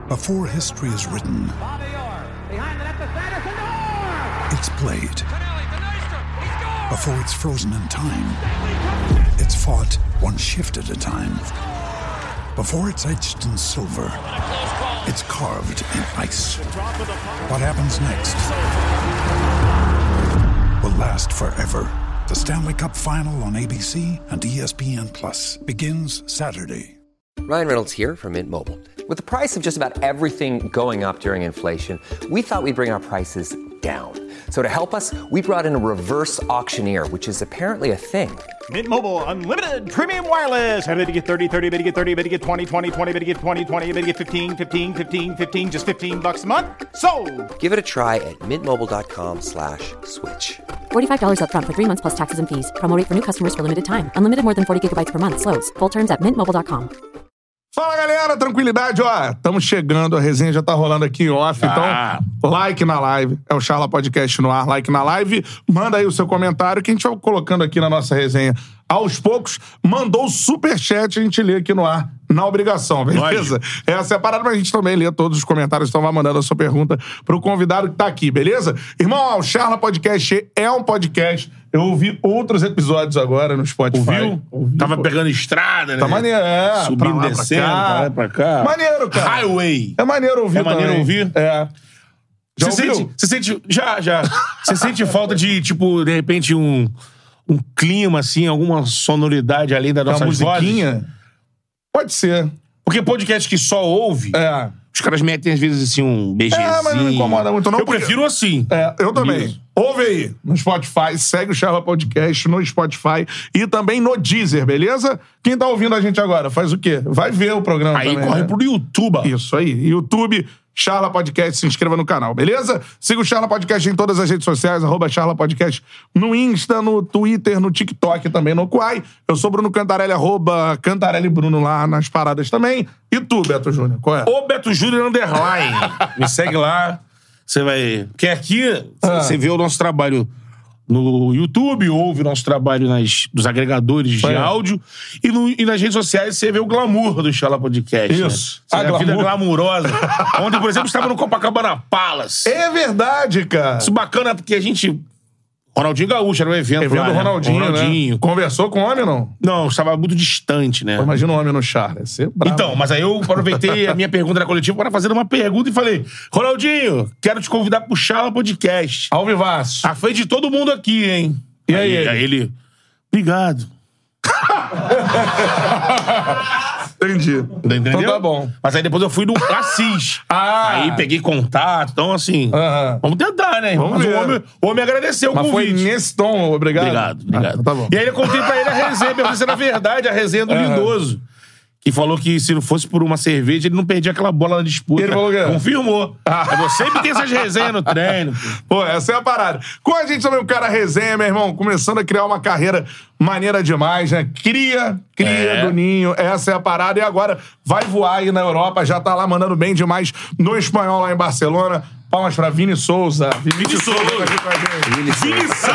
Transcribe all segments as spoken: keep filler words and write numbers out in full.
Before history is written, it's played. Before it's frozen in time, it's fought one shift at a time. Before it's etched in silver, it's carved in ice. What happens next will last forever. The Stanley Cup Final on A B C and E S P N Plus begins Saturday. Ryan Reynolds here from Mint Mobile. With the price of just about everything going up during inflation, we thought we'd bring our prices down. So to help us, we brought in a reverse auctioneer, which is apparently a thing. Mint Mobile Unlimited Premium Wireless. How to get thirty, thirty, how to get thirty, how to get twenty, twenty, twenty, how to get twenty, twenty, how to get fifteen, fifteen, fifteen, fifteen, just fifteen bucks a month? Sold! Give it a try at mintmobile.com slash switch. forty-five dollars up front for three months plus taxes and fees. Promo rate for new customers for limited time. Unlimited more than forty gigabytes per month. Slows full terms at mint mobile dot com. Fala, galera, tranquilidade, ó, estamos chegando, a resenha já tá rolando aqui em off, ah. então like na live, é o Charla Podcast no ar, like na live, manda aí o seu comentário que a gente vai colocando aqui na nossa resenha aos poucos, mandou o superchat, a gente lê aqui no ar, na obrigação, beleza? Lógico. Essa é a parada, mas a gente também lê todos os comentários, então vai mandando a sua pergunta pro convidado que tá aqui, beleza? Irmão, ó, o Charla Podcast é um podcast. Eu ouvi outros episódios agora no Spotify. Ouviu? Ouvi, Tava pô. pegando estrada, né? Tá maneiro, é. Subindo, pra lá, descendo, pra cá. pra lá, pra cá. Maneiro, cara. Highway. É maneiro ouvir É maneiro também. ouvir? É. Já Você ouviu? sente, você sente... Já, já. Você sente falta de, tipo, de repente, um, um clima, assim, alguma sonoridade além das Uma nossas musiquinha? vozes? Pode ser. Porque podcast que só ouve... É. Os caras metem, às vezes, assim, um BGzinho. É, mas não me incomoda muito, não. Eu porque... prefiro assim. É, eu também. Isso. Ouve aí no Spotify, segue o Charla Podcast no Spotify e também no Deezer, beleza? Quem tá ouvindo a gente agora, faz o quê? Vai ver o programa Aí também, corre né? pro YouTube. Isso aí. YouTube, Charla Podcast, se inscreva no canal, beleza? Siga o Charla Podcast em todas as redes sociais, arroba Charla Podcast no Insta, no Twitter, no TikTok também, no Quai. Eu sou Bruno Cantarelli, arroba Cantarelli Bruno lá nas paradas também. E tu, Beto Júnior, qual é? Ô Beto Júnior Underline. Me segue lá. Você vai... Porque aqui Ah. você vê o nosso trabalho no YouTube, ouve o nosso trabalho nas, nos agregadores de É. áudio e, no, e nas redes sociais você vê o glamour do Charla Podcast. Isso. Né? Você Ah, vê a vida glamour. glamurosa. Ontem, por exemplo, estava no Copacabana Palace. É verdade, cara. Isso bacana porque a gente... Ronaldinho Gaúcho era um evento Evento lá, do né? Ronaldinho, Ronaldinho. né? Conversou com o homem, não? Não, estava muito distante, né? Pô, imagina o homem no Charla. Ia ser bravo. Então, mas aí eu aproveitei a minha pergunta na coletiva para fazer uma pergunta e falei: Ronaldinho, quero te convidar pro Charla Podcast. Ao vivaço. À frente de todo mundo aqui, hein? E aí, ele? Aí ele, obrigado. Entendi. Entendeu? Então tá bom. Mas aí depois eu fui no Assis. Ah. Aí peguei contato, então assim, Aham. vamos tentar, né? Vamos Mas ver. o homem, o homem agradeceu o Mas foi convite. nesse tom, obrigado. Obrigado, obrigado. Ah, tá bom. E aí eu contei pra ele a resenha, perguntei se era verdade a resenha do Aham. Lindoso. Que falou que se não fosse por uma cerveja, ele não perdia aquela bola na disputa. Ele falou o quê? Confirmou. Ah. É você que tem essas resenhas no treino. Pô, essa é a parada. Com a gente também o cara resenha, meu irmão, começando a criar uma carreira maneira demais, né? Cria, cria É. do ninho, essa é a parada. E agora vai voar aí na Europa, já tá lá mandando bem demais no espanhol lá em Barcelona. Palmas pra Vini Souza. Vini Souza. tá aqui com a gente. Vinição.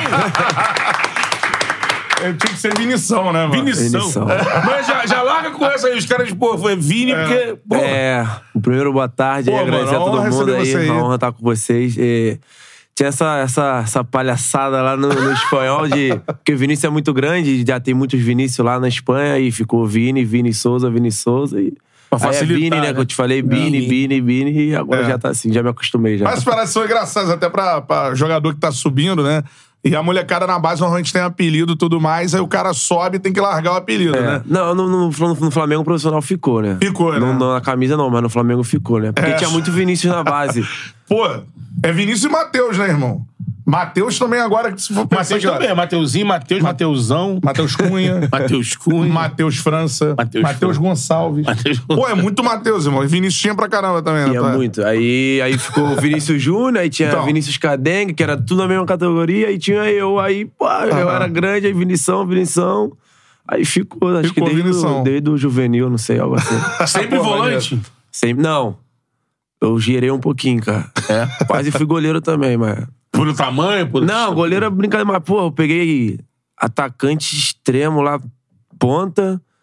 Eu tinha que ser Vinição, né, mano? Vinição. Vinição. Mas já, já larga com essa aí. Os caras, pô, foi Vini, porque... Pô, É, o primeiro boa tarde, Pô, aí, agradecer mano, a todo honra mundo receber aí, você aí. uma honra estar com vocês. E tinha essa, essa, essa palhaçada lá no, no espanhol, de porque o Vinícius é muito grande, já tem muitos Vinícius lá na Espanha, e ficou Vini, Vini Souza, Vini Souza, e... Pra Aí é facilitar, Vini, né, né? que eu te falei, Bini, Bini, Bini, e agora É. já tá assim, já me acostumei já. Mas as paradas são engraçadas, até pra, pra jogador que tá subindo, né? E a molecada na base normalmente tem apelido e tudo mais, aí o cara sobe e tem que largar o apelido, É. né? Não, no, no, no Flamengo o profissional ficou, né? Ficou, né? Não, não na camisa não, mas no Flamengo ficou, né? Porque É. tinha muito Vinícius na base. Pô, é Vinícius e Matheus, né, irmão? Matheus também agora, que se for pensar Matheus que, ó, também. Mateuzinho, Matheus, Mateusão. Matheus Cunha, Matheus Cunha. Matheus França, Matheus Matheus França. Gonçalves. Matheus Pô, é muito Matheus, irmão. E Vinícius tinha pra caramba também, né? Tinha tá? muito. Aí, aí ficou o Vinícius Júnior, aí tinha Então. Vinícius Cadengue, que era tudo na mesma categoria, aí tinha eu, aí, pô, eu Aham. era grande, aí Vinição, Vinição. Aí ficou, acho Ficou que desde Vinição. o, desde o juvenil, não sei, algo assim. Sempre Pô, volante. Sempre, não. Eu girei um pouquinho, cara. É. Quase fui goleiro também, mas... Por o tamanho, por... Não, goleiro é brincadeira, mas, pô, eu peguei atacante extremo lá, ponta,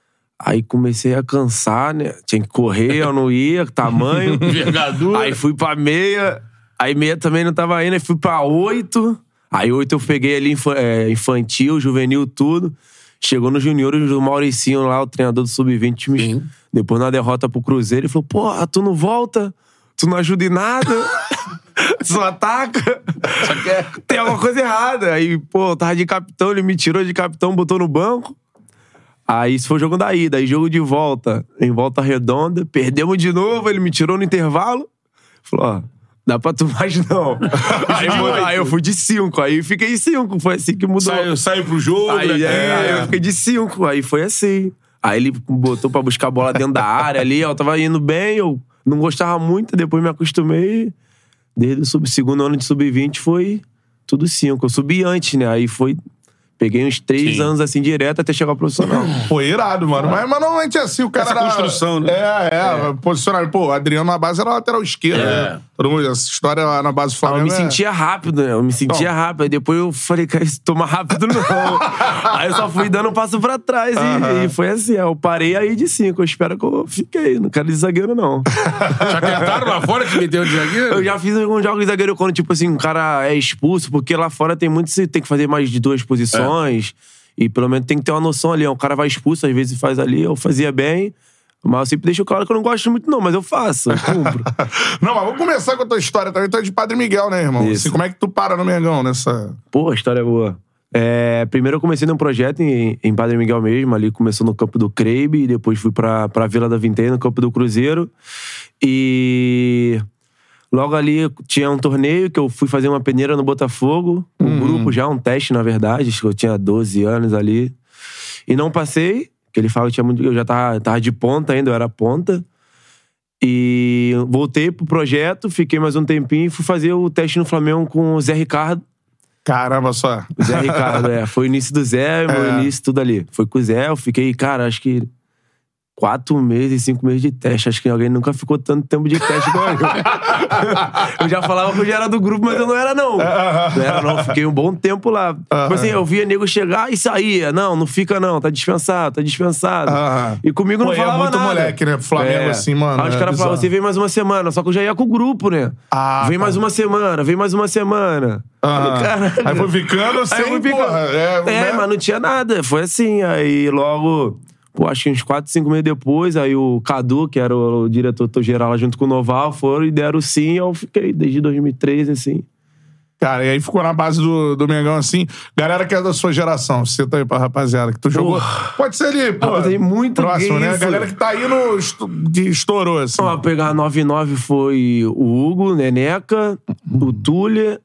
Aí comecei a cansar, né? Tinha que correr, eu não ia, tamanho. Envergadura. Aí fui pra meia. Aí meia também não tava indo. Aí fui pra oito. Aí oito eu peguei ali infantil, juvenil, tudo. Chegou no juniores do Mauricinho lá, o treinador do sub vinte. Me... Depois na derrota pro Cruzeiro, ele falou, porra, tu não volta? Tu não ajuda em nada? Tu só ataca? Só quer... Tem alguma coisa errada. Aí, pô, eu tava de capitão, ele me tirou de capitão, botou no banco. Aí isso foi o jogo da ida. Aí jogo de volta, em volta redonda. Perdemos de novo, ele me tirou no intervalo. Falou, ó, dá pra tu mais não. aí, aí eu fui de cinco, aí fiquei em cinco. Foi assim que mudou. Saiu, saiu pro jogo. Aí, né? é, é. eu fiquei de cinco, aí foi assim. Aí ele botou pra buscar a bola dentro da área ali, eu tava indo bem, eu não gostava muito, depois me acostumei. Desde o sub, segundo ano de sub vinte foi tudo cinco. Eu subi antes, né? Aí foi... Peguei uns três Sim. anos assim direto até chegar ao profissional. Pô, irado, mano. Mas, mas normalmente é assim, o cara. Essa era... construção, né? É, é. é. Posicionado. Pô, o Adriano na base era lateral esquerda. É. Né? Todo mundo, essa história lá na base do Flamengo. Eu me é... sentia rápido, né? Eu me sentia não. rápido. Aí depois eu falei, cara, isso toma rápido não. Aí eu só fui dando um passo pra trás. Uh-huh. e, e foi assim. Eu parei aí de cinco. Eu espero que eu fiquei. Não quero de zagueiro, não. Já tentaram lá fora que meteu de zagueiro? Eu já fiz alguns jogos de zagueiro quando, tipo assim, um cara é expulso, porque lá fora tem muito. Você tem que fazer mais de duas posições. É. E pelo menos tem que ter uma noção ali. O cara vai expulso, às vezes faz ali. Eu fazia bem. Mas eu sempre deixo claro que eu não gosto muito, não. Mas eu faço, eu cumpro. Não, mas vamos começar com a tua história também. Tu é de Padre Miguel, né, irmão? Assim, como é que tu para no Mengão nessa... Pô, a história é boa. É, primeiro eu comecei num projeto em, em Padre Miguel mesmo. Ali começou no campo do Crebe. E depois fui pra, pra Vila da Vinteia, no campo do Cruzeiro. E... Logo ali tinha um torneio que eu fui fazer uma peneira no Botafogo. Um uhum. grupo já, um teste, na verdade. Acho que eu tinha doze anos ali. E não passei, porque ele falava que tinha muito, eu já tava, tava de ponta ainda, eu era ponta. E voltei pro projeto, fiquei mais um tempinho e fui fazer o teste no Flamengo com o Zé Ricardo. Caramba, só. O Zé Ricardo, é. Foi o início do Zé, meu é. início, tudo ali. Foi com o Zé, eu fiquei, cara, acho que... Quatro meses, cinco meses de teste. Acho que alguém nunca ficou tanto tempo de teste igual eu. Eu já falava que eu já era do grupo, mas eu não era, não. Não era, não. Fiquei um bom tempo lá. Uh-huh. Tipo assim, eu via nego chegar e saía. Não, não fica, não. Tá dispensado, tá dispensado. Uh-huh. E comigo não Pô, falava nada. É muito moleque, né? Pro Flamengo, é. assim, mano. Aí os é caras falavam, você vem mais uma semana. Só que eu já ia com o grupo, né? Ah, vem tá. mais uma semana, vem mais uma semana. Ah, falei, aí foi ficando assim, aí foi ficando. Porra. É, é né? Mas não tinha nada. Foi assim. Aí logo... Pô, acho que uns quatro, cinco meses depois, aí o Cadu, que era o, o diretor-geral lá junto com o Noval, foram e deram sim, eu fiquei desde dois mil e treze, assim. Cara, e aí ficou na base do, do Mengão, assim. Galera que é da sua geração, você tá aí pra rapaziada, que tu jogou. Pode ser ali, pô. Tem muito próximo, né? A galera que tá aí no, que estourou, assim. Ó, pegar nove nove foi o Hugo, Neneca, o Túlia,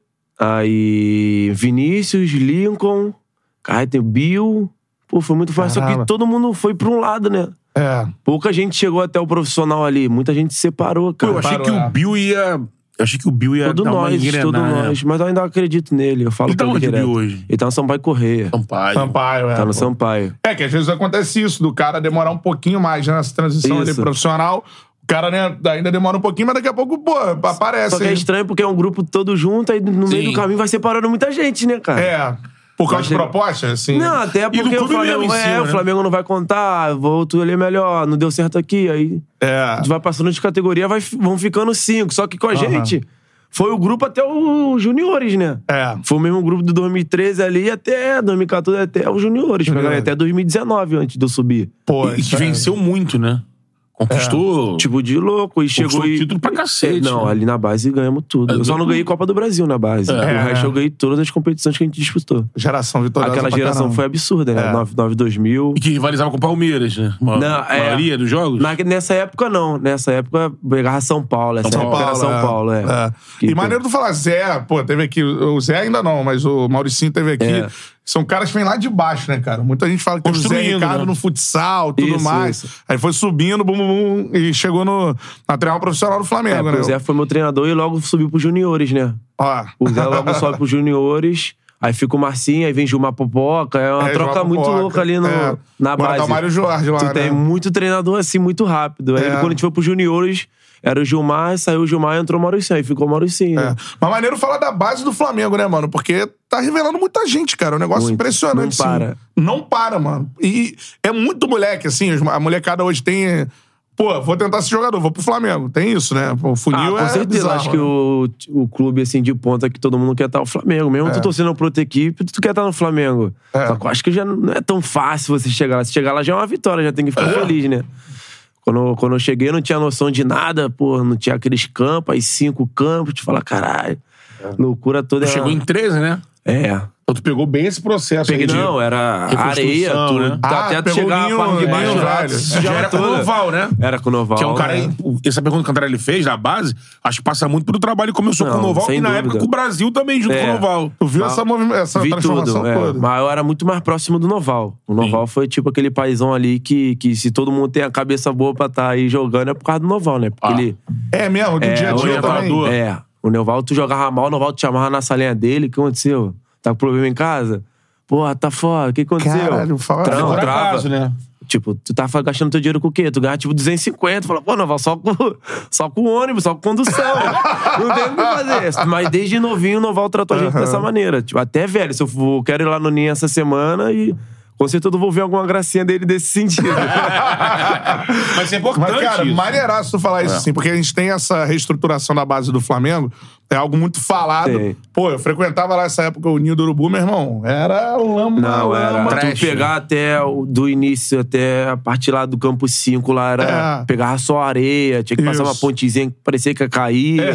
aí Vinícius, Lincoln, cara, tem o Bill... Pô, foi muito fácil. Caramba. Só que todo mundo foi pra um lado, né? É. Pouca gente chegou até o profissional ali. Muita gente se separou, cara. Pô, eu achei Parou, que é. o Bill ia... Eu achei que o Bill ia todo dar nós, uma engrenar, todo né? nós. Mas eu ainda acredito nele. Eu falo ele tá onde o Bill hoje? Ele tá no Sampaio Correia. Sampaio. Sampaio, é. Tá no pô. Sampaio. É, que às vezes acontece isso, do cara demorar um pouquinho mais, né? Nessa transição ali profissional. O cara, né, ainda demora um pouquinho, mas daqui a pouco, pô, aparece. Só que é estranho porque é um grupo todo junto, aí no Sim. meio do caminho vai separando muita gente, né, cara? É. Por causa de proposta, assim? Não, até porque o Flamengo, cima, é, né? o Flamengo não vai contar, voltou ali melhor, não deu certo aqui, aí é. tu vai passando de categoria, vai, vão ficando cinco. Só que com a uhum. gente, foi o grupo até os juniores, né? É. Foi o mesmo grupo de dois mil e treze ali até dois mil e quatorze, até os juniores. É. Até dois mil e dezenove, antes de eu subir. Pô, e que é. venceu muito, né? Conquistou. É. Tipo, de louco. E chegou e... título pra cacete. Não, né? Ali na base ganhamos tudo. Eu só não ganhei Copa do Brasil na base. É. O resto eu ganhei todas as competições que a gente disputou. Geração vitoriosa. Aquela geração caramba. Foi absurda, né? É. nove nove dois mil. E que rivalizava com o Palmeiras, né? Uma, não, a é. maioria dos jogos? Na, nessa época, não. Nessa época, pegava São Paulo. Essa São época Paulo, era São é. Paulo, é. é. Que, e maneiro tu falar, Zé, pô, teve aqui. O Zé ainda não, mas o Mauricinho teve aqui. É. São caras que vêm lá de baixo, né, cara? Muita gente fala que o Zé Ricardo, né? No futsal, tudo isso, mais. Isso. Aí foi subindo, bum, bum, bum, e chegou no, na treinador profissional do Flamengo, é, né? O Zé foi meu treinador e logo subiu pros juniores, né? Ó. O Zé logo sobe pros juniores, aí fica o Marcinho, aí vem Gilmar Popoca, é uma é, troca muito Popoca. louca ali no, é. na Agora base. tá o Mário Jorge lá, tu né? tem muito treinador assim, muito rápido. Aí é. quando a gente foi pros juniores, era o Gilmar, saiu o Gilmar e entrou o Mauricinho. Aí ficou o Mauricinho. É. Né? Mas maneiro falar da base do Flamengo, né, mano? Porque tá revelando muita gente, cara. É um negócio Muito. impressionante. Não para. Sim. Não para, mano. E é muito moleque, assim. A molecada hoje tem... Pô, vou tentar ser jogador, vou pro Flamengo. Tem isso, né? O funil ah, com é certeza. bizarro, Acho que né? o, o clube, assim, de ponta que todo mundo quer estar é o Flamengo. Mesmo É. tu torcendo pra outra equipe, tu quer estar no Flamengo. É. Só que eu acho que já não é tão fácil você chegar lá. Se chegar lá já é uma vitória, já tem que ficar feliz, né? Quando, quando eu cheguei, eu não tinha noção de nada, pô, não tinha aqueles campos, aí cinco campos, te falar, caralho, loucura toda. Tu chegou em treze, né? É. Então tu pegou bem esse processo Peguei, aí de não, era reconstrução, areia, tudo. né? Ah, Até tu pegou chegar Ninho- a parte de baixo Ninho lá, velho. tu Já era com o toda. Noval, né? Era com o Noval. Que é um cara... né? Essa pergunta que o Cantarelli fez, na base, acho que passa muito pelo trabalho que começou Não, com o Noval sem e na dúvida. época com o Brasil também, junto É. com o Noval. Tu viu Mas- essa, movim- essa Vi transformação tudo, é. toda? Mas eu era muito mais próximo do Noval. O Noval foi tipo aquele paizão ali que, que se todo mundo tem a cabeça boa pra estar aí jogando é por causa do Noval, né? Porque Ah. ele... É mesmo, do É, dia a o dia também. levador. É. O Noval, tu jogava mal, o Noval te chamava na salinha dele. O que aconteceu? Tá com problema em casa? Porra, tá fora. O que aconteceu? Caralho, fala- Não, Por trava. acaso, né? Tipo, tu tava gastando teu dinheiro com o quê? Tu ganhava tipo duzentos e cinquenta. Fala, pô, Noval, só com, só com ônibus, só com condução. Não tem o que fazer. Mas desde novinho o Noval tratou a gente dessa maneira. Tipo, até velho. Se eu for, quero ir lá no Ninho essa semana e com certeza eu vou ver alguma gracinha dele desse sentido. Mas é importante Mas, cara, isso. maneiraço tu falar isso, assim, porque a gente tem essa reestruturação da base do Flamengo, é algo muito falado. Tem. Pô, eu frequentava lá essa época o Ninho do Urubu, meu irmão. Era um lama. Não, era. lama. Tu trash, pegar até o- do início até a parte lá do campo cinco, lá era. É. Pegava só areia, tinha que passar Isso. uma pontezinha que parecia que ia cair.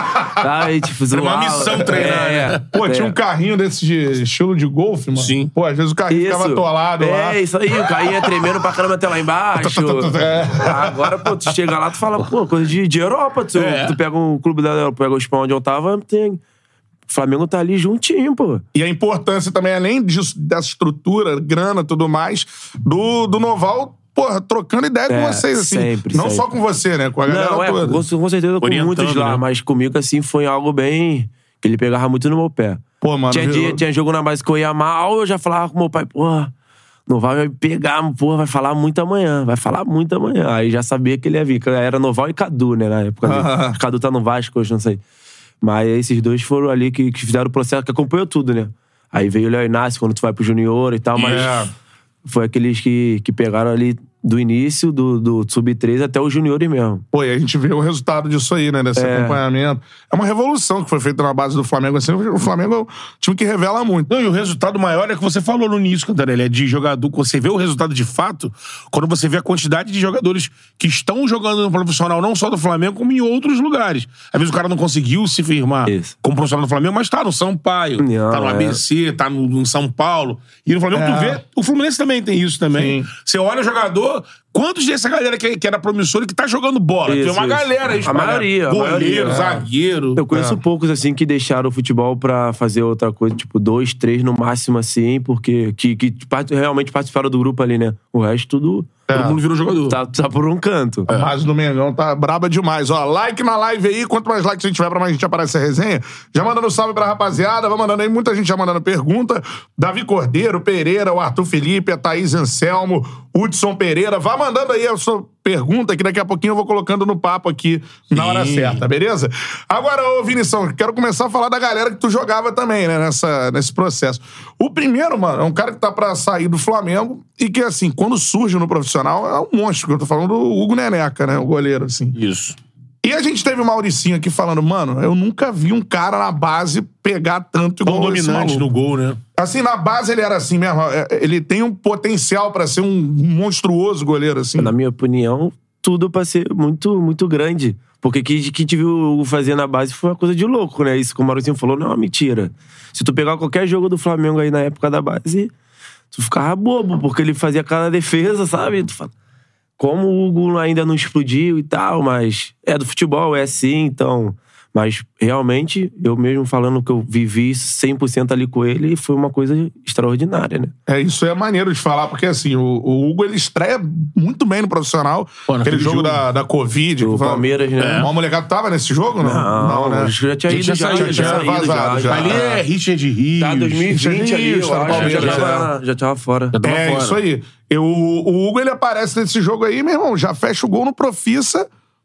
Aí, tipo, Era uma zoava. missão treinar, É, né? Pô, é. tinha um carrinho desse de estilo de golfe, mano. Sim. Pô, às vezes o carrinho ficava atolado é, lá. isso aí, o carrinho ia tremendo pra caramba até lá embaixo. É. Agora, pô, tu chega lá, tu fala, pô, coisa de, de Europa. Tu, É. tu pega um clube da Europa, pega o Espanhol onde eu tava, tem. O Flamengo tá ali juntinho, pô. E a importância também, além disso, dessa estrutura, grana e tudo mais, do, do Noval, porra, trocando ideia com É, vocês, assim. sempre, Não sempre. só com você, né? Com a galera Não, é, toda. com, com certeza com Orientando, muitos lá, né? mas comigo, assim, foi algo bem... Que ele pegava muito no meu pé. Pô, mano, Tinha, viu? dia, tinha jogo na base que eu ia mal, eu já falava com meu pai, porra, não vai me pegar, porra, vai falar muito amanhã, vai falar muito amanhã. Aí já sabia que ele ia vir, que era Noval e Cadu, né, na época. dele. Cadu tá no Vasco hoje, não sei. Mas esses dois foram ali que, que fizeram o processo, que acompanhou tudo, né. Aí veio o Léo Inácio, quando tu vai pro Junior e tal, mas É. foi aqueles que, que pegaram ali do início, do, do sub treze até os juniores mesmo. Pô, e a gente vê o resultado disso aí, né? Desse É. acompanhamento. É uma revolução que foi feita na base do Flamengo. Assim, o Flamengo é um time que revela muito. Não, e o resultado maior é que você falou no início, Cantarelli, é de jogador. Quando você vê o resultado de fato, quando você vê a quantidade de jogadores que estão jogando no profissional, não só do Flamengo, como em outros lugares. Às vezes o cara não conseguiu se firmar Isso. como profissional do Flamengo, mas tá no Sampaio, Não, tá no é. A B C, tá no, no São Paulo. E no Flamengo É. tu vê, o Fluminense também tem isso também. Sim. Você olha o jogador, quantos dessa galera que, que era promissora e que tá jogando bola? Isso, tem uma isso. galera aí A espalhada. maioria, a Goleiro, maioria, é. zagueiro. Eu conheço poucos, assim, que deixaram o futebol pra fazer outra coisa, tipo, dois, três no máximo, assim, porque que, que part- realmente participaram do grupo ali, né? O resto tudo Todo mundo virou jogador. tá, tá por um canto. A base do Mengão tá braba demais. Ó, like na live aí. Quanto mais likes a gente tiver, pra mais gente aparece a resenha. Já mandando salve pra rapaziada. Vai mandando aí. Muita gente já mandando pergunta. Davi Cordeiro, Pereira, o Arthur Felipe, a Thaís Anselmo, Hudson Pereira. Vai mandando aí a sua pergunta, que daqui a pouquinho eu vou colocando no papo aqui na hora certa, beleza? Agora, ô Vinição, quero começar a falar da galera que tu jogava também, né? Nessa, nesse processo. O primeiro, mano, é um cara que tá pra sair do Flamengo e que, assim, quando surge no profissional, é um monstro, que eu tô falando do Hugo Neneca, né? O goleiro, assim. Isso. E a gente teve o Mauricinho aqui falando, mano, eu nunca vi um cara na base pegar tanto Tão igual esse dominante maluco. no gol, né? Assim, na base ele era assim mesmo. é, Ele tem um potencial pra ser um monstruoso goleiro, assim. Na minha opinião, tudo pra ser muito, muito grande. Porque o que, que te viu fazer na base foi uma coisa de louco, né? Isso que o Mauricinho falou não é uma mentira. Se tu pegar qualquer jogo do Flamengo aí na época da base, tu ficava bobo, porque ele fazia cada defesa, sabe? Tu fala, como o Hugo ainda não explodiu e tal, mas é do futebol, é assim, então... Mas, realmente, eu mesmo falando que eu vivi cem por cento ali com ele, foi uma coisa extraordinária, né? É, isso é maneiro de falar, porque assim, o, o Hugo, ele estreia muito bem no profissional. Pô, Aquele naquele jogo, jogo. Da, da Covid. Do que foi- Palmeiras, né? É. O molecado tava nesse jogo, não? Não, né? acho que já tinha Já ido, tinha já, saído, já, já tinha tinha saído, vazado, já. já. Ali é Richard Rios. Tá, dois mil e vinte ali, Isso, eu tá no acho, já, Palmeiras, tava, já tava fora. Já tava É, fora. isso aí. Eu, o Hugo, ele aparece nesse jogo aí, meu irmão, já fecha o gol no Profissa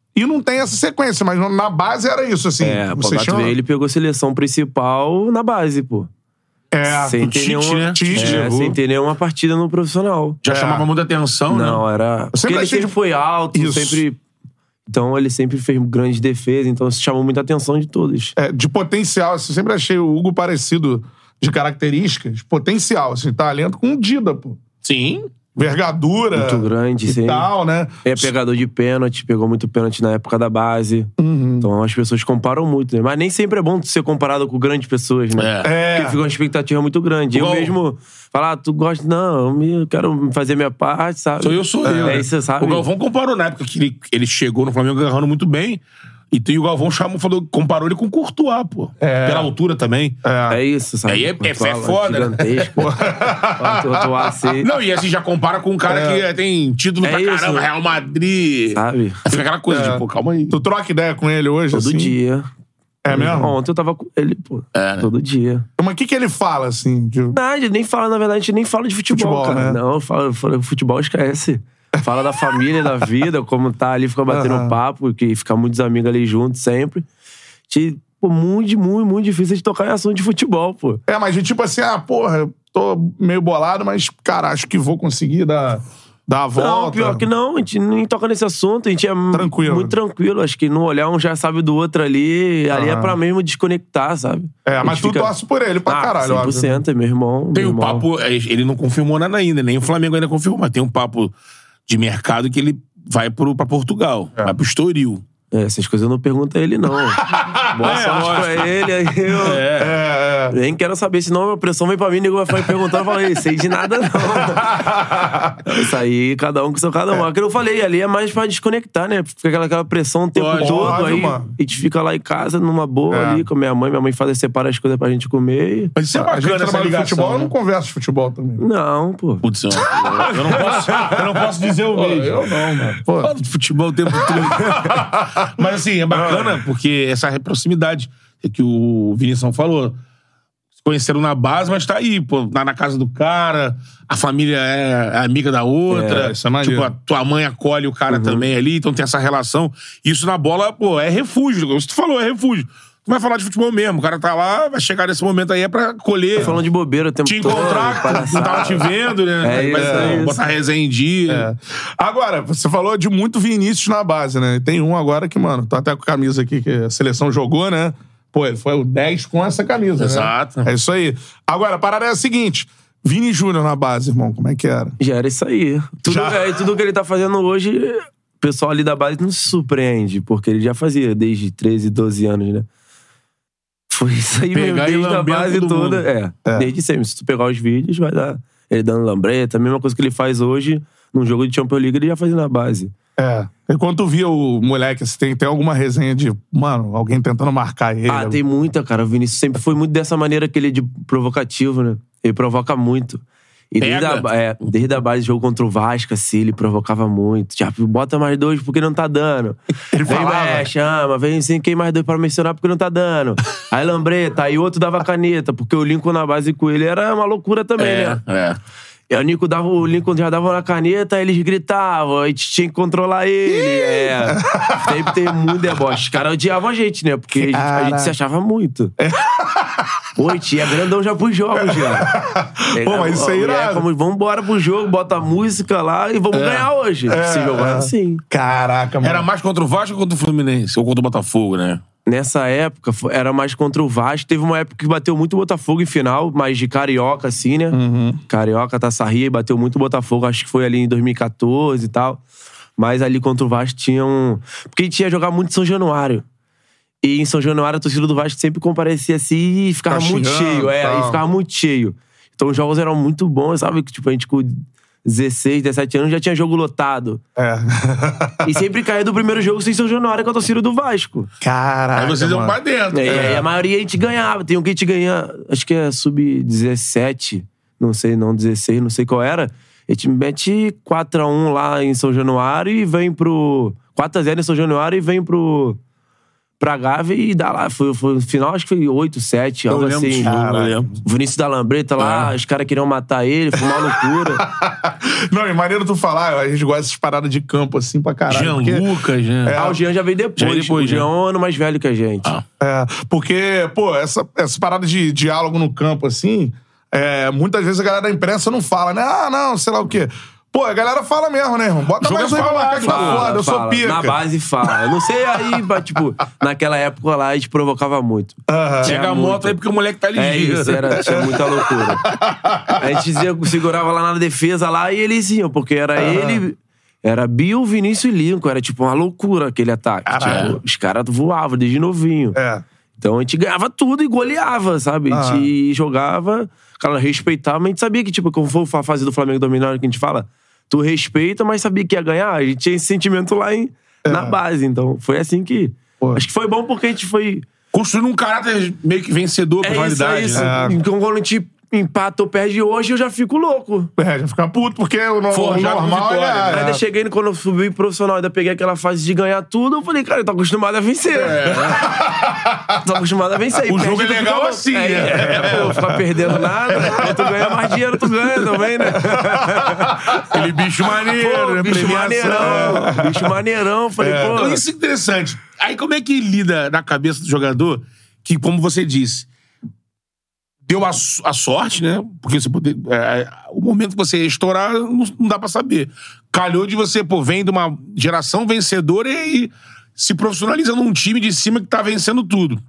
E não tem essa sequência, mas na base era isso, assim. É, você o chama... ele pegou seleção principal na base, pô. É, sem o ter Tite, nenhuma, né? Tite, é, sem ter nenhuma partida no profissional. Já É. chamava muita atenção, né? Não, era... Porque sempre ele achei sempre que- foi alto, Isso. sempre... Então ele sempre fez grandes defesas, então isso chamou muita atenção de todos. É, de potencial, assim, eu sempre achei o Hugo parecido de características, potencial, assim, talento com o Dida, pô. Sim. Vergadura. Muito grande, e sim. tal, né? É pegador de pênalti, pegou muito pênalti na época da base. Uhum. Então as pessoas comparam muito, né? Mas nem sempre é bom ser comparado com grandes pessoas, né? É. Porque fica uma expectativa muito grande. Igual- Eu mesmo falar, ah, tu gosta... Não, eu me- quero fazer minha parte, sabe? Sou eu, sou eu. É né? isso, sabe? O Galvão comparou na época que ele, ele chegou no Flamengo agarrando muito bem. E, tem- o Galvão chamou, falou, comparou ele com o Courtois, pô. É. Pela altura também. É isso, sabe? Aí é- é- é Fala, foda, né? gigantesco. Tu assim, Não, e assim, já compara com um cara que é, tem título É pra isso, caramba, né? Real Madrid. sabe? Fica aquela coisa de, pô, calma aí. Tu troca ideia com ele hoje, Todo assim? dia. É mesmo? Ontem eu tava com ele, pô. É, né? Todo dia. Mas o que que ele fala, assim? De... Não, a gente nem fala, na verdade, a gente nem fala de futebol, Futebol, cara. né? Não, eu falo, eu falo, futebol esquece. Fala da família, da vida, como tá ali, fica batendo Aham. papo, que fica muitos amigos ali juntos sempre. Te, pô, muito, muito, muito difícil de tocar em assunto de futebol, pô. É, mas de tipo assim, ah, porra, eu tô meio bolado, mas, cara, acho que vou conseguir dar, dar a volta. Não, pior que não, a gente nem toca nesse assunto, a gente é Tranquilo. muito tranquilo. Acho que no olhar um já sabe do outro ali, ali é Aham. pra mesmo desconectar, sabe? É, A mas gente tu fica- torce por ele pra Ah, caralho, cem por óbvio. cento, é meu irmão. Tem meu um irmão. papo, ele não confirmou nada ainda, nem o Flamengo ainda confirmou, mas tem um papo de mercado que ele vai pro, pra Portugal, vai pro Estoril. É, essas coisas eu não pergunto a ele, não. Boa É, sorte lógico. pra ele, aí eu... É, é. Nem quero saber, senão a pressão vem pra mim, nego vai ficar me perguntando, eu falo, "Ei, sei de nada não." Isso aí, cada um com seu cada um. Aquilo eu falei, ali é mais pra desconectar, né? Fica aquela, aquela pressão o tempo Lógico, todo, óbvio, aí mano. a gente fica lá em casa, numa boa É. ali, com a minha mãe, minha mãe faz, separa as coisas pra gente comer e... Mas isso é A gente bacana, essa trabalha de ligação. futebol, eu né? não converso de futebol também. Não, pô. Putz, eu, eu não posso, eu não posso dizer o mesmo. Eu não, mano. Pô, Falo de futebol o tempo todo. Mas assim, é bacana porque essa proximidade é que o Vinição falou. Se conheceram na base, mas tá aí, pô, na, na casa do cara, a família é amiga da outra. É, isso é maneiro. tipo, a tua mãe acolhe o cara também ali, então tem essa relação. Isso na bola, pô, é refúgio. Como tu falou, é refúgio. Tu vai falar de futebol mesmo, o cara tá lá, vai chegar nesse momento aí é pra colher. Falando de bobeira o tempo Te todo. encontrar, não palhaçada. tava te vendo, né? É Vai isso, é isso. botar a resenha em dia. É. Agora, você falou de muito Vinícius na base, né? Tem um agora que, mano, tô até com a camisa aqui que a seleção jogou, né? Pô, ele foi o dez com essa camisa, Exato. né? É isso aí. Agora, a parada é a seguinte. Vini Júnior na base, irmão, como é que era? Já era isso aí. Tudo, Já. é, tudo que ele tá fazendo hoje, o pessoal ali da base não se surpreende, porque ele já fazia desde treze, doze anos, né? Foi isso aí mesmo, Pegar e desde a lamber base todo toda. mundo. É, É. desde sempre. Se tu pegar os vídeos, vai dar ele dando lambreta, a mesma coisa que ele faz hoje, num jogo de Champions League, ele já fazia na base. É. E quando tu via o moleque, assim, tem, tem alguma resenha de, mano, alguém tentando marcar ele? Ah, tem muita, cara. O Vinícius sempre foi muito dessa maneira que ele é de provocativo, né? Ele provoca muito. E desde a, Pega? é, desde a base do jogo contra o Vasco, assim, ele provocava muito. Tipo, bota mais dois porque não tá dando. Ele vem, falava. é, chama, vem assim, quem mais dois pra mencionar porque não tá dando. Aí lambreta, aí outro dava caneta, porque o Lincoln na base com ele era uma loucura também, né? é. E aí o Nico dava, o Lincoln já dava na caneta, aí eles gritavam, aí tinha que controlar ele. É. Sempre teve muito deboche. Os caras odiavam a gente, né? Porque a gente, a gente se achava muito. Pô, e tinha grandão já pros jogos, já. Pô, mas isso é irado. É, como, vamos embora pro jogo, bota a música lá e vamos ganhar hoje. Se jogar assim. Caraca, mano. Era mais contra o Vasco ou contra o Fluminense? Ou contra o Botafogo, né? Nessa época, fo- era mais contra o Vasco. Teve uma época que bateu muito o Botafogo em final, mas de Carioca, assim, né? Carioca, Taça Rio, bateu muito o Botafogo. Acho que foi ali em dois mil e catorze e tal. Mas ali contra o Vasco tinha um... Porque a gente ia jogar muito em São Januário. E em São Januário, a torcida do Vasco sempre comparecia assim e ficava Tá muito xingando, cheio. É, tal. e ficava muito cheio. Então os jogos eram muito bons, sabe? Que tipo, a gente com dezesseis, dezessete anos já tinha jogo lotado. É. E sempre caía do primeiro jogo sem São Januário com a torcida do Vasco. Caraca, Aí vocês iam mano. pra dentro. É, E aí É. a maioria a gente ganhava. Tem um que a gente ganha, acho que é sub dezessete, não sei, não, dezesseis, não sei qual era. A gente mete quatro a um lá em São Januário e vem pro... quatro a zero em São Januário e vem pro... pra Gávea e dá lá. Foi, foi no final, acho que foi oito, sete, algo lembro, assim. cara, eu lembro. Vinícius da Lambreta lá, Ah. os caras queriam matar ele, foi uma loucura. Não, é maneiro tu falar, a gente gosta dessas paradas de campo assim pra caralho. Jean porque- Lucas, né? Ah, o Jean já veio depois. Já veio depois, o Jean é né? um ano mais velho que a gente. Ah. É, porque, pô, essa, essa parada de diálogo no campo, assim, é, muitas vezes a galera da imprensa não fala, né? Ah, não, sei lá o quê. Pô, a galera fala mesmo, né, irmão? Bota Joga mais um aí pra falar, marcar que tá fala, foda, eu sou Fala, pica. na base fala. Eu não sei aí, mas, tipo, naquela época lá a gente provocava muito. Aham. Tinha Pega a muito. moto aí porque o moleque tá É ligeiro. isso, era, tinha muita loucura. A gente dizia, segurava lá na defesa lá e eles iam, porque era ele, era Bill, Vinícius e Lincoln. Era tipo uma loucura aquele ataque. Tipo, os caras voavam desde novinho. É. Então a gente ganhava tudo e goleava, sabe? A gente jogava, cara, respeitava, mas a gente sabia que, tipo, como foi a fase do Flamengo dominante que a gente fala, tu respeita, mas sabia que ia ganhar. A gente tinha esse sentimento lá em, na base. Então foi assim que. Pô. Acho que foi bom porque a gente foi. Construindo um caráter meio que vencedor, É isso, personalidade. é isso. né? Então quando a gente empata ou perde hoje, eu já fico louco. É, já fica puto, porque o, no, o Forjado com normal vitória, é... né? Aí ainda cheguei, quando eu subi profissional, ainda peguei aquela fase de ganhar tudo, eu falei, cara, eu tô acostumado a vencer. tô acostumado a vencer. O E jogo perde, é tu legal fica- assim, é, né? É, pô, ficar perdendo nada. Quando tu ganha mais dinheiro, tu ganha também, né? Aquele bicho maneiro, Pô, né? bicho Premiação. maneirão. Bicho maneirão. Falei, pô. Então, isso é interessante. Aí como é que lida na cabeça do jogador que, como você disse, deu a, a sorte, né? Porque você poder, é, o momento que você ia estourar, não, não dá pra saber. Calhou de você, pô, vem de uma geração vencedora e se profissionaliza num time de cima que tá vencendo tudo.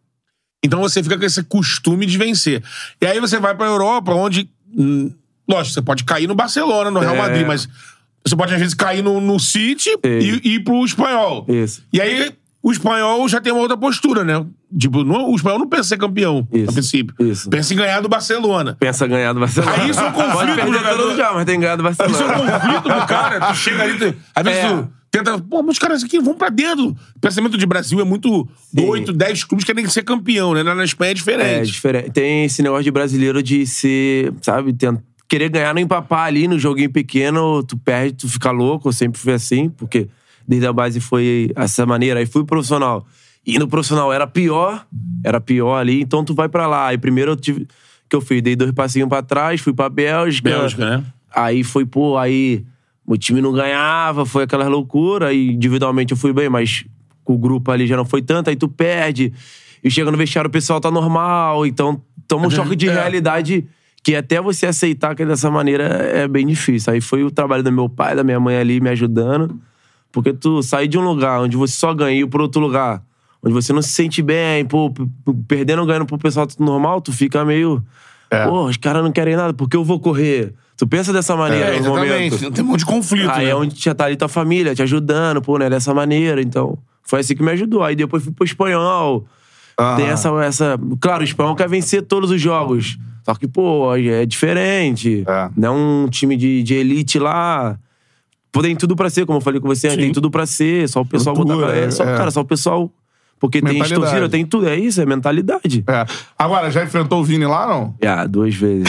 Então você fica com esse costume de vencer. E aí você vai pra Europa, onde, hum, lógico, você pode cair no Barcelona, no Real É. Madrid, mas você pode, às vezes, cair no, no City É. e, e ir pro espanhol. Isso. E aí, o espanhol já tem uma outra postura, né? Tipo, não, o espanhol não pensa em ser campeão, Isso. a princípio. Isso. Pensa em ganhar do Barcelona. Pensa ganhar do Barcelona. Aí isso é um conflito Pode do perder jogador. tudo já, mas tem ganhado do Isso é um Barcelona. conflito do cara. Tu chega ali, tu, às vezes É. tu tenta... Pô, mas os caras aqui vão pra dentro. O pensamento de Brasil é muito... Oito, dez clubes querem ser campeão, né? Na Espanha é É diferente. diferente. Tem esse negócio de brasileiro de ser, sabe, tent- querer ganhar no empapar ali, no joguinho pequeno, tu perde, tu fica louco. Eu sempre fui assim, porque desde a base foi essa maneira. Aí fui profissional. E no profissional era pior, era pior ali, então tu vai pra lá. Aí primeiro eu tive, que eu fiz, dei dois passinhos pra trás, fui pra Bélgica. Bélgica, né? Aí foi, pô, aí o time não ganhava, foi aquela loucura. Aí individualmente eu fui bem, mas com o grupo ali já não foi tanto. Aí tu perde, e chega no vestiário o pessoal tá normal. Então toma um choque de É. realidade que até você aceitar que é dessa maneira é bem difícil. Aí foi o trabalho do meu pai, da minha mãe ali me ajudando. Porque tu sair de um lugar onde você só ganha e ir pro outro lugar onde você não se sente bem, pô, p- p- perdendo ou ganhando pro pessoal tudo normal, tu fica meio... É. Pô, os caras não querem nada, porque eu vou correr? Tu pensa dessa maneira É, no momento. exatamente. Tem um monte de conflito, Aí né? é onde já tá ali tua família, te ajudando, pô, né, dessa maneira. Então, foi assim que me ajudou. Aí depois fui pro espanhol. Aham. Tem essa, essa... Claro, o espanhol quer vencer todos os jogos. Só que, pô, é diferente. É. Não é um time de, de elite lá. Pô, tem tudo pra ser, como eu falei com você, Sim. tem tudo pra ser. Só o pessoal botar Estrutura, pra... É, só, é. Cara, só o pessoal... Porque tem Mentalidade. torcida, tem tudo. É isso, é mentalidade. É. Agora, já enfrentou o Vini lá, não? Ah, duas vezes.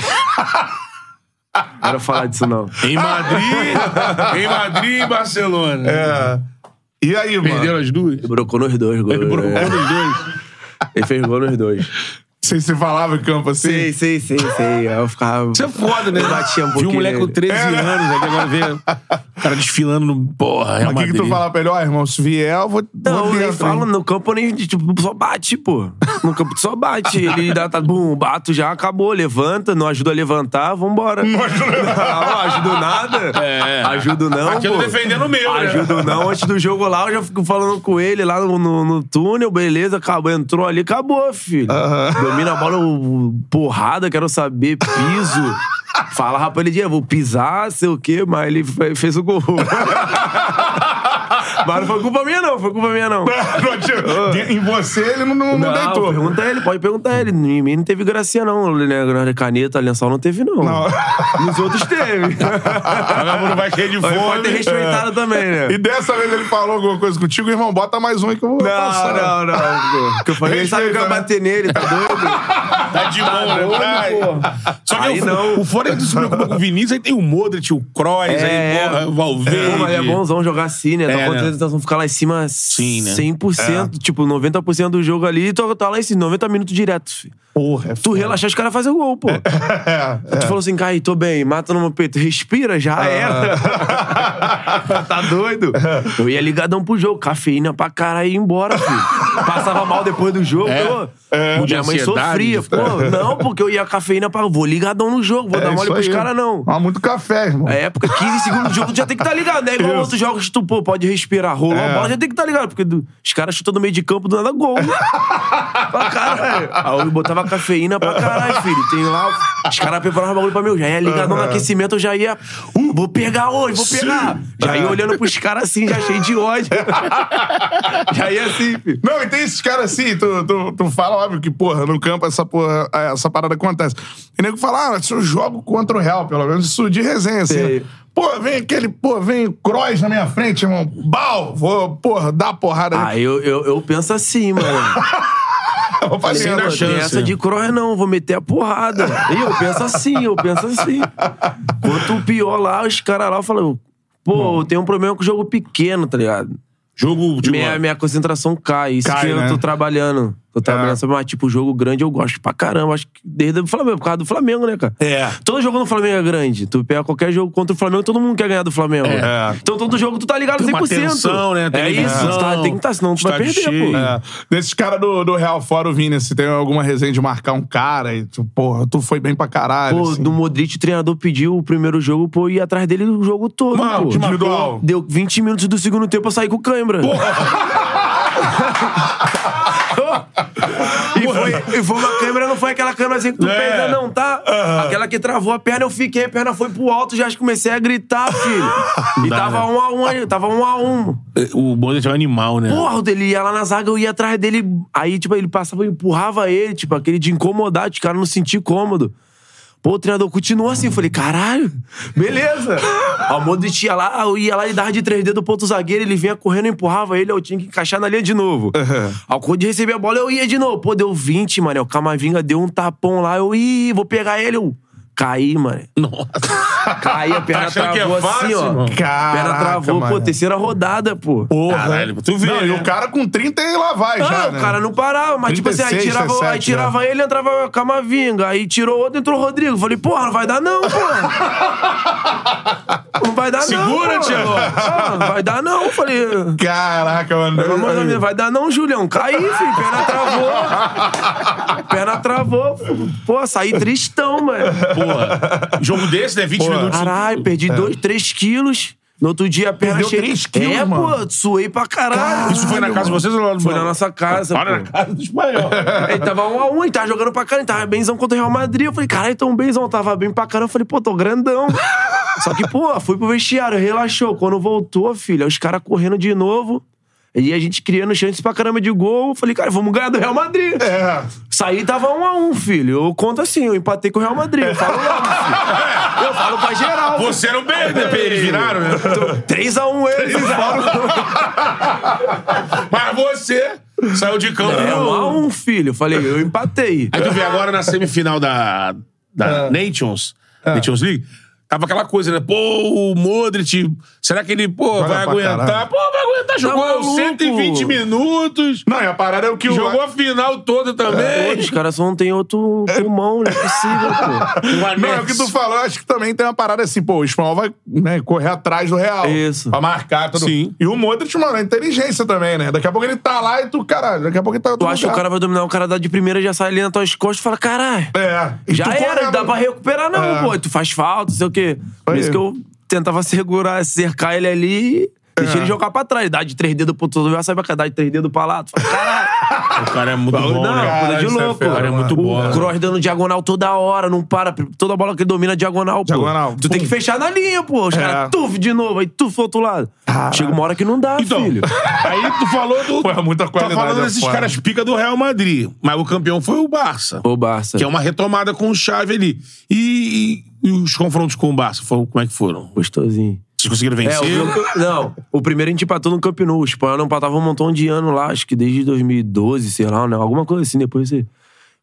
Não quero falar disso, não. Em Madrid, em Madrid e Barcelona. É. E aí, mano? Perderam as duas? Ele brocou nos dois gols. Ele brocou é. nos dois. Ele fez gol nos dois. Sei se você falava em campo assim? Sei, sei, sei, sei. Eu ficava... Isso é foda, né? Eu batia um Viu um pouquinho moleque com nele. treze anos, aí agora vê o cara desfilando no... Porra, Real Mas o que, que tu Madrid. fala pra ele? Ó, irmão, se vier, eu vou, Não, vou eu nem dentro, falo, hein? no campo eu nem, tipo, só bate, pô. No campo tu só bate. Ele dá, tá, bum, bato já, acabou, levanta, não ajuda a levantar, vambora. Não ajuda Não, não ajudo nada. É. Ajudo não, Aqui eu pô. tô defendendo o meu, né? Ajudo não, antes do jogo lá, eu já fico falando com ele lá no, no, no túnel, beleza, acabou, entrou ali, acabou, filho. Domina a bola, o- o- porrada, quero saber, piso. Falava pra ele, "Diego, vou pisar, sei o quê", mas ele fe- fez o gol. Mas não foi culpa minha, não, foi culpa minha, não. Não tinha- em você, ele não, não, não Não, deitou. pergunta ele, pode perguntar ele. Em mim não teve gracinha, não. Né? Caneta, lençol não teve, não. Não. Nos outros teve. Vagabundo vai cheio de Mas fome. pode ter respeitado também, né? E dessa vez ele falou alguma coisa contigo, irmão, bota mais um aí que eu vou passar. Não, não, não. Porque eu falei, ele sabe que eu ia Respeita, né? bater nele, tá doido? Tá de bom, né? doido, Vai. pô. Só que Aí o, não. o foda Agora a gente se preocupa com o Vinícius, aí tem o Modric, o Kroos, É. aí, porra, o Valverde. Pô, mas é bonzão jogar assim, né? Tá É, com né? a tentação de ficar lá em cima Sim, né? cem por cento. Tipo, noventa por cento do jogo ali, tu tá lá em cima, noventa minutos direto, filho. Porra, é Tu relaxar, os caras fazem gol, pô. Tu falou assim, Caí, tô bem, mata no meu peito, respira, já era. Tá doido? Eu ia ligadão pro jogo, cafeína pra caralho e ia embora, filho. Passava mal depois do jogo, pô. É. Minha mãe Ansiedade. sofria, pô. Não, porque eu ia cafeína pra... Vou ligadão no jogo, vou É dar mole isso pros aí. caras, não. Ah, muito café, irmão. É época, quinze segundos do jogo, tu já tem que estar tá ligado, né? Igual Isso. outros jogos que tu, pô, pode respirar. Rolou É. a bola, já tem que estar tá ligado. Porque do- os caras chutam no meio de campo, do nada, gol. Pra caralho. Aí eu botava cafeína pra caralho, filho. Tem lá, os caras preparavam o bagulho pra mim. Eu já ia ligadão no aquecimento, eu já ia... Uh, vou pegar hoje, vou pegar. Já ia olhando pros caras assim, já cheio de ódio. Já ia assim, filho. Não, e tem esses caras assim, tu, tu, tu fala, óbvio, que, porra, no campo essa, porra, essa parada acontece. E nego fala, ah, se eu jogo contra o Real, pelo menos isso de resenha, assim. Sei. Pô, vem aquele, pô, vem o Kroos na minha frente, irmão. Bal, vou, porra, dar a porrada Ah, eu, eu, eu penso assim, mano. Vou fazer Sem ainda dar chance. chance. Tem essa de Kroos não, vou meter a porrada. E eu penso assim, eu penso assim. Quanto pior lá, os caras lá falam, pô, eu tenho um problema com o jogo pequeno, tá ligado? Jogo de Minha, minha concentração cai. Isso Cai, que né? eu tô trabalhando. Tô trabalhando, É. sabe? Mas, tipo, jogo grande eu gosto pra caramba. Acho que desde o Flamengo, por causa do Flamengo, né, cara? É. Todo jogo no Flamengo é grande. Tu pega qualquer jogo contra o Flamengo, todo mundo quer ganhar do Flamengo. É. Então todo jogo tu tá ligado Tem cem uma por cento. tensão, né? É Televisão, isso. Tu tá, tem que estar, senão tu vai estádio perder, cheio. pô. É. Desses caras do, do Real fora o Vini, se tem alguma resenha de marcar um cara e, tu, porra, tu foi bem pra caralho. Pô, assim. do Modric, o treinador pediu o primeiro jogo, pô, ir atrás dele o jogo todo, Mano, pô. te individual. Deu vinte minutos do segundo tempo, eu saí com cãibra. E foi, e foi uma câmera, não foi aquela câmera assim que tu É. pensa, não, tá? Aquela que travou a perna, eu fiquei, a perna foi pro alto, já comecei a gritar, filho. E Dá, tava né? um a um aí, tava um a um. O Modric é um animal, né? Porra, ele ia lá na zaga, eu ia atrás dele. Aí, tipo, ele passava, eu empurrava ele, tipo, aquele de incomodar, os caras não sentiam cômodo. Pô, o treinador continuou assim. Eu falei, caralho, beleza. Ó, o Modric ia lá, eu ia lá e dava de três dedos pro outro zagueiro, ele vinha correndo, eu empurrava ele, eu tinha que encaixar na linha de novo. Uhum. Ao quando de receber a bola, eu ia de novo. Pô, deu vinte, mano. O Camavinga deu um tapão lá, eu, ih, vou pegar ele, eu... Caí, mano. Nossa. Caí, a perna Tá achando que é travou fácil, assim, ó. irmão? Caraca, perna travou, mano. pô, terceira rodada, pô. Porra. Caralho, tu vê, Não, né? e o cara com trinta e lá vai Ah, já, o né? cara não parava, mas tipo assim, aí trinta e seis, tirava, aí dezessete, tirava ele, entrava Camavinga, aí tirou outro, entrou o Rodrigo. Falei, porra, não vai dar não, porra. Não vai dar Segura, não, pô. Thiago. Ah, não vai dar não, falei. Caraca, mano. Pelo amor de Deus, vai dar não, Julião. Caí, filho, perna travou. Perna travou. Pô, saí tristão, mano. Porra. Jogo desse, né? vinte Porra. minutos. Caralho, perdi dois, três quilos. No outro dia a perna Perdeu cheia. três quilos, é, mano. pô, suei pra caralho. Isso foi na casa de vocês ou lá no Foi na nossa casa, Lá na pô. casa do espanhol. Ele tava um a um, ele tava jogando pra caralho, ele tava benzão contra o Real Madrid. Eu falei, caralho, tão benzão, tava bem pra caralho. Eu falei, pô, tô grandão. Só que, pô, fui pro vestiário, relaxou. Quando voltou, filho, os caras correndo de novo. E a gente criando chances pra caramba de gol. Eu falei, cara, vamos ganhar do Real Madrid. É. Saí tava um a um, filho. Eu conto assim, eu empatei com o Real Madrid. Eu falo logo, filho. Eu falo pra geral. Você era o bem, né? Eles viraram, né? três a um eles. Mas você saiu de campo. É um a um, filho. Eu falei, eu empatei. Aí tu vê agora na semifinal da, da Nations, Nations League, tava aquela coisa, né? Pô, o Modric, será que ele, pô, Joga vai pra aguentar? caralho. Pô, vai aguentar, jogou maluco? cento e vinte minutos, Não, e a parada é o que o... jogou a final toda também. Os caras só não tem outro pulmão, não é possível, pô. O Não, é o que tu falou, acho que também tem uma parada assim, pô, o espanhol vai, né, correr atrás do Real. Isso. Pra marcar tudo. Sim. E o Modric, mano, é inteligência também, né? Daqui a pouco ele tá lá e tu, caralho, daqui a pouco ele tá... Tu acha que o cara vai dominar, o cara dá de primeira, já sai ali nas tuas costas e fala, caralho, É. E já tu era, correndo. dá pra recuperar não, É. pô. Tu faz falta, não sei o quê. Por Aí. isso que eu tentava segurar, cercar ele ali, deixa É. ele jogar pra trás. Dá de três dedos pro outro, vai sair pra cá, dá de três dedos pra lá. Tu fala, caralho. O cara é muito bom, Não, né? coisa de Caralho, isso é louco. fera, O cara é mano. muito bom. O Kroos dando diagonal toda hora, não para. Toda bola que ele domina diagonal, pô. Diagonal. Tu tem que fechar na linha, pô. Os É. caras, tuf, de novo, aí tuf pro outro lado. Chega uma hora que não dá, Então, filho. aí tu falou do... Pô, é muita Tá qualidade falando desses fora. caras pica do Real Madrid, mas o campeão foi o Barça. Ô, Barça. Que é uma retomada com o Xavi ali. E, e- e os confrontos com o Barça, foram, como é que foram? Gostosinho. Vocês conseguiram É, vencer? o jogo- não, o primeiro a gente empatou no Camp Nou. O espanhol não empatava um montão de ano lá, acho que desde dois mil e doze, sei lá, né? Alguma coisa assim, depois você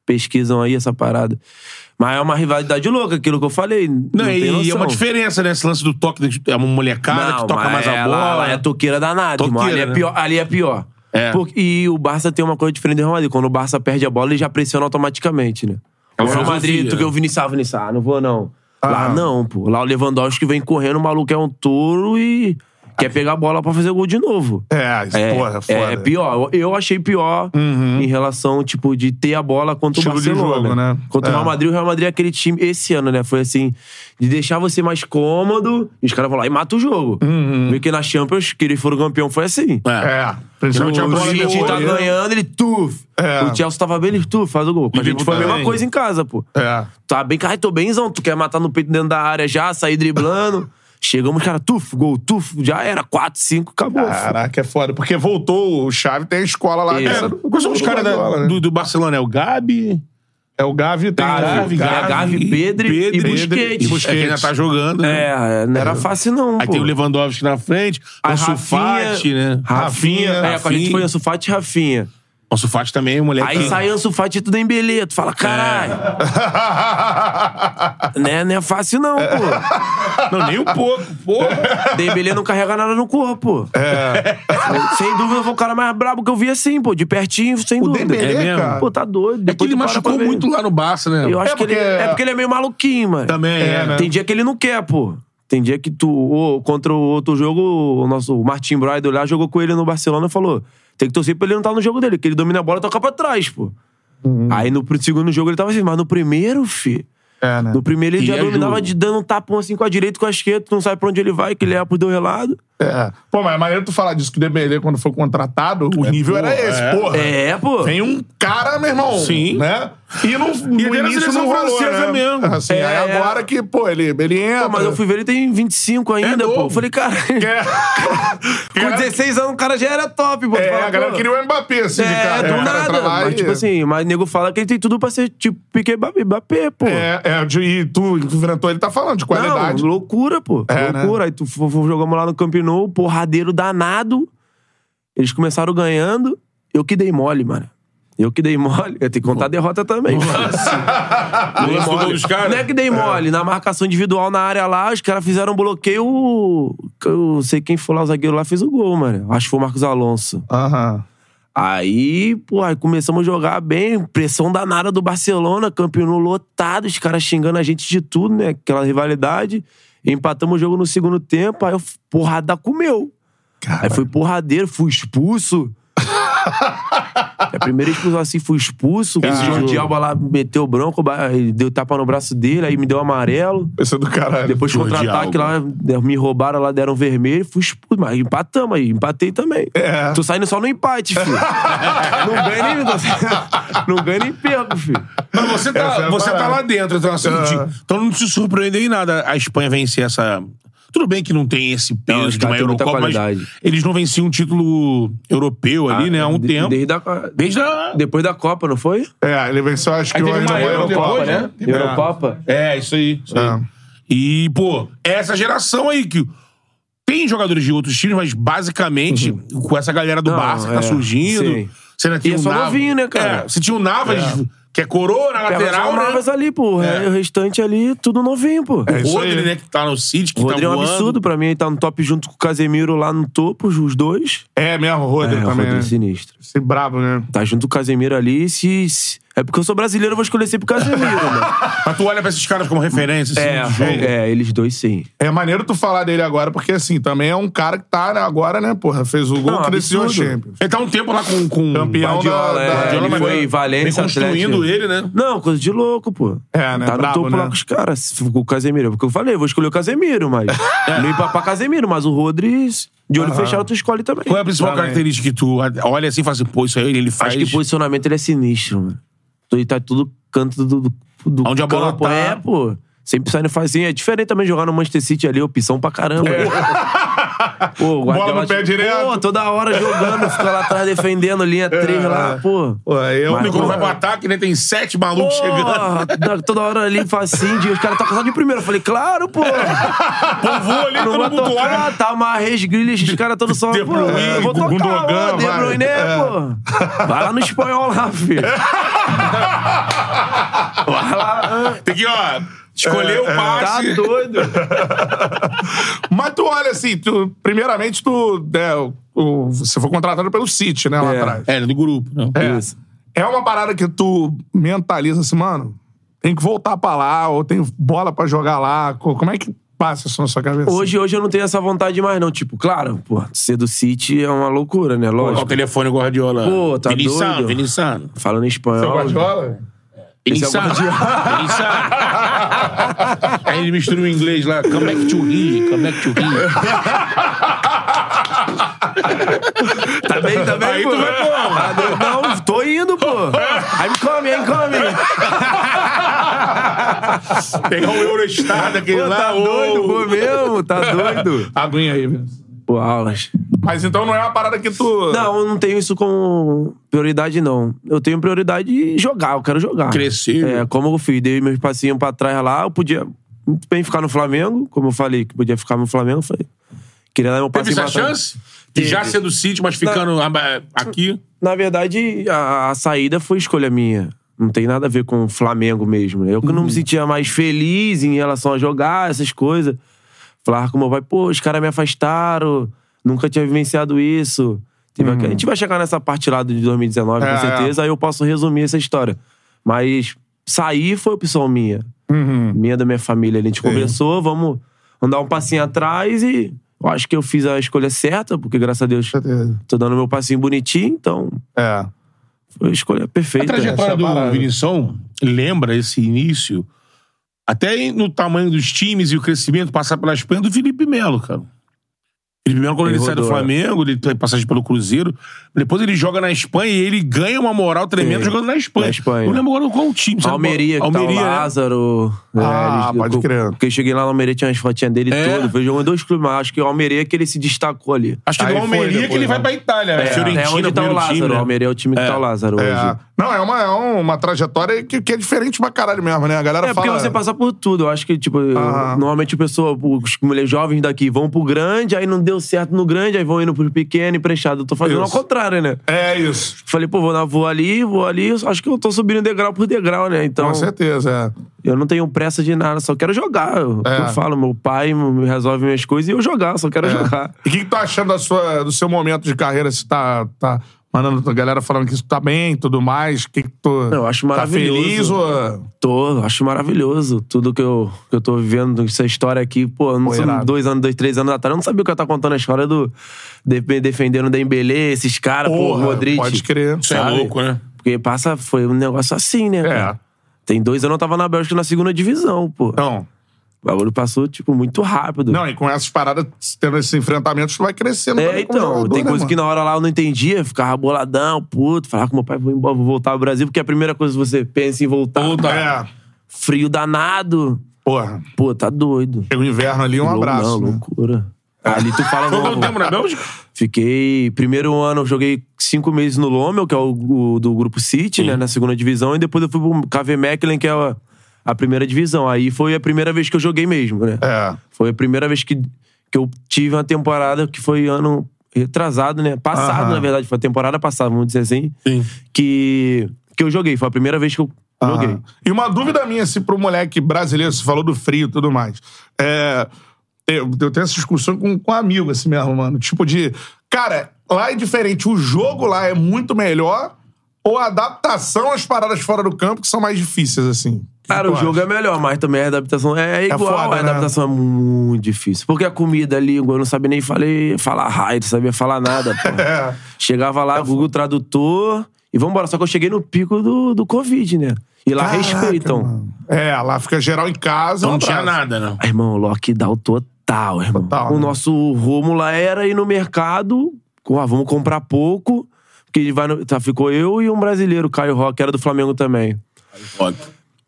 pesquisam aí essa parada. Mas é uma rivalidade louca, aquilo que eu falei. Não, Não, tem e, noção. e é uma diferença, né? Esse lance do toque. É uma molecada Não, que toca mas mais a ela- bola. Ela é toqueira danada, irmão. Ali Toqueira, é né? pior. Ali é pior. É. Porque- e o Barça tem uma coisa diferente do Real Madrid. Quando o Barça perde a bola, ele já pressiona automaticamente, né? É O uma Real Madrid, filosofia, tu que né? o Vinicius, ah, Vinicius, ah, não vou não. Lá Ah. não, pô. Lá o Lewandowski vem correndo, o maluco é um touro e quer pegar a bola pra fazer gol de novo. É, isso, É, porra, foda. é pior. Eu, eu achei pior em relação, tipo, de ter a bola contra Estilo o de Barcelona. jogo, né? Contra É. o Real Madrid, o Real Madrid é aquele time, esse ano, né? Foi assim, de deixar você mais cômodo e os caras vão lá e matam o jogo. Vê que na Champions, que eles foram campeão, foi assim. É, principalmente a O bola City depois, tá né? ganhando, ele tuf. É. O Chelsea tava bem, ele tuf, faz o gol. Com a gente foi a mesma também. coisa em casa, pô. É. Tá bem, cara, tô bemzão. Tu quer matar no peito dentro da área já, sair driblando. Chegamos, cara, tuf, gol, tuf, já era. quatro, cinco, acabou. Caraca, é foda. Porque voltou, o Xavi tem a escola lá. Isso. que era É, do- quais são os do caras da- Guardiola, né? do, do Barcelona? É o Gabi, É o Gavi, tem Gavi, o Gavi, Gavi, Pedri e Busquets. E Busquets ainda tá jogando, né? É, não era fácil não, Aí pô. tem o Lewandowski na frente, Aí o Sulfati, né? Rafinha. É, Rafinha. com a gente foi Ansu Fati e Rafinha. O Sulfati também é um moleque. Aí sai Ansu Fati e tudo em beleza. Tu fala, caralho. Né? Não é fácil não, pô. Não, nem um pouco, porra. Dembélé não carrega nada no corpo. É. Sem dúvida, foi o cara mais brabo que eu vi assim, pô. De pertinho, sem O dúvida. Dembélé, É mesmo? cara. Pô, tá doido. É que Depois ele tu para machucou pra ver. muito lá no Barça, né? Eu acho É que ele... porque- É porque ele é meio maluquinho, mano. Também é, né? Tem dia que ele não quer, pô. Tem dia que tu... ô, contra o outro jogo, o nosso Martin Broido lá jogou com ele no Barcelona e falou: tem que torcer pra ele não estar no jogo dele, que ele domina a bola e toca pra trás, pô. Aí no pr- segundo jogo ele tava assim, mas no primeiro, fi... É, né? No primeiro ele E já ajuda. dominava de dando um tapão assim com a direita e com a esquerda, tu não sabe pra onde ele vai, que ele é pro dois lados. É. Pô, mas é maneiro tu falar disso, que o Dembélé, quando foi contratado, o nível pô, era esse, é. porra. É, pô. Vem um cara, meu irmão. Sim. Né? E no, no ele era início seleção não rolou, francesa né? mesmo. Assim, É. aí agora que, pô, ele, ele entra... Pô, mas eu fui ver, ele tem vinte e cinco ainda, É pô. novo. Eu falei, cara... É. Com dezesseis anos o cara já era top, pô. Tu É, fala, a galera pô, queria o Mbappé, assim, de É, cara. do O cara nada. tá lá Mas, e- tipo assim, mas o nego fala que ele tem tudo pra ser, tipo, Piquet Mbappé, pô. É, é, de- e tu, enfrentou, ele tá falando de qualidade. Não, loucura, pô. É, loucura. Aí tu f- f- jogamos lá no Camp Nou, porradeiro danado. Eles começaram ganhando. Eu que dei mole, mano. Eu que dei mole. Eu tenho que contar a derrota também. No lance do gol dos caras. Não é que dei mole. Na marcação individual na área lá, os caras fizeram um bloqueio. Eu sei quem foi lá, o zagueiro lá, fez o gol, mano. Acho que foi o Marcos Alonso. Aham. Aí, pô, aí começamos a jogar bem, pressão danada do Barcelona, campeão lotado, os caras xingando a gente de tudo, né? Aquela rivalidade. Empatamos o jogo no segundo tempo, aí eu, porrada comeu. Aí fui porradeiro, fui expulso. A primeira expulsão assim, fui expulso. O Jordi Alba lá meteu o bronco, ele deu tapa no braço dele, aí me deu amarelo. Esse é do caralho. Depois Jordi contra-ataque lá, me roubaram lá, deram vermelho, fui expulso. Mas empatamos aí, empatei também. É. Tô saindo só no empate, filho. Não ganho nem... Não ganho nem perco, filho. Mas você Essa tá, é a você tá parada. lá dentro, então, assim, Ah. de- então não te surpreendeu em nada a Espanha vencer essa... Tudo bem que não tem esse Não, peso os de caras uma têm muita Eurocopa, mas qualidade. eles não venciam um título europeu ali, né, há um De- tempo. Desde a, Desde a... depois da Copa, não foi? É, ele venceu, acho que Aí o teve uma Eurocopa, Euro depois, né? né? Eurocopa? É, isso aí. Isso aí. É. E, pô, essa geração aí que tem jogadores de outros times, mas basicamente com essa galera do Não, Barça que tá é, surgindo. sim. Você ainda E tinha é o só Navas. novinho, né, cara? É, você tinha o Navas, que é coroa na Pega lateral, só o né? Navas ali, pô. É. O restante ali, tudo novinho, pô. É O isso Rodri, aí. né, que tá no City, que O Rodri tá é um voando. absurdo pra mim. Ele tá no top junto com o Casemiro lá no topo, os dois. É mesmo, o Rodri É, o também, Rodri é né? sinistro. Esse brabo, né? Tá junto com o Casemiro ali. Se, se- É porque eu sou brasileiro, eu vou escolher sempre o Casemiro, mano. Mas tu olha pra esses caras como referência, assim, É, de jogo. é, eles dois sim. É maneiro tu falar dele agora, porque assim, também é um cara que tá né, agora, né, porra, fez o gol Não, que decidiu a absurdo. Champions. Ele tá um tempo lá com, com Campeão Guardiola, da- é, da- Guardiola, ele mas foi vem- Valência, vem construindo Atlético. ele, né? Não, coisa de louco, pô. É, né? Tá no Brabo, topo né? lá com os caras. Com o Casemiro. Porque eu falei, eu vou escolher o Casemiro, mas. Não ir pra, pra Casemiro, mas o Rodri, de olho fechado, tu escolhe também. Qual é a principal Também. característica que tu olha assim e fala assim, pô, isso aí ele faz... Acho que posicionamento ele é sinistro, mano. Ele tá tudo canto do, do, do Onde a bola campo. tá. É, pô. Sempre saindo facinho. É diferente também jogar no Manchester City ali, opção pra caramba. É. Pô, bola no pé direto. Pô, toda hora jogando, fica lá atrás defendendo, linha três é. lá, pô. Pô, eu Mas, quando vai pro ataque, né? Tem sete malucos pô, chegando. Toda hora ali facinho, os caras tocam só de primeiro. Eu falei, claro, pô. Povoa ali, não todo mundo tocar, tá Marres, Grealish, os caras todos só. De Pô, Bruyne, eu vou tocar, Gundogan, ó, De Bruyne, é. pô. Vai lá no espanhol lá, filho. Vai lá. Tem que, ó, escolher é, o passe. Tá doido. Mas tu olha assim, tu, primeiramente tu, é, o, o, você foi contratado pelo City, né, lá é. atrás. É, do grupo. Não. É. Isso. É uma parada que tu mentaliza assim, mano, tem que voltar pra lá, ou tem bola pra jogar lá. Como é que passa isso na sua cabeça? Hoje, hoje eu não tenho essa vontade mais, não. Tipo, claro, pô, ser do City é uma loucura, né? Lógico. Ó, o telefone Guardiola. Pô, tá Vinição, doido. Vinição. Falando em espanhol. Seu Guardiola? Vinição. Vinição. Aí ele mistura o inglês lá. Come back to Rio, come back to Rio. Tá bem, tá bem, Aí pô. tu vai, pô. Não, tô indo, pô. I'm coming, I'm coming. Pegar o Eurostar daquele Pô, lá. tá ô. doido, pô mesmo, tá doido. Aguinha aí, mesmo. Pô, aulas. Mas então não é uma parada que tu... Não, eu não tenho isso como prioridade, não. Eu tenho prioridade de jogar, eu quero jogar. Crescer. É, como eu fiz, dei meus passinhos pra trás lá, eu podia muito bem ficar no Flamengo, como eu falei, que podia ficar no Flamengo, eu falei... Queria dar meu Teve passinho essa pra trás. chance? De já ser do City, mas ficando Na... aqui? Na verdade, a, a saída foi escolha minha. Não tem nada a ver com o Flamengo mesmo. Né? Eu que uhum. não me sentia mais feliz em relação a jogar, essas coisas. Falar com meu pai, pô, os caras me afastaram, nunca tinha vivenciado isso. Teve uhum. aqui... A gente vai chegar nessa parte lá de dois mil e dezenove, é, com certeza, é. aí eu posso resumir essa história. Mas sair foi opção minha. Uhum. Minha, da minha família. A gente Sim. conversou, vamos andar um passinho atrás e... Eu acho que eu fiz a escolha certa, porque, graças a Deus, tô dando meu passinho bonitinho, então... É. Foi a escolha perfeita. A trajetória do Vinição lembra esse início, até no tamanho dos times e o crescimento, passar pela Espanha, do Felipe Melo, cara. Felipe Melo, quando ele, ele sai do Flamengo, ele tem passagem pelo Cruzeiro, depois ele joga na Espanha e ele ganha uma moral tremenda Sim. jogando na Espanha. Na Espanha. Eu lembro agora qual o time. Sabe? Almeria, que Almeria, tá o Lázaro. Né? Ah, é, ele, pode eu, crer. Porque eu cheguei lá na Almeria, tinha umas fotinhas dele é. todo. Foi jogando em dois clubes, mas acho que o Almeria é que ele se destacou ali. Acho que do Almeria depois, que ele vai pra Itália. É, Fiorentina, é onde tá o Lázaro. time, né? O Almeria é o time que é. tá o Lázaro é. hoje. Não, é uma, é uma trajetória que, que é diferente pra caralho mesmo, né? A galera é fala... porque você passa por tudo. Eu acho que, tipo, eu, normalmente o pessoal, os mulheres jovens daqui vão pro grande, aí não deu certo no grande, aí vão indo pro pequeno, emprestado. Eu tô fazendo isso. ao contrário, né? É isso. Falei, pô, vou, vou ali, vou ali. Acho que eu tô subindo degrau por degrau, né? Então, com certeza, é. Eu não tenho pressa de nada, só quero jogar. Eu, é. eu falo, meu pai me resolve minhas coisas e eu jogar, só quero é. jogar. E o que, que tu tá achando da sua, do seu momento de carreira? Se tá... tá... mandando a galera falando que isso tá bem e tudo mais. Que que tu, eu acho maravilhoso. Tá feliz ou... Tô, acho maravilhoso. Tudo que eu, que eu tô vivendo, essa história aqui, pô, não são dois anos, dois, três anos atrás. Eu não sabia o que eu tava contando a história do de, defendendo o Dembélé, esses caras, pô, Modric. Pode crer. Isso é louco, né? Porque passa, foi um negócio assim, né? É. Cara? Tem dois anos eu tava na Bélgica na segunda divisão, pô. Não. O bagulho passou, tipo, muito rápido. Não, e com essas paradas, tendo esses enfrentamentos, tu vai crescendo. É, então, jogador, tem coisa né, que na hora lá eu não entendia, ficava boladão, puto, falava com meu pai, vou embora, vou voltar ao Brasil, porque a primeira coisa que você pensa em voltar, Puta, é. frio danado. Porra. Pô, tá doido. Chega o inverno ali, um Lou, abraço. Não, né? loucura. Ali tu fala... Foi quanto tempo na Bélgica? Fiquei... Primeiro ano eu joguei cinco meses no Lommel, que é o, o do Grupo City, Sim. né, na segunda divisão, e depois eu fui pro K V Mechelen, que é a... a primeira divisão. Aí foi a primeira vez que eu joguei mesmo, né? É. Foi a primeira vez que, que eu tive uma temporada que foi ano retrasado, né? Passado, uh-huh. na verdade. Foi a temporada passada, vamos dizer assim. Sim. Que, que eu joguei. Foi a primeira vez que eu uh-huh. joguei. E uma dúvida minha, assim, pro moleque brasileiro, você falou do frio e tudo mais. É... Eu, eu tenho essa discussão com, com um amigo, assim mesmo, mano. Tipo de... Cara, lá é diferente. O jogo lá é muito melhor ou a adaptação às paradas fora do campo que são mais difíceis, assim? Cara, o jogo acha? é melhor, mas também a adaptação é igual. É foda, a adaptação né? é muito difícil. Porque a comida, a língua, eu não sabia nem falei, falar raio, não sabia falar nada, pô. é. Chegava lá, é Google foda. Tradutor, e vambora. Só que eu cheguei no pico do, do Covid, né? E lá Caraca, respeitam. Mano. É, lá fica geral em casa. Não tinha nada, não. Ah, irmão, lockdown total, irmão. Total, o né? nosso rumo lá era ir no mercado, ah, vamos comprar pouco, porque vai no, tá, ficou eu e um brasileiro, Caio Roque, que era do Flamengo também. Rock.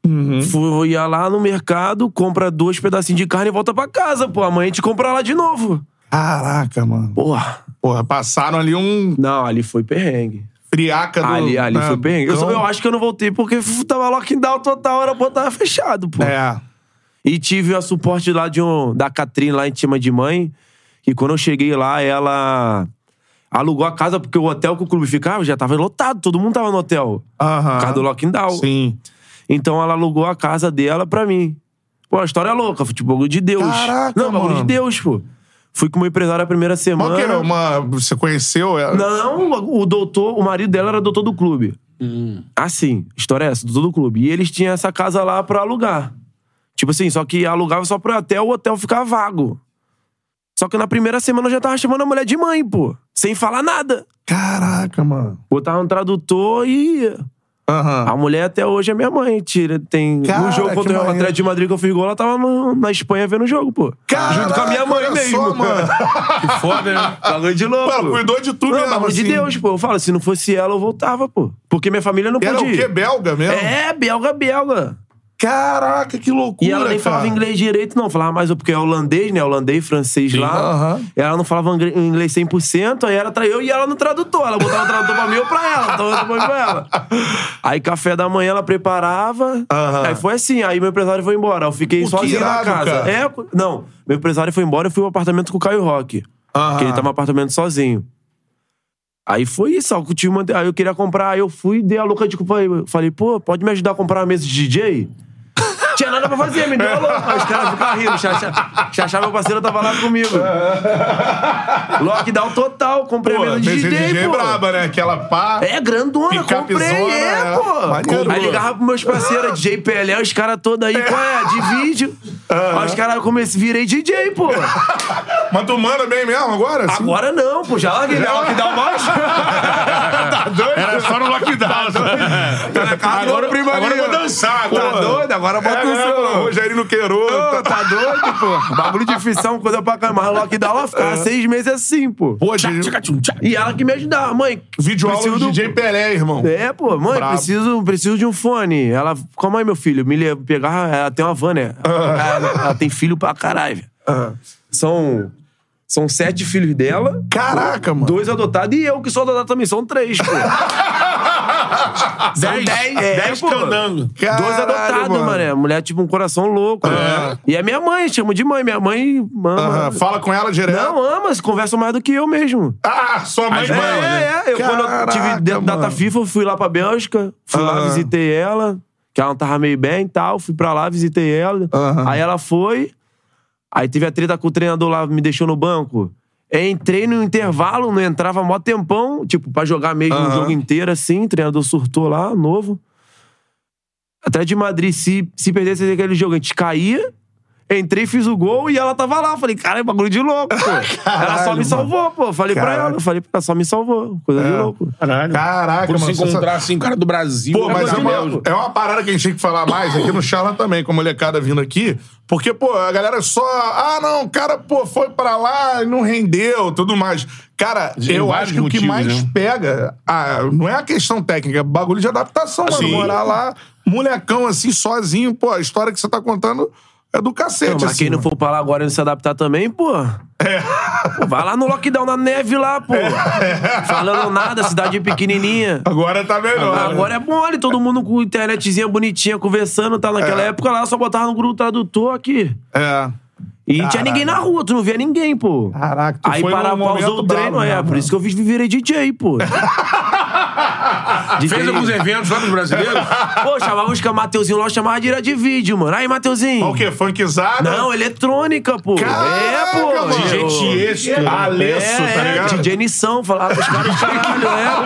Uhum. Fui, ia lá no mercado, compra dois pedacinhos de carne e volta pra casa, pô. Amanhã a gente compra lá de novo. Caraca, mano. Porra. Porra, passaram ali um... Não, ali foi perrengue. Friaca do... Ali, ali né? foi perrengue. Eu, Então... eu acho que eu não voltei porque tava lockdown total, o aeroporto tava fechado, pô. É. E tive a suporte lá de um, da Catrine, lá em Tima de Mãe, que quando eu cheguei lá, ela alugou a casa, porque o hotel que o clube ficava já tava lotado, todo mundo tava no hotel. Aham. Por causa do lockdown. Sim. Então ela alugou a casa dela pra mim. Pô, a história é louca, foi tipo bagulho de Deus. Caraca, Não, bagulho mano. de Deus, pô. Fui com o meu empresário a primeira semana. Mas o que? Uma... Você conheceu ela? Não, o doutor, o marido dela era doutor do clube. Hum. Assim, história é essa, doutor do clube. E eles tinham essa casa lá pra alugar. Tipo assim, só que alugava só pro hotel, o hotel ficava vago. Só que na primeira semana eu já tava chamando a mulher de mãe, pô. Sem falar nada. Caraca, mano. Botava um tradutor e ia. Aham. A mulher até hoje é minha mãe. Tira, tem... Cara, no jogo que contra o maneiro. Atlético de Madrid que eu fiz gol, ela tava no- na Espanha vendo o jogo, pô. Caraca, junto com a minha mãe olha mesmo. só, mano. Que foda, né? Bagulho de louco. Pô, cuidou de tudo Não, mesmo, bagulho de assim. Deus, pô. Eu falo, se não fosse ela, eu voltava, pô. Porque minha família não Era podia o quê? ir. Belga mesmo? É, belga, belga. Caraca, que loucura, E ela nem cara. falava inglês direito, não. Falava mais porque é holandês, né? Holandês, francês lá. Aham. E ela não falava ingre- inglês cem por cento, aí era tra- eu e ela no tradutor. Ela botava o tradutor pra mim ou pra ela. Então eu pra ela. Aí café da manhã ela preparava. Aham. Aí foi assim. Aí meu empresário foi embora. Eu fiquei Pô, que sozinho irado, na casa. cara. É, não. Meu empresário foi embora, eu fui pro apartamento com o Caio Roque. Aham. Porque ele tava no apartamento sozinho. Aí foi isso, ó, que o time mante- aí eu queria comprar, aí eu fui, dei a louca de culpa aí. Falei, pô, pode me ajudar a comprar uma mesa de D J? Tinha nada pra fazer, me deu a louca. Aí os caras ficaram rindo, Xaxá, Xaxá, meu parceiro, tava lá comigo. Lockdown total, comprei Pô, a mesa de mesa D J, de D J pô. braba, né? Aquela pá... É, grandona, Picapezona, comprei, é, é. pô. Maneiro. Aí ligava pros meus parceiros, D J P L, os caras todos aí, qual é? De vídeo. Aí os caras comecei, virei D J, pô. Mas tu manda bem mesmo agora? assim? Agora não, pô, já larguei, né? Lockdown mais. Tá doido? Era só no lockdown. Tá na casa Agora, do primo agora eu ali, vou ó. dançar. Tá agora. doido? Agora bota É, no seu. é, Rogério no Queiroz. Ô, tá doido, pô? Bagulho difícil, é uma coisa pra caramba. Mas lockdown, ela ficava seis meses assim, pô. Pô, Tchac, de... tchac, tchum, tchac. E ela que me ajudava. Mãe, vídeo aula preciso do do- D J Pelé, irmão. É, pô. Mãe, Brabo. preciso, preciso de um fone. Ela, calma aí, meu filho. Me leva, pegar, ela tem uma van, né? Ela, ela tem filho pra caralho, velho. São... São sete filhos dela. Caraca, mano. Dois adotados e eu que sou adotado também. São três, pô. São Dez, dez, é, dez pô. candangos. Dois Caralho, adotados, mano. mané. Mulher, tipo, um coração louco. né? E é minha mãe, chamo de mãe. Minha mãe ama. Aham. Fala com ela direto. Não, ama, se conversa mais do que eu mesmo. Ah, sua mãe As É, mãe. mães, né? é, é. Eu, quando eu tive Caraca, de- data mano. FIFA, eu fui lá pra Bélgica. Fui lá, Aham. visitei ela. Que ela não tava meio bem e tal. Fui pra lá, visitei ela. Aham. Aí ela foi. Aí teve a treta com o treinador lá, me deixou no banco. Entrei no intervalo, não entrava mó tempão, tipo, pra jogar mesmo o Aham. jogo inteiro, assim. O treinador surtou lá, novo. Até de Madrid, se, se perdesse aquele jogo, a gente caía. Entrei, fiz o gol e ela tava lá. Falei, cara, é bagulho de louco, pô. Ela só me salvou, pô. Falei pra Caraca. ela, falei pra ela, só me salvou. Coisa de louco. Caralho. Caraca, Por mano. se encontrar assim, cara do Brasil. Pô, mas é bagulho de uma, Deus. é uma parada que a gente tem que falar mais aqui no Charla também, com a molecada vindo aqui. Porque, pô, a galera só... Ah, não, o cara, pô, foi pra lá e não rendeu, tudo mais. Cara, Tem eu vários acho que o que motivos, mais né? pega... Ah, não é a questão técnica, é bagulho de adaptação, mano. Sim. Morar lá, molecão, assim, sozinho. Pô, a história que você tá contando é do cacete, Não, mas assim, quem não mano. for pra lá agora e não se adaptar também, pô. É. Pô, vai lá no lockdown, na neve lá, pô. Falando nada, cidade pequenininha. Agora tá melhor. Ah, né? agora é mole, todo mundo com internetzinha bonitinha, conversando, tá? Naquela É. época lá, só botava no grupo tradutor aqui. É. E não tinha ninguém na rua, tu não via ninguém, pô. Caraca, tu Aí foi num parava, momento pausou o treino, brabo, é. né, Por isso que eu fiz virei D J, pô. D J. Fez alguns eventos lá dos brasileiros? Pô, chamava os caras, Mateuzinho lá, chamava direto de vídeo, mano. Aí, Mateuzinho. O quê? Funkizada? Não, eletrônica, pô. Caraca, é, pô. mano. D J Tiesto. Alesso, é, tá ligado? É, D J Nição, falava pros caras, caralho,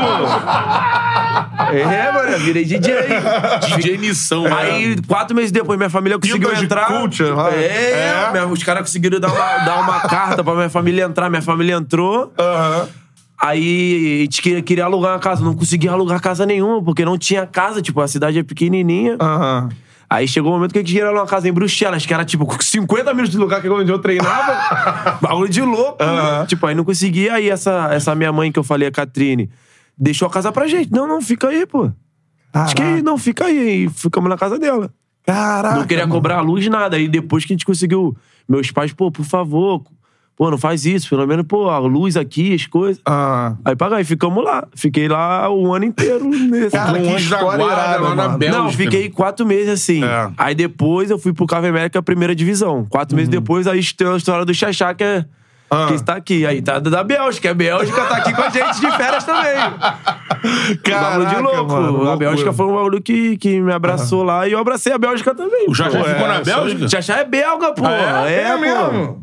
é, pô. É, mano, eu virei D J. D J Nição. Aí, quatro meses depois, minha família conseguiu Pintas de entrar. Culture, lá. é, É. minha- os caras conseguiram dar uma, dar uma carta pra minha família entrar. Minha família entrou. Aham. Aí a gente queria, queria alugar uma casa. Não conseguia alugar casa nenhuma, porque não tinha casa. Tipo, a cidade é pequenininha. Aham. Aí chegou o momento que a gente queria alugar uma casa em Bruxelas, que era tipo cinquenta minutos de lugar que onde eu treinava. Bagulho de louco. Né? Tipo, aí não conseguia. Aí essa, essa minha mãe que eu falei, a Catrine, deixou a casa pra gente. Não, não, fica aí, pô. Acho que não, fica aí. E ficamos na casa dela. Caraca. Não queria mano. cobrar a luz, nada. Aí depois que a gente conseguiu... Meus pais, pô, por favor... Pô, não faz isso. Pelo menos, pô, a luz aqui, as coisas. Ah. Aí pagai, ficamos lá. Fiquei lá o ano inteiro. Nesse... Cara, que Um anjo da história guarda irada, lá na mano. Bélgica. Não, fiquei quatro meses assim. É. Aí depois eu fui pro Cave América, primeira divisão. Quatro meses depois, aí tem a história do Xaxá, que é... Ah. Que está aqui. Aí tá da Bélgica. A Bélgica tá aqui com a gente de férias também. Bagulho de louco. mano, a loucura. Bélgica foi um bagulho que, que me abraçou lá e eu abracei a Bélgica também. O Xaxá pô. ficou na é, Bélgica? O Xaxá é belga, pô. Ah, é, pô. mesmo?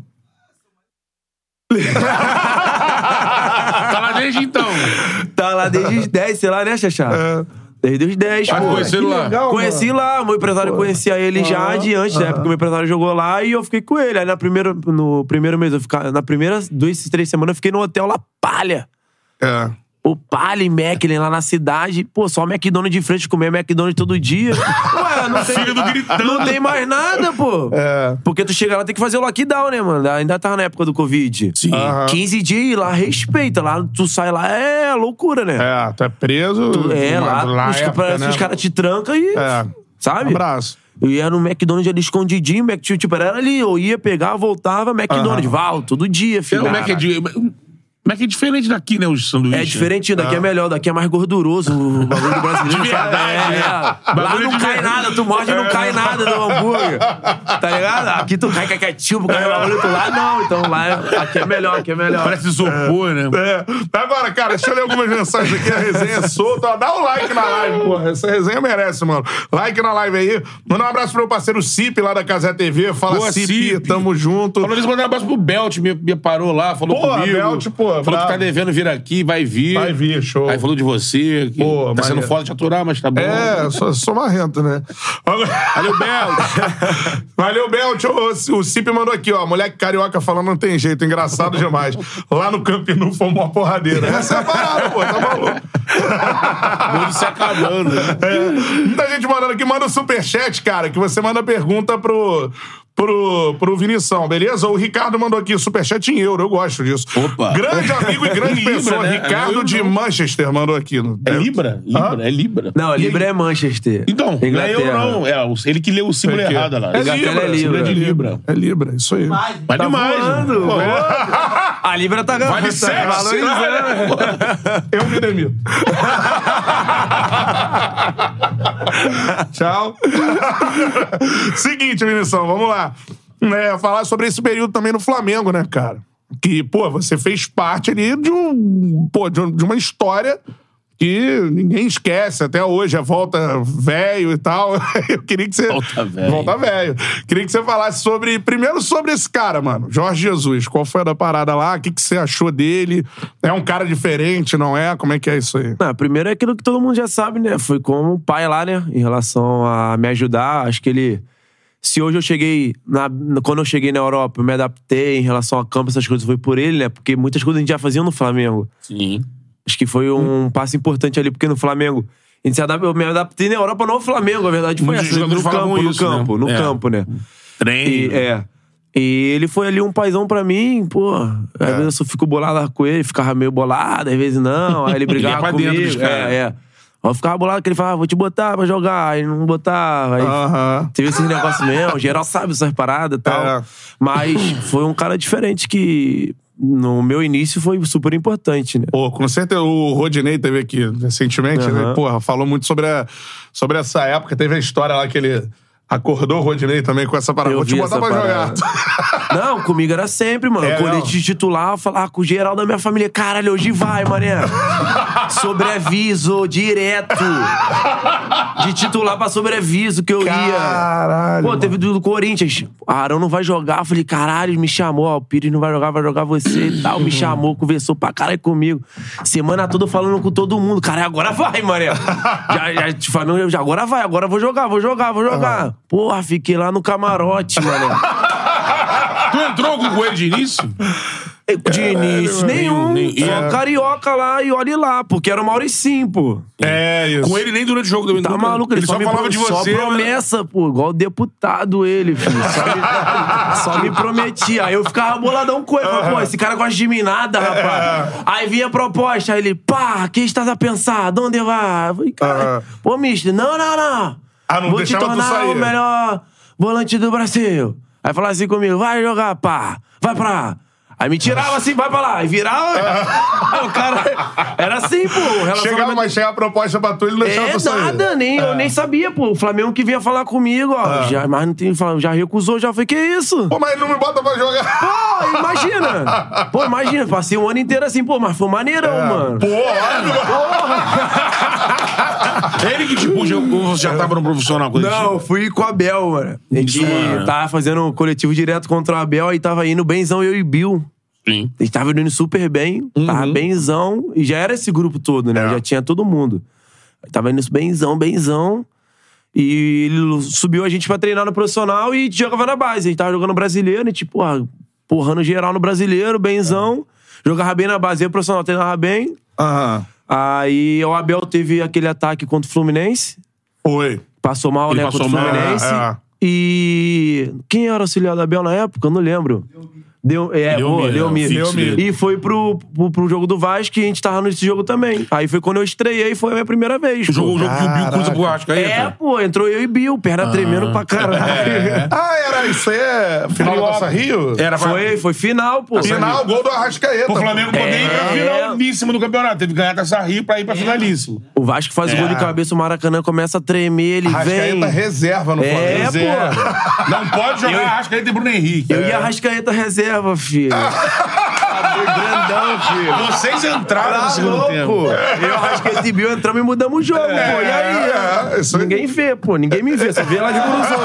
Tá lá desde então. Tá lá desde os dez, sei lá, né, Xaxá? Desde os dez, Ah, pô. conheceu ele lá? legal. Conheci lá, o meu empresário conhecia ele já de antes, da época que o meu empresário jogou lá, e eu fiquei com ele. Aí na primeira, no primeiro mês, eu ficar, na primeira duas, três semanas, eu fiquei no hotel lá, Palha. É. O Palha e Mecklin lá na cidade. Pô, só McDonald's de frente, comer McDonald's todo dia. Ué, não tem, Filho do gritando. não tem mais nada, pô. É. Porque tu chega lá, tem que fazer o lockdown, né, mano? Ainda tava na época do Covid. Sim. Aham. quinze dias lá, respeita. Lá, tu sai lá, é loucura, né? É, tu é preso. É, uma- lá, os, época, parece né? que os caras te trancam e... É. Sabe? Um abraço. Eu ia no McDonald's ali escondidinho, Mac, tipo, era ali, eu ia pegar, voltava, McDonald's, Val, todo dia, filho. Como é que é de... Como é que é diferente daqui, né, os sanduíches? É diferente, daqui é melhor, daqui é mais gorduroso o bagulho do brasileiro. De verdade, é, né? é. Lá Bagulho não de cai verdade. nada, tu morde e não cai nada do hambúrguer. Tá ligado? Aqui tu cai, cai, cai, tipo, cai o bagulho, tu lá não. Então lá, é- aqui é melhor, aqui é melhor. Parece isopor, né? É. Agora, cara, deixa eu ler algumas mensagens aqui. A resenha é solta. Ó, dá um like na live, porra. Essa resenha merece, mano. Like na live aí. Manda um abraço pro meu parceiro Cip, lá da Casé T V. Fala, Boa, Cip, Cip. tamo junto. Falou isso, mandou um abraço pro Belt, me, me parou lá, falou Porra, comigo. Belt, pô, Falou bravo. que tá devendo vir aqui, vai vir. Vai vir, show. Aí falou de você, que Pô, tá sendo maneiro. foda de aturar, mas tá bom. É, sou, sou marrento, né? Valeu, Belt. Valeu, Belt. O, o Cip mandou aqui, ó. Moleque carioca falando não tem jeito. Engraçado demais. Lá no Camp Nou foi uma porradeira. Essa é a parada, pô. Tá maluco? O mundo se acabando. Né? É. Muita gente mandando aqui. Manda o superchat, cara, que você manda pergunta pro... Pro, pro Vinição, beleza? O Ricardo mandou aqui superchat em euro, eu gosto disso. Opa. Grande amigo e grande Libra, pessoa, né? Ricardo Eu de não. Manchester mandou aqui. É Libra? Libra, Hã? é Libra. Não, a Libra é Manchester. Então, não é Inglaterra. eu não. É, o- ele que leu o símbolo Sei que é. errado lá. É Inglaterra Libra, é Libra. É de Libra. É Libra, isso aí. Vai Tá demais. voando, né? Pô, A Libra tá ganhando. Vale tá sete, valorizando. Eu me demito. Tchau. Seguinte, Vinição, vamos lá. É, falar sobre esse período também no Flamengo, né, cara? Que, pô, você fez parte ali de um. Pô, de, um- de uma história que ninguém esquece até hoje. A volta velho e tal. Eu queria que você. Volta velho. Volta velho. Queria que você falasse sobre. Primeiro sobre esse cara, mano. Jorge Jesus. Qual foi a da parada lá? O que, que você achou dele? É um cara diferente, não é? Como é que é isso aí? Não, primeiro é aquilo que todo mundo já sabe, né? Foi como pai lá, né? Em relação a me ajudar. Acho que ele... Se hoje eu cheguei... Na, quando eu cheguei na Europa, eu me adaptei em relação a campo, essas coisas foi por ele, né? Porque muitas coisas a gente já fazia no Flamengo. Sim. Acho que foi um passo importante ali, porque no Flamengo... A gente se adap- eu me adaptei na Europa no Flamengo, a verdade foi Muitos essa. No jogadores falavam campo, no isso, né? campo, no É. campo, né? Treino. E, é. E ele foi ali um paizão pra mim, pô. Às vezes eu fico bolado com ele, ficava meio bolado, às vezes não. Aí ele brigava Ele ia pra comigo. dentro dos caras. É, é. Aí eu ficava bolado que ele falava, vou te botar pra jogar. Aí não botava. Aí Aham. teve esses negócios mesmo. Geral sabe essas paradas e tal. É. Mas foi um cara diferente que, no meu início, foi super importante, né? Pô, com certeza o Rodinei teve aqui recentemente, Aham. né? Porra, falou muito sobre, a, sobre essa época. Teve a história lá que ele acordou o Rodinei também com essa parada. Eu Vou te vi botar essa pra parada. jogar. Não, comigo era sempre, mano. É, Colete não. de titular, falar com geral da minha família. Caralho, hoje vai, mané. Sobreaviso, direto. De titular pra sobreaviso que eu ia. Caralho. Pô, teve do, do Corinthians. Ah, Arão não vai jogar. Eu falei, caralho, ele me chamou. Ó, o Pires não vai jogar, vai jogar você e tal. Me chamou, conversou pra caralho comigo. Semana toda falando com todo mundo. Caralho, agora vai, mané. Já, já, te falando, já, agora vai, agora eu vou jogar, vou jogar, vou jogar. Porra, fiquei lá no camarote, mané. Tu entrou com o Coelho de início? De início, nenhum. nem- Só é. carioca lá e olhe lá, porque era o Mauricinho, pô. É, isso. Com ele nem durante o jogo também. Tá nunca- maluco, ele, Ele só, só me falava pro- de você. Só promessa, pô, igual deputado ele, filho. Só me, só me prometia. Aí eu ficava boladão com ele. Falava, pô, esse cara gosta de mim nada, rapaz. Aí vinha a proposta, aí ele, pá, o que estás a pensar? De onde vai? Eu falei, cara, Aham. pô, mister, não, não, não. Ah, não vou te deixava tu tornar sair. o melhor volante do Brasil. Aí falava assim comigo, vai jogar, pá, vai pra lá. Aí me tirava assim, vai pra lá. E virava. Aí o cara. Era assim, pô. o relacionamento- Chegava, mas chegava a proposta pra tu e não deixava É, tu sair. nada, nem, eu nem sabia, pô. O Flamengo que vinha falar comigo, ó. Já, mas não tem, já recusou, já foi, que isso? Pô, mas não me bota pra jogar. Pô, imagina. Pô, imagina, passei um ano inteiro assim, pô, mas foi maneirão, mano. Pô, olha. Ele que, tipo, já, já tava no profissional. Coisa Não, eu fui com o Abel, mano. A gente Isso, mano. tava fazendo um coletivo direto contra o Abel, aí tava indo benzão, eu e Bill. Sim. A gente tava indo super bem, tava benzão, e já era esse grupo todo, né? É. Já tinha todo mundo. Aí tava indo benzão, benzão. E ele subiu a gente pra treinar no profissional e jogava na base. A gente tava jogando brasileiro, e tipo, porra, porrando geral no brasileiro, benzão. Jogava bem na base, e o profissional treinava bem. Aham. Aí o Abel teve aquele ataque contra o Fluminense. Foi. Passou mal, Ele né, passou contra o mal, Fluminense. é, é. E quem era o auxiliar do Abel na época? Eu não lembro. Deu, é, Leomir, boa, é, Leomir. o fixo dele. E foi pro, pro, pro jogo do Vasco e a gente tava nesse jogo também. Aí foi quando eu estreiei, foi a minha primeira vez. O jogo, pô. o jogo que o Bill cruza pro Vasco aí, É, pô, entrou eu e Bill, perna tremendo pra caralho. Ah, era isso aí? É final da Taça Rio? Era pra... Foi, foi final, pô. Final, gol do Arrascaeta. O Flamengo poder ir pra É. finalíssima do campeonato. Teve que ganhar a Taça Rio pra ir pra finalíssima. O Vasco faz o gol de cabeça, o Maracanã começa a tremer, ele vem. Arrascaeta reserva no É, Flamengo. pô. Não pode jogar Eu- Arrascaeta e Bruno Henrique. Eu ia Arrascaeta reserva, filho. Foi grandão, filho. Vocês entraram Tá no segundo louco. tempo. Eu, Arrascaeta e Bill entramos e mudamos o jogo, pô. E aí? é, isso aí. Ninguém vê, pô. Ninguém me vê, só vê lá de Cruzão.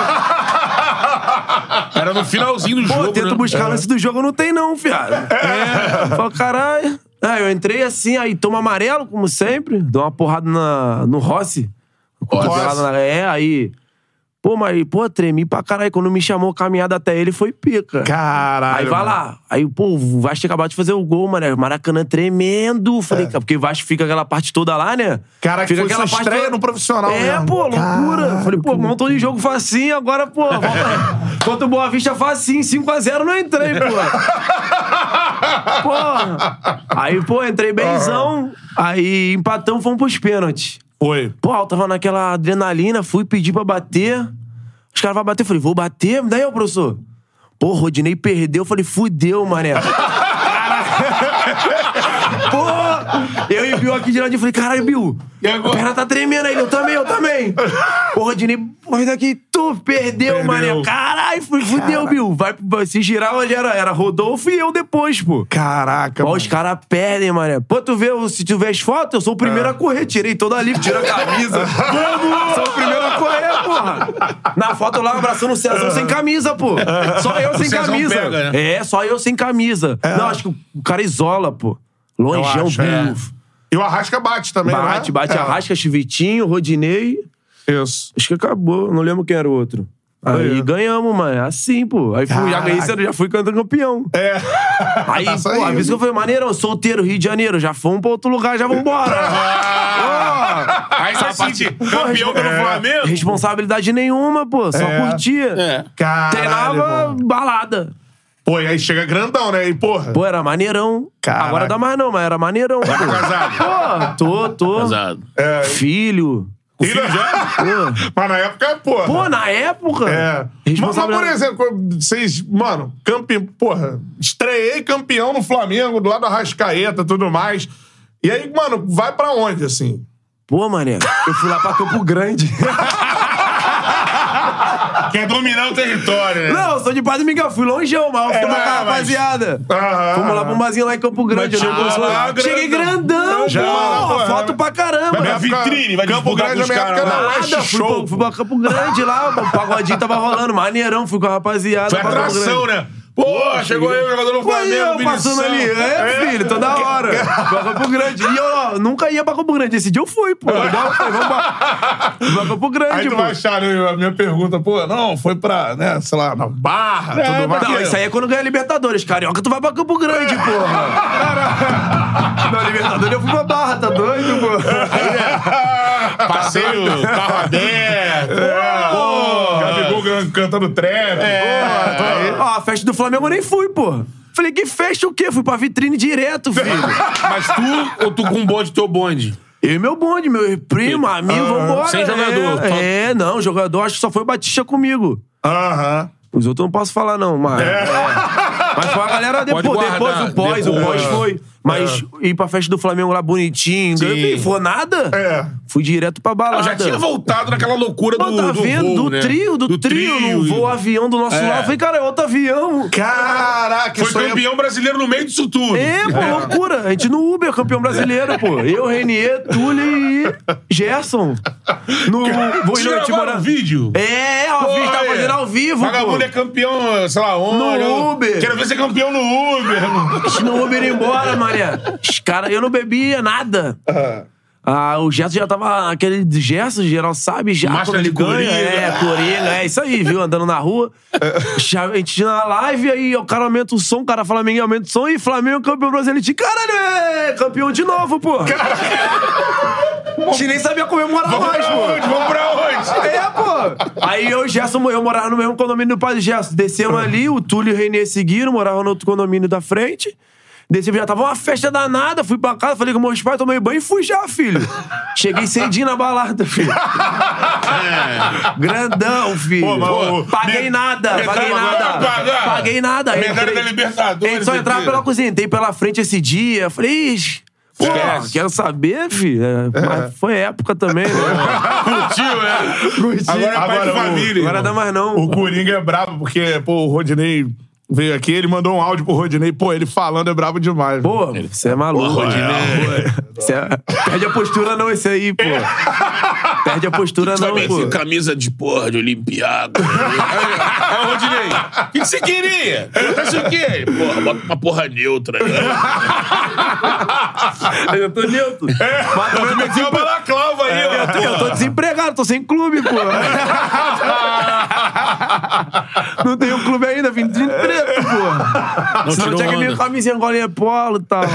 Era no finalzinho do Pô, jogo, tento né? buscar lance do jogo, não tem não, fiado. É. Fala, caralho. Ah, eu entrei assim, aí toma amarelo, como sempre. Dou uma porrada na, no Rossi. Cotovelada na- É, aí... Pô, mas, pô, tremi pra caralho. Quando me chamou caminhada até ele, foi pica. Caralho. Aí vai mano. lá. Aí, pô, o Vasco tinha acabado de fazer o gol, mano. Maracanã tremendo. Falei, cara, porque o Vasco fica aquela parte toda lá, né? Cara, que fica foi sua estreia no profissional É, mesmo. pô, loucura. Caralho, Falei, pô, montão de jogo facinho, agora, pô, volta. Contra o Boa Vista facinho, cinco a zero não entrei, pô. Porra. Aí, pô, entrei benzão. Aí empatamos, fomos pros pênaltis. Foi. Pô, eu tava naquela adrenalina, fui pedir pra bater. Os caras vão bater, eu falei, vou bater? Daí, ô, professor. Pô, Rodinei perdeu, eu falei, fudeu, mané. Pô, eu e o Bill aqui de ladinho, falei, caralho, Bill, a perna tá tremendo aí, eu também, eu também. Pô, Rodinei, pô, daqui, tu perdeu, Perdeu. mané. Caralho, fui- fudeu, Bill. Vai, se girar, onde era, era Rodolfo e eu depois, pô. Caraca, Pô, mano. os caras perdem, mané. Pô, tu vê, se tu vê as fotos, eu sou o primeiro a correr. Tirei toda a livre, tira a camisa. Vamos! Sou o primeiro a correr, porra. Na foto lá, abraçando o Cezão sem camisa, pô. Só eu sem Cezão camisa. pega, né? É, só eu sem camisa. Não, acho que o cara isola, pô. Eu Longeão, acho, é. bufo. E o Arrasca bate também, né? Bate, bate, É. arrasca, Chivitinho, Rodinei. Isso. Acho que acabou, não lembro quem era o outro. Aí É. ganhamos, mano. Assim, pô. Aí fui, já ganhei, já fui cantando campeão. É. Aí, Tá pô, saindo. a vez que eu falei, maneirão, solteiro, Rio de Janeiro, já fomos pra outro lugar, já vambora. Pô, Aí você sapati- sente campeão pelo Flamengo. Responsabilidade nenhuma, pô, só É. curtia. É. Caralho, Treinava irmão. balada. Pô, e aí chega grandão, né? E porra. Pô, era maneirão. Caraca. Agora dá mais não, mas era maneirão. Tá pô. casado? Pô, tô, tô. Casado. Filho. O filho já? Pô. Mas na época, porra. Pô, na época. É. Mas, mas, por Responsabilidade- exemplo, vocês, mano, campeão, porra, estreiei campeão no Flamengo, do lado do Arrascaeta e tudo mais. E aí, mano, vai pra onde, assim? Pô, mané, eu fui lá pra Campo Grande. Quer dominar o território, né? Não, eu sou de Padre Miguel, fui longeão, mas eu fiquei É, com a mas- rapaziada. Aham. Fomos lá pra um barzinho lá em Campo Grande. Mas eu lembro chegou que eu lá, sou- grandão. Cheguei grandão, Já, pô. pô, Foto é. pra caramba. Mas Minha vitrine, vai Campo disputar Grande com os na minha caras época lá. era Nada, West fui, Show. pra, fui pra Campo Grande lá, o pagodinho tava rolando, maneirão, fui com a rapaziada. Foi pra Campo atração, Grande. né? Pô, chegou aí o jogador do Foi Flamengo, eu passando Vinição. ali. É, filho, toda hora. Pra Campo Grande. E eu ó, nunca ia pra Campo Grande. Esse dia eu fui, pô. Eu falei, vamos pra, pra Campo Grande, Aí tu pô. vai achar, né, a minha pergunta, pô, não, foi pra, né, sei lá, na Barra, tudo mais. Não, isso aí é quando ganha Libertadores. Carioca, tu vai pra Campo Grande, porra. Não, Libertadores eu fui pra Barra, tá doido, pô? Passeio, carro aberto. Pô, Gabigol can- cantando trap. É. Ó, a festa do Flamengo eu nem fui, pô. Falei, que festa o quê? Fui pra vitrine direto, filho. Mas tu ou tu com um bonde, teu bonde? Eu e meu bonde, meu primo, amigo, Ah, vambora. sem jogador. É, é, não, jogador, acho que só foi o Batista comigo. Aham. Os outros eu não posso falar, não, mas. É. Mas foi a galera depois, Pode guardar, depois, o pós, depois. o pós foi. Mas ir pra festa do Flamengo lá bonitinho, ganhei, foi nada. É. Fui direto pra balada. Eu já tinha voltado naquela loucura do, Mano, tá do vendo? voo, do né? trio, do, trio, no voo avião do nosso É. lado. Eu falei, cara, é outro avião. Caraca, Foi isso aí é- campeão brasileiro no meio disso tudo. É, pô, loucura. A gente no Uber, campeão brasileiro, pô. Eu, Renier, Túlio e Gerson. No voo Vocês inútil gravaram um vídeo? É, ó, a gente tá Pô, fazendo é. ao vivo, Vagabundo pô. é campeão, sei lá, onde. No Uber. Quero ver ser campeão no Uber. No Uber embora, mané. Os caras, eu não bebia nada. Ah, o Gerson já tava. Aquele de Gerson, geral sabe, já. Máscara quando ele de ganha, Coringa. É, Coringa, é isso aí, viu? Andando na rua. Já, a gente na live, aí o cara aumenta o som, o cara Flamengo aumenta o som e Flamengo campeão brasileiro. A gente, caralho, é campeão de novo, pô. A gente nem sabia comemorar mais, pô. Vamos pra onde? É, pô. Aí eu e o Gerson, eu morava no mesmo condomínio do pai do Gerson. Descemos ali, o Túlio e o Renier seguiram, moravam no outro condomínio da frente. Descemos, já tava uma festa danada, fui pra casa, falei com meus pais, tomei banho e fui já, filho. Cheguei cedinho na balada, filho. Grandão, filho. Pô, mas o- paguei me- nada, me- paguei agora nada. vai pagar. Paguei nada. Medalha Entrei- da Libertadores A gente só aqui. entrava pela cozinha, entrei pela frente esse dia. Falei, ixi, pô, Esquece. quero saber, filho. É, Mas foi época também, né? Curtiu, é? Curti. Agora é pai Agora de o- família. Agora dá mais não. O Coringa é brabo, porque, pô, o Rodinei veio aqui, ele mandou um áudio pro Rodinei. Pô, ele falando é brabo demais. Pô, você é maluco. Você é... Perde a postura não, esse aí, pô. Perde a postura não, pô. Camisa de porra, de Olimpiada. Aí, Rodinei, o que você queria? Acontece o quê? Porra, bota uma porra neutra. Eu tô neutro. Bota uma desempregado. balaclava aí, Eu tô, eu tô desempregado, tô sem clube, pô. Não tenho clube ainda, vim de preto, pô. Não Senão tirou tinha que vir onda. com camisinha golinha polo e tal.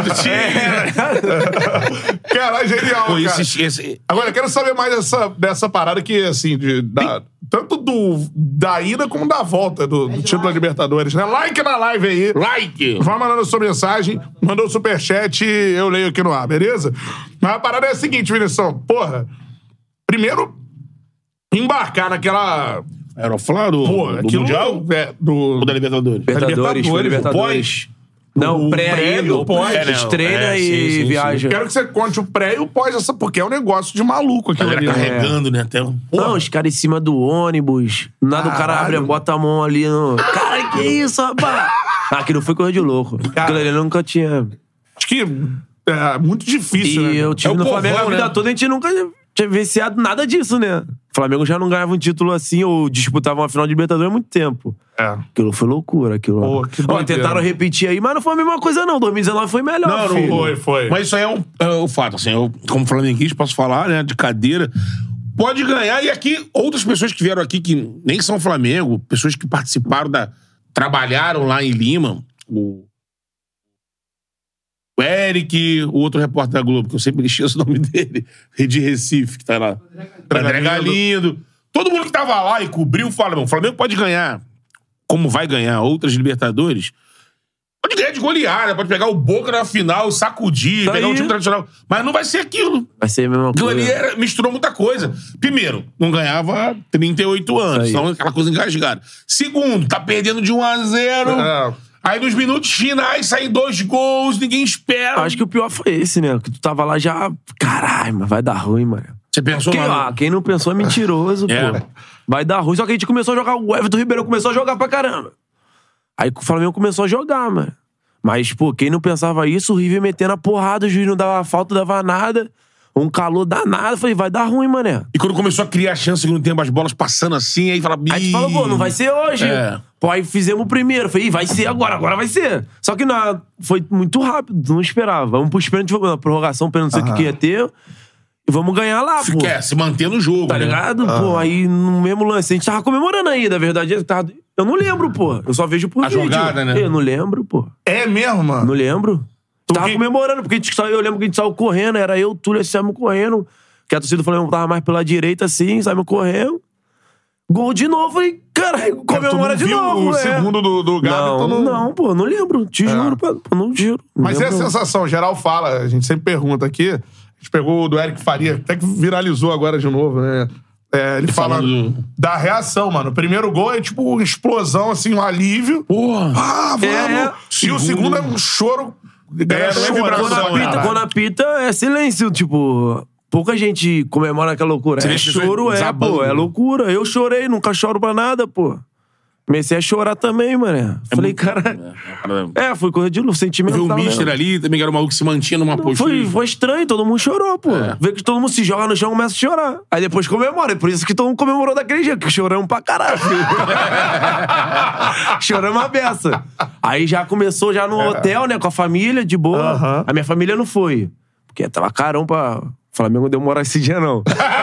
Caralho, genial, Pô, cara. esse, esse, Agora, eu quero saber mais dessa, dessa parada que, assim, de, da- tanto do, da ida como da volta do, do título da Libertadores, né? Like na live aí. like. Vai mandando sua mensagem, mandou o superchat, eu leio aqui no ar, beleza? Mas a parada é a seguinte, Vinição. Porra, primeiro, embarcar naquela... Aeroflá do, Pô, do aquilo, Mundial? É, do... Ou da Libertadores? Libertadores, foi Libertadores. Não, O pré pré ainda. e o pós. A gente É, não, treina é, e sim, sim, viaja. Quero que você conte o pré e o pós, essa, porque é um negócio de maluco aquilo ali. Galera né? carregando, né? Até um... Não, os caras em cima do ônibus. Nada, o cara Caralho. abre, bota a mão ali no... Cara, que isso, rapaz? Ah, aquilo foi coisa de louco. Aquilo ali eu nunca tinha... Acho que é muito difícil, E né? eu tive É o no povão, Flamengo a vida né? toda, a gente nunca tinha vivenciado nada disso, né? O Flamengo já não ganhava um título assim ou disputava uma final de Libertadores há muito tempo. É. Aquilo foi loucura, aquilo. Pô, que Ó, doideira. tentaram repetir aí, mas não foi a mesma coisa não. dois mil e dezenove foi melhor, Não, não filho. Foi, foi. Mas isso aí é um, é um fato, assim, eu, como flamenguista, posso falar, né, de cadeira, pode ganhar, e aqui, outras pessoas que vieram aqui, que nem são Flamengo, pessoas que participaram da, trabalharam lá em Lima, o, o Eric, o outro repórter da Globo, que eu sempre esqueço o nome dele, de Recife, que tá lá, André Galindo, todo mundo que tava lá e cobriu o Flamengo, o Flamengo pode ganhar, como vai ganhar outras Libertadores, pode ganhar de goleada, pode pegar o Boca na final, sacudir, Tá pegar aí. um time tradicional. Mas não vai ser aquilo. Vai ser a mesma Aquilo coisa. ali era- misturou muita coisa. Primeiro, não ganhava há trinta e oito anos, Aí. então aquela coisa engasgada. Segundo, tá perdendo de um a zero. É. Aí nos minutos finais saem dois gols, ninguém espera. Acho que o pior foi esse, né? Que tu tava lá já... Caralho, mas vai dar ruim, mano. Você pensou Quem, lá? ah, quem não pensou é mentiroso, É. pô. Vai dar ruim. Só que a gente começou a jogar... O Everton Ribeiro começou a jogar pra caramba. Aí o Flamengo começou a jogar, mano. Mas, pô, quem não pensava isso, o River metendo a porrada, o juiz não dava falta, dava nada. Um calor danado. Falei, vai dar ruim, mané. E quando começou a criar chance no segundo tempo, as bolas passando assim, aí fala... Aí tu falou, pô, não vai ser hoje. É. Pô, aí fizemos o primeiro. Falei, ih, vai ser agora, agora vai ser. Só que na, foi muito rápido, não esperava. Vamos pro pênalti, na prorrogação, pênalti, não sei o que que ia ter. E vamos ganhar lá, pô. Quer se manter no jogo, Tá né? ligado? Pô, aí no mesmo lance, a gente tava comemorando ainda, a verdade é que tava... Eu não lembro, pô. Eu só vejo por A vídeo. jogada, né? Eu não lembro, pô. É mesmo, mano? Não lembro. Tava que- comemorando, porque a gente saiu, eu lembro que a gente saiu correndo, era eu, Túlio, saímos correndo. Que a torcida do Flamengo tava mais pela direita, assim, saímos correndo. Gol de novo, falei, caralho, comemora Tu de não viu novo, o é. segundo do, do Gabi, Não, tu não, não... pô, não lembro. Te juro, pô, pô, não juro. Não Mas é a lembro. sensação, geral fala, a gente sempre pergunta aqui, A gente pegou o do Eric Faria, até que viralizou agora de novo, né? É, ele fala falando... da reação, mano. O primeiro gol é tipo uma explosão, assim, um alívio. Porra! Ah, vamos! É. E o segundo é um choro. É, Quando apita, quando apita, é silêncio, tipo... Pouca gente comemora aquela loucura. É choro, é, pô. É loucura. Eu chorei, nunca choro pra nada, pô. Comecei a chorar também, mano. É Falei, muito... cara... É, foi coisa de louco, sentimental. Viu o Mister ali, também que era um maluco que se mantinha numa postura. Foi, foi estranho, todo mundo chorou, pô. É. Vê que todo mundo se joga no chão e começa a chorar. Aí depois comemora. E por isso que todo mundo comemorou daquele jeito, que choramos pra caralho. Choramos a beça. Aí já começou já no é. hotel, né, com a família, de boa. Uh-huh. A minha família não foi. Porque tava carão pra... O Flamengo não deu moral esse dia, não.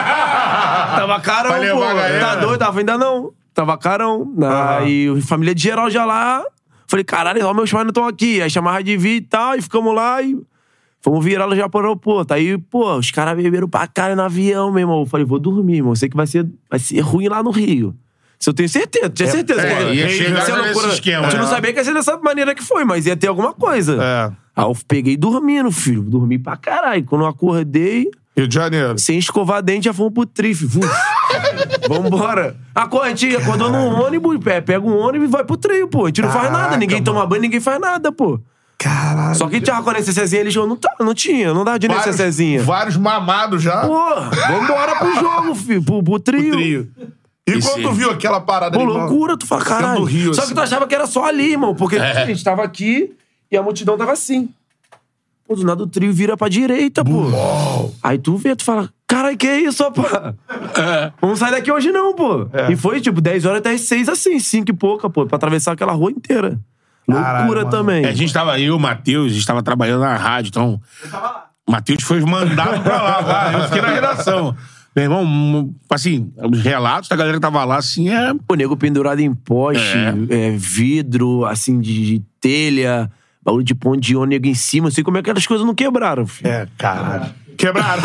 Tava carão, pô. Tá doido? Tava ainda não. Tava carão. Ah. Aí, família de geral já lá. Falei, caralho, ó, meus pais não estão aqui. Aí chamava de vir e tal, e ficamos lá e fomos virar já pro aeroporto. Aí, pô, os caras beberam pra caralho no avião, meu irmão. Eu falei, vou dormir, irmão. Sei que vai ser, vai ser ruim lá no Rio. Isso eu tenho certeza, tinha certeza. É, pô. ia chegar ia nesse esquema. A gente né? não sabia que ia ser dessa maneira que foi, mas ia ter alguma coisa. É. Aí eu peguei dormindo, filho. Dormi pra caralho. Quando eu acordei... Rio de Janeiro. Sem escovar dente, já fomos pro trife. Vambora. A gente acordou num ônibus, pega um ônibus e vai pro trio, pô. A gente não Caraca, faz nada. Ninguém mano. toma banho, ninguém faz nada, pô. Caralho. Só que a gente tava com a necessezinha ali, não, tá, não tinha. Não dava de necessezinha. Vários mamados já. Pô, vambora pro jogo, filho. Pro, pro trio. Pro trio. E Esse... quando tu viu aquela parada pô, ali... Pô, loucura, tu fala, caralho. Do Rio, Só assim. que tu achava que era só ali, irmão. Porque é. a gente tava aqui e a multidão tava assim. Pô, do nada o trio vira pra direita, pô. Uou. Aí tu vê, tu fala, caralho, que é isso, rapaz? É. Vamos sair daqui hoje não, pô. É. E foi, tipo, dez horas até as seis, assim, cinco e pouca, pô, pra atravessar aquela rua inteira. Caralho, loucura mano. também. É, a gente tava, eu, o Matheus, a gente tava trabalhando na rádio, então... Eu tava lá. O Matheus foi mandado pra lá, lá. Eu fiquei na redação. Meu irmão, assim, os relatos da galera que tava lá, assim, é... O nego pendurado em poste, é. É, vidro, assim, de, de telha... Baú de ponte de ônibus em cima, assim, como é que aquelas coisas não quebraram, filho? É, caralho. Quebraram.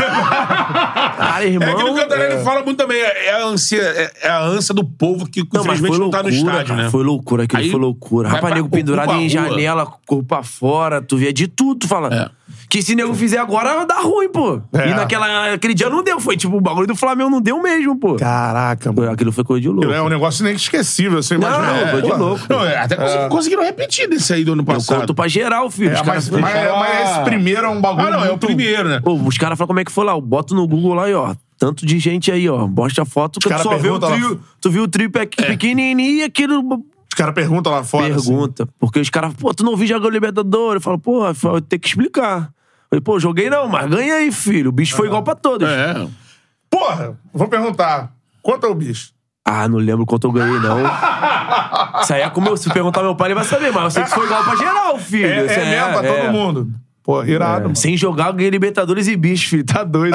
Cara, irmão... É aquilo que o Cantarelli é. fala muito também, é a ânsia, é a ânsia do povo que, não, infelizmente, não loucura, tá no estádio, cara, né? Foi loucura, aquilo Aí, foi loucura. Rapaz, nego pendurado em janela, corpo pra fora, tu via de tudo, tu fala... É. Que se nego fizer agora, dá ruim, pô. É. E naquela, naquele dia não deu, foi tipo, o bagulho do Flamengo não deu mesmo, pô. Caraca, mano. Aquilo foi coisa de louco. É um negócio inesquecível, você imagina. Não, não, foi de louco. Não, até é. conseguiram repetir desse aí do ano passado. Eu conto pra geral, filho. É, mas, mas, mas esse primeiro é um bagulho Ah, não, muito... é o primeiro, né? Pô, os caras falam como é que foi lá. Eu boto no Google lá e, ó, tanto de gente aí, ó. Mostra a foto, que tu só vê o trio. Lá... Tu viu o trio é. pequenininho e aquilo... Os caras perguntam lá fora. Pergunta. Assim. Porque os caras, pô, tu não viu jogar o Libertadores? Eu falo, pô, eu tenho que explicar. Falei, pô, joguei não, mas ganhei, filho. O bicho foi igual pra todos. É. Porra, vou perguntar. Quanto é o bicho? Ah, não lembro quanto eu ganhei, não. Isso aí é como eu, se perguntar ao meu pai, ele vai saber. Mas eu sei que foi igual pra geral, filho. É, é, é mesmo, pra é. todo mundo. Pô, irado, é. mano. Sem jogar, eu ganhei Libertadores e bicho, filho. Tá doido.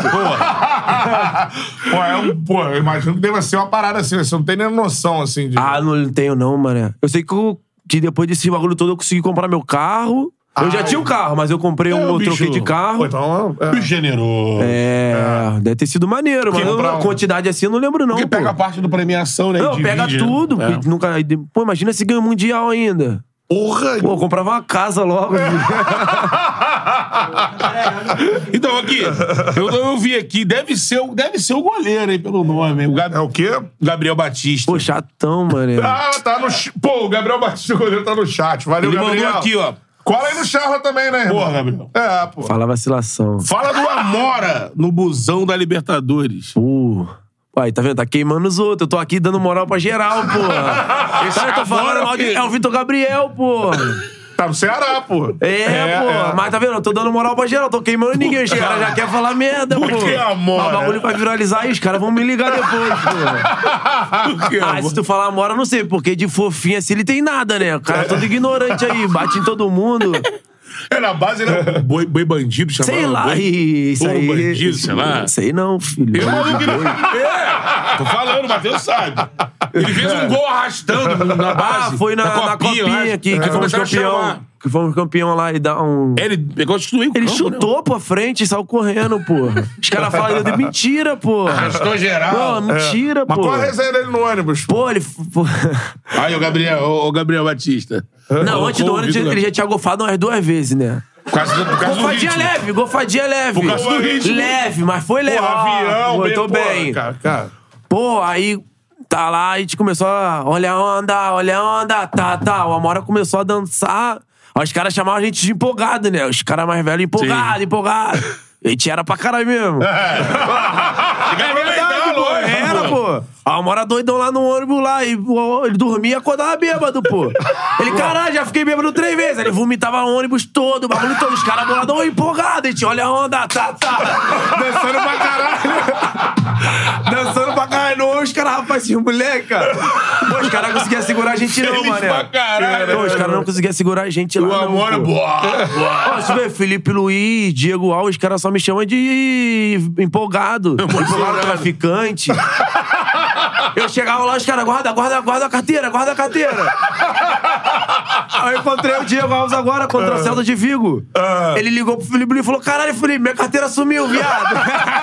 Porra. Pô, é um, pô, eu imagino que deva ser uma parada assim. Você não tem nem noção, assim. De... Ah, não tenho não, mano. Eu sei que, eu, que depois desse bagulho todo eu consegui comprar meu carro. Eu Ai. já tinha um carro, mas eu comprei um, é, eu troquei de carro. Pô, então, é. Generoso. É, é, deve ter sido maneiro, mas a um... quantidade assim eu não lembro não, Porque pô. pega a parte do premiação, né? Não, divide, pega tudo. É. Nunca... Pô, imagina se ganha um mundial ainda. Porra! Pô, eu comprava uma casa logo. Então, aqui, eu, eu vi aqui, deve ser, deve ser o goleiro aí, pelo nome. O Gab... É o quê? Gabriel Batista. Pô, chatão, mano. Ah, tá no... Pô, o Gabriel Batista, o goleiro, tá no chat. Valeu, Ele Gabriel. Ele mandou aqui, ó. Cola aí no Charla também, né, irmão? Porra, Gabriel. É, pô. Fala vacilação. Fala do Amora no busão da Libertadores. Pô. Aí, tá vendo? Tá queimando os outros. Eu tô aqui dando moral pra geral, porra. Esse eu tô falando mal de... É o Vitor Gabriel, porra. Tá no Ceará, pô. É, é pô. É. Mas tá vendo? Eu tô dando moral pra geral. Tô queimando ninguém. Os caras já querem falar merda, pô. Por que Amora? Mas o bagulho vai viralizar aí. Os caras vão me ligar depois, pô. Por que, ah, se tu falar Amora, não sei. Porque de fofinho assim ele tem nada, né? O cara é todo ignorante aí. Bate em todo mundo. É, na base ele é um boi, boi bandido, chamava. Sei lá, boi, isso aí. bandido, sei lá. Sei não, filho. Eu maluco que não... É, tô falando, o Matheus sabe. Ele fez um gol arrastando na base. Ah, foi na, na copinha, na copinha aqui, que fomos campeão. Que fomos campeão lá e dá um... Ele pegou, destruiu o Ele campo, chutou né? pra frente e saiu correndo, pô. Os caras falam de mentira, pô. Arrastou geral. Não, mentira, é. pô. Mas qual a resenha dele no ônibus? Pô, ele... Pô. Aí, o Gabriel, o Gabriel Batista. Não, antes do ônibus ele já tinha gofado umas duas vezes, né? Por causa do, por causa do Golfadinha ritmo. leve, golfadinha leve. Por causa do ritmo. Leve, mas foi leve. Porra, avião, Pô, bem, tô porra, bem. Cara, cara. Pô, aí tá lá, a gente começou a... Olha a onda, olha a onda, tá, tá. O Amora começou a dançar. Aí os caras chamavam a gente de empolgado, né? Os caras mais velhos, empolgado, Sim. empolgado. A gente era pra caralho mesmo. É. É verdade, pô. Era, pô. A Amora doidão lá no ônibus lá. E pô, ele dormia e acordava bêbado, pô. Ele, caralho, já fiquei bêbado três vezes. Ele vomitava o ônibus todo, o bagulho todo. Os caras boladão empolgados. A gente olha a onda, tá, tá. Dançando pra caralho. Dançando pra caralho. Não, os caras, rapaz, esses moleque, cara. Pô, os caras não conseguiam segurar a gente, não, Feliz mané. pra caralho. Pô, os caras não conseguiam segurar a gente lá, O não, Amora, pô. boa, boa. Ó, você vê, Felipe Luiz, Diego Alves, os caras só me chamam de empolgado. Empolgado traficante. Eu chegava lá, os caras, guarda, guarda, guarda a carteira, guarda a carteira. Aí eu encontrei o Diego Alves agora contra o Celta de Vigo. Ele ligou pro Felipe Luiz e falou, caralho, Felipe, minha carteira sumiu, viado.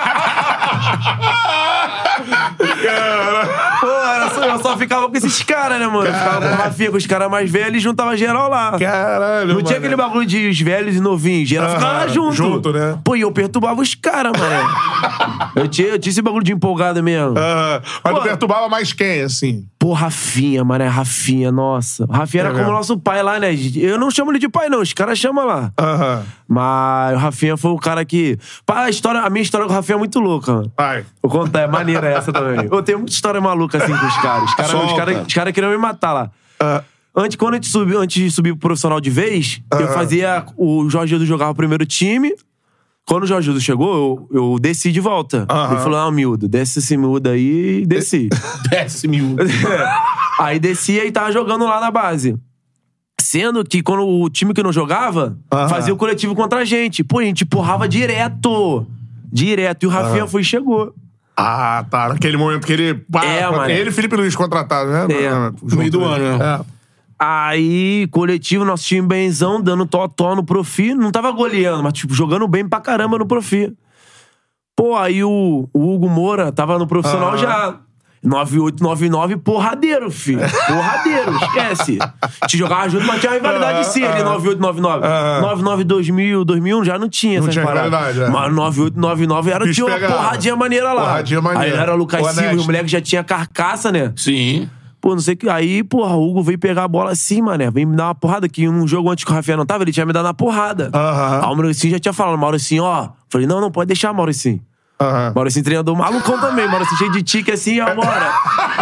Pô, era só, eu só ficava com esses caras, né, mano? Eu ficava com o Rafinha, com os caras mais velhos e juntava geral lá. Caralho, Não mano. tinha aquele bagulho de os velhos e novinhos. Geral Aham, ficava lá junto. junto, né? Pô, e eu perturbava os caras, mano. Eu tinha, eu tinha esse bagulho de empolgado mesmo. Ah, mas Pô. tu perturbava mais quem, assim? Pô, Rafinha, mano, é Rafinha, nossa. O Rafinha É era como mesmo? nosso pai lá, né? Eu não chamo ele de pai, não. Os caras chamam lá. Aham. Mas o Rafinha foi o cara que... Pá, a, história, a minha história com o Rafinha é muito louca, mano. Vai. Vou contar, é maneira essa também. Eu tenho muita história maluca assim com os caras. Os caras os Solta. cara, os cara queriam me matar lá. Ah. Antes, quando a gente subiu, antes de subir pro profissional de vez, eu fazia... O Jorge Jesus jogava o primeiro time. Quando o Jorge Jesus chegou, eu, eu desci de volta. Aham. Ele falou, ah, miúdo, desce esse miúdo aí e desci. Desce mil. Aí descia e tava jogando lá na base. Sendo que quando o time que não jogava, Aham. fazia o coletivo contra a gente. Pô, a gente porrava direto. Direto. E o Rafinha foi e chegou. Ah, tá. Naquele momento que ele... Pá, É, mano. Ele e Felipe Luiz contratados, né? É. No meio do ano, né? É. Aí, coletivo, nosso time benzão, dando tó-tó no Profi. Não tava goleando, mas, tipo, jogando bem pra caramba no Profi. Pô, aí o, o Hugo Moura tava no profissional Ah. já. nove oito nove nove, porradeiro, filho. Porradeiro, esquece. Te jogava junto, mas tinha rivalidade sim, ali, nove oito nove nove. Ah. nove nove dois mil, dois mil e um já não tinha Não essas tinha paradas. rivalidade, é. Mas nove oito nove nove era, Bicho tinha uma pegava. porradinha maneira lá. Porradinha maneira. Aí era o Lucas Honesto. Silva, o moleque já tinha carcaça, né? Sim. Pô, não sei o que. Aí, porra, o Hugo veio pegar a bola assim, mané. Veio me dar uma porrada, que um jogo antes que o Rafinha não tava, ele tinha me dado uma porrada. Aham. Aí o Mauricinho já tinha falado, Mauricinho, ó. Falei, não, não, pode deixar, Mauricinho. Aham. Mauricinho treinador malucão também. Mauricinho cheio de tique assim, agora.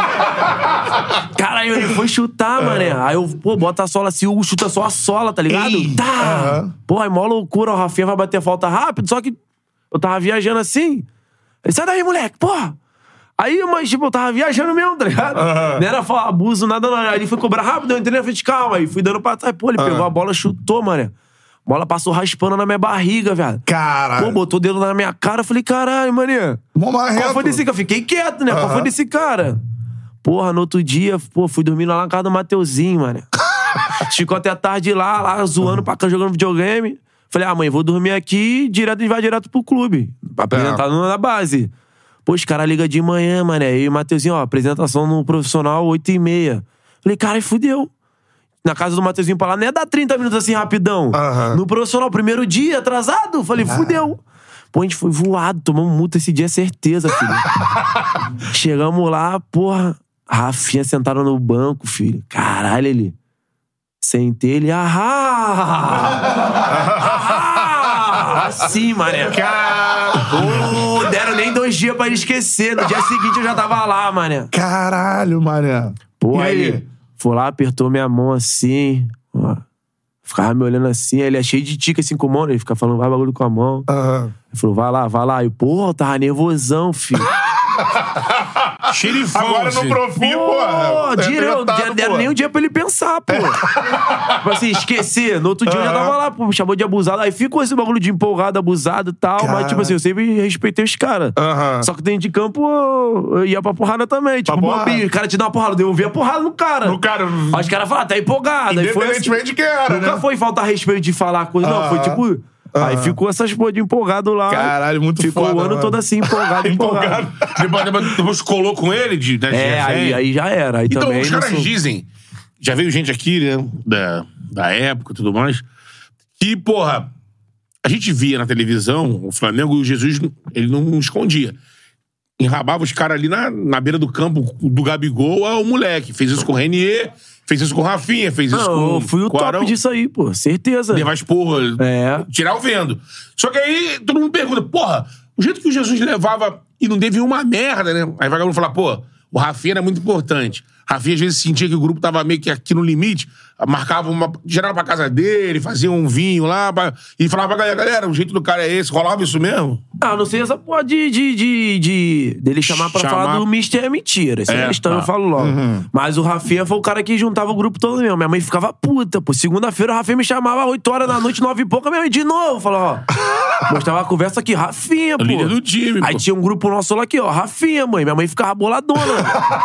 Caralho, ele foi chutar, mané. Aí eu, pô, bota a sola assim, o Hugo chuta só a sola, tá ligado? Ei. Tá! Aham. Pô, aí mó loucura, o Rafinha vai bater falta rápido, só que eu tava viajando assim. Ele, sai daí, moleque, porra! Aí, mas, tipo, eu tava viajando mesmo, tá ligado? Aham. Não era falar abuso, nada, não. Aí ele foi cobrar rápido, eu entrei na frente, calma. Aí fui dando pra trás. Pô, ele pegou a bola, chutou, mané. A bola passou raspando na minha barriga, velho. Caralho. Pô, botou o dedo na minha cara. Eu falei, caralho, mané. Mó marreto. Qual foi desse cara? Eu fiquei quieto, né? Qual Aham. foi desse cara? Porra, no outro dia, pô, fui dormir lá na casa do Mateuzinho, mano. Ficou até tarde lá, lá, zoando pra cá, jogando videogame. Falei, ah, mãe, vou dormir aqui, direto, e vai direto pro clube. Pra apresentar É. na base. Pô, os caras ligam de manhã, mané. E o Mateuzinho, ó, apresentação no profissional, oito e meia. Falei, cara, fudeu. Na casa do Mateuzinho pra lá, não ia dar trinta minutos assim, rapidão. Aham. No profissional, primeiro dia, atrasado. Falei, fudeu. Pô, a gente foi voado, tomamos multa esse dia, certeza, filho. Chegamos lá, porra. Rafinha sentaram no banco, filho. Caralho, ele. Sentei ele, ahá! Assim, mané. Pô, deram nem dois dias pra ele esquecer. No dia seguinte eu já tava lá, mané. Caralho, mané. Pô, E aí ele foi lá, apertou minha mão assim, ó. Ficava me olhando assim, aí ele é cheio de tica assim com a mão, né? Ele fica falando, vai bagulho com a mão. Aham. Ele falou, vai lá, vai lá. E, porra, eu tava nervosão, filho. Xerifão, Agora no assim. profi, Pô, porra. direto, Tretado, deram pô. nem um dia pra ele pensar, pô. Tipo assim, esquecer. No outro dia eu já tava lá, pô, me chamou de abusado. Aí ficou esse bagulho de empolgado, abusado e tal. Cara. Mas, tipo assim, eu sempre respeitei os caras. Aham. Só que dentro de campo eu ia pra porrada também. Tipo, porrada. bobinho. O cara te dá uma porrada, eu devolvia a porrada no cara. No cara. Aí os caras falaram, tá empolgado. Aí foi assim, Independentemente de quem era, nunca né? foi faltar respeito de falar coisa. Não, foi Aham. tipo... Aí Aham. ficou essas porra de empolgado lá. Caralho, muito Ficou foda, o ano mano. todo assim, empolgado, empolgado. Depois, depois, depois colou com ele de, né, de É, aí, resenha. aí já era. Aí Então, também os não caras sou- dizem, já veio gente aqui, né, da, da época e tudo mais, que, porra, A gente via na televisão, o Flamengo e o Jesus, ele não escondia. Enrabava os caras ali na, na beira do campo do Gabigol ao moleque. Fez isso com o Renier, fez isso com o Rafinha, fez isso não, com, eu fui o com o top Arão. disso aí, pô. Certeza. Levar esporro, É. tirar o vendo. Só que aí todo mundo pergunta, porra, o jeito que o Jesus levava e não teve uma merda, né? Aí o vagabundo fala, pô, o Rafinha era muito importante. Rafinha às vezes sentia que o grupo tava meio que aqui no limite, marcava uma. Gerava pra casa dele, fazia um vinho lá, pra, e falava pra galera, galera, o jeito do cara é esse, rolava isso mesmo? Ah, não sei essa porra de, de, de, de dele chamar pra Chamar- falar do mister é mentira. Isso é, É, questão, tá. eu falo logo. Mas o Rafinha foi o cara que juntava o grupo todo mesmo. Minha mãe ficava puta, pô. Segunda-feira o Rafinha me chamava oito horas da noite, nove e pouca, minha mãe de novo. Falava, ó. Mostrava a conversa aqui, Rafinha, pô. líder do time, Aí pô. tinha um grupo nosso lá aqui, ó. Rafinha, mãe. Minha mãe ficava boladona.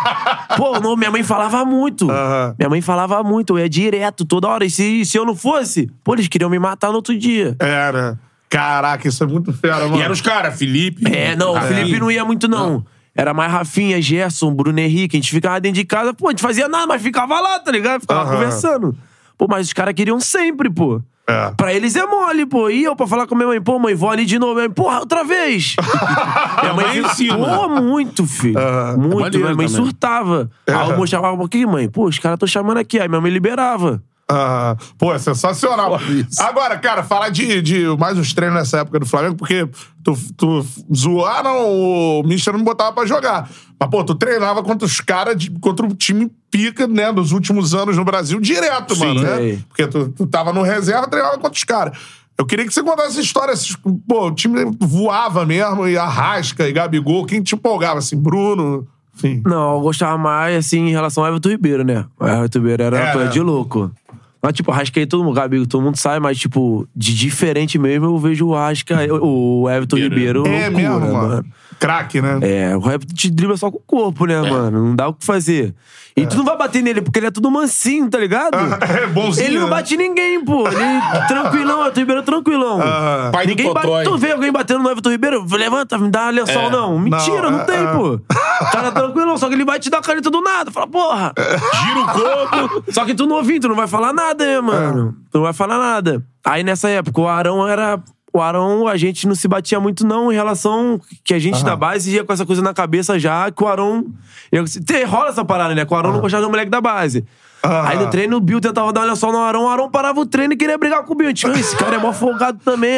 Pô, não, minha mãe falava muito. Minha mãe falava muito. Eu ia direto, toda hora. E se, se eu não fosse, pô, eles queriam me matar no outro dia. Era. Caraca, isso é muito fera, mano. E eram os caras, Felipe. É, não, o Rafinha. Felipe não ia muito, não. Era mais Rafinha, Gerson, Bruno Henrique. A gente ficava dentro de casa, pô, a gente fazia nada, mas ficava lá, tá ligado? Ficava Aham. conversando. Pô, mas os caras queriam sempre, pô. É. Pra eles é mole, pô. E eu pra falar com a minha mãe, pô, mãe, vou ali de novo. Minha mãe, porra, outra vez. Minha mãe mãe fica, ensina. pô, muito, filho. Muito. maneiro Minha mãe também. surtava. Aí eu mostrava um pouquinho, mãe, pô, os caras tão chamando aqui. Aí minha mãe liberava. Ah, pô, é sensacional. Pô, isso. Agora, cara, falar de, de mais uns treinos nessa época do Flamengo, porque tu, tu zoaram, o Mister não me botava pra jogar. Mas, pô, tu treinava contra os caras, de- contra o time pica, né, dos últimos anos no Brasil, direto, Sim, mano, né? sei. Porque tu, tu tava no reserva, treinava contra os caras. Eu queria que você contasse essa história. esses- Pô, o time voava mesmo, e Arrasca, e Gabigol, quem te empolgava, assim, Bruno, enfim. Não, eu gostava mais, assim, em relação ao Everton Ribeiro, né? O Everton Ribeiro era uma É, coisa né? de louco. Mas, tipo, Arrascaí, todo mundo, Gabigo, todo mundo sabe, mas, tipo, de diferente mesmo, eu vejo o Arrasca, o Everton Ribeiro, É loucura, mesmo, mano. mano. Craque, né? É, o Everton te dribla só com o corpo, né, mano? Não dá o que fazer. E tu não vai bater nele, porque ele é tudo mansinho, tá ligado? É bonzinho, Ele não né? bate ninguém, pô. Ele tranquilão, o Everton Ribeiro é tranquilão. Pai do Ninguém bate. Totó, hein? Tu vê alguém batendo no Everton Ribeiro? Levanta, me dá lençol, É. não. Mentira, não, Não, tem, é, pô. O cara é tranquilão, só que ele vai te dar a caneta do nada. Fala, porra. Gira o corpo. Só que tu não ouvindo, tu não vai falar nada, né, mano? Tu não vai falar nada. Aí nessa época, o Arão era. O Arão, a gente não se batia muito, não, em relação que a gente da base ia com essa coisa na cabeça já, que o Arão. Eu, tem, rola essa parada, né? Que o Arão não gostava do moleque da base. Aí no treino, o Bill tentava dar olha só no Arão, o Arão parava o treino e queria brigar com o Bill. A gente, esse cara é mó folgado também,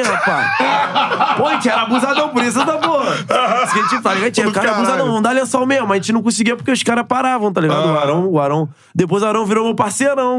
rapaz. Pô, a gente era abusadão, por isso da porra. Isso que a gente fala, a gente Do o cara é caralho. abusadão, não dá lençol mesmo. A gente não conseguia porque os caras paravam, tá ligado? O Arão, o Arão. Depois o Arão virou meu parceirão.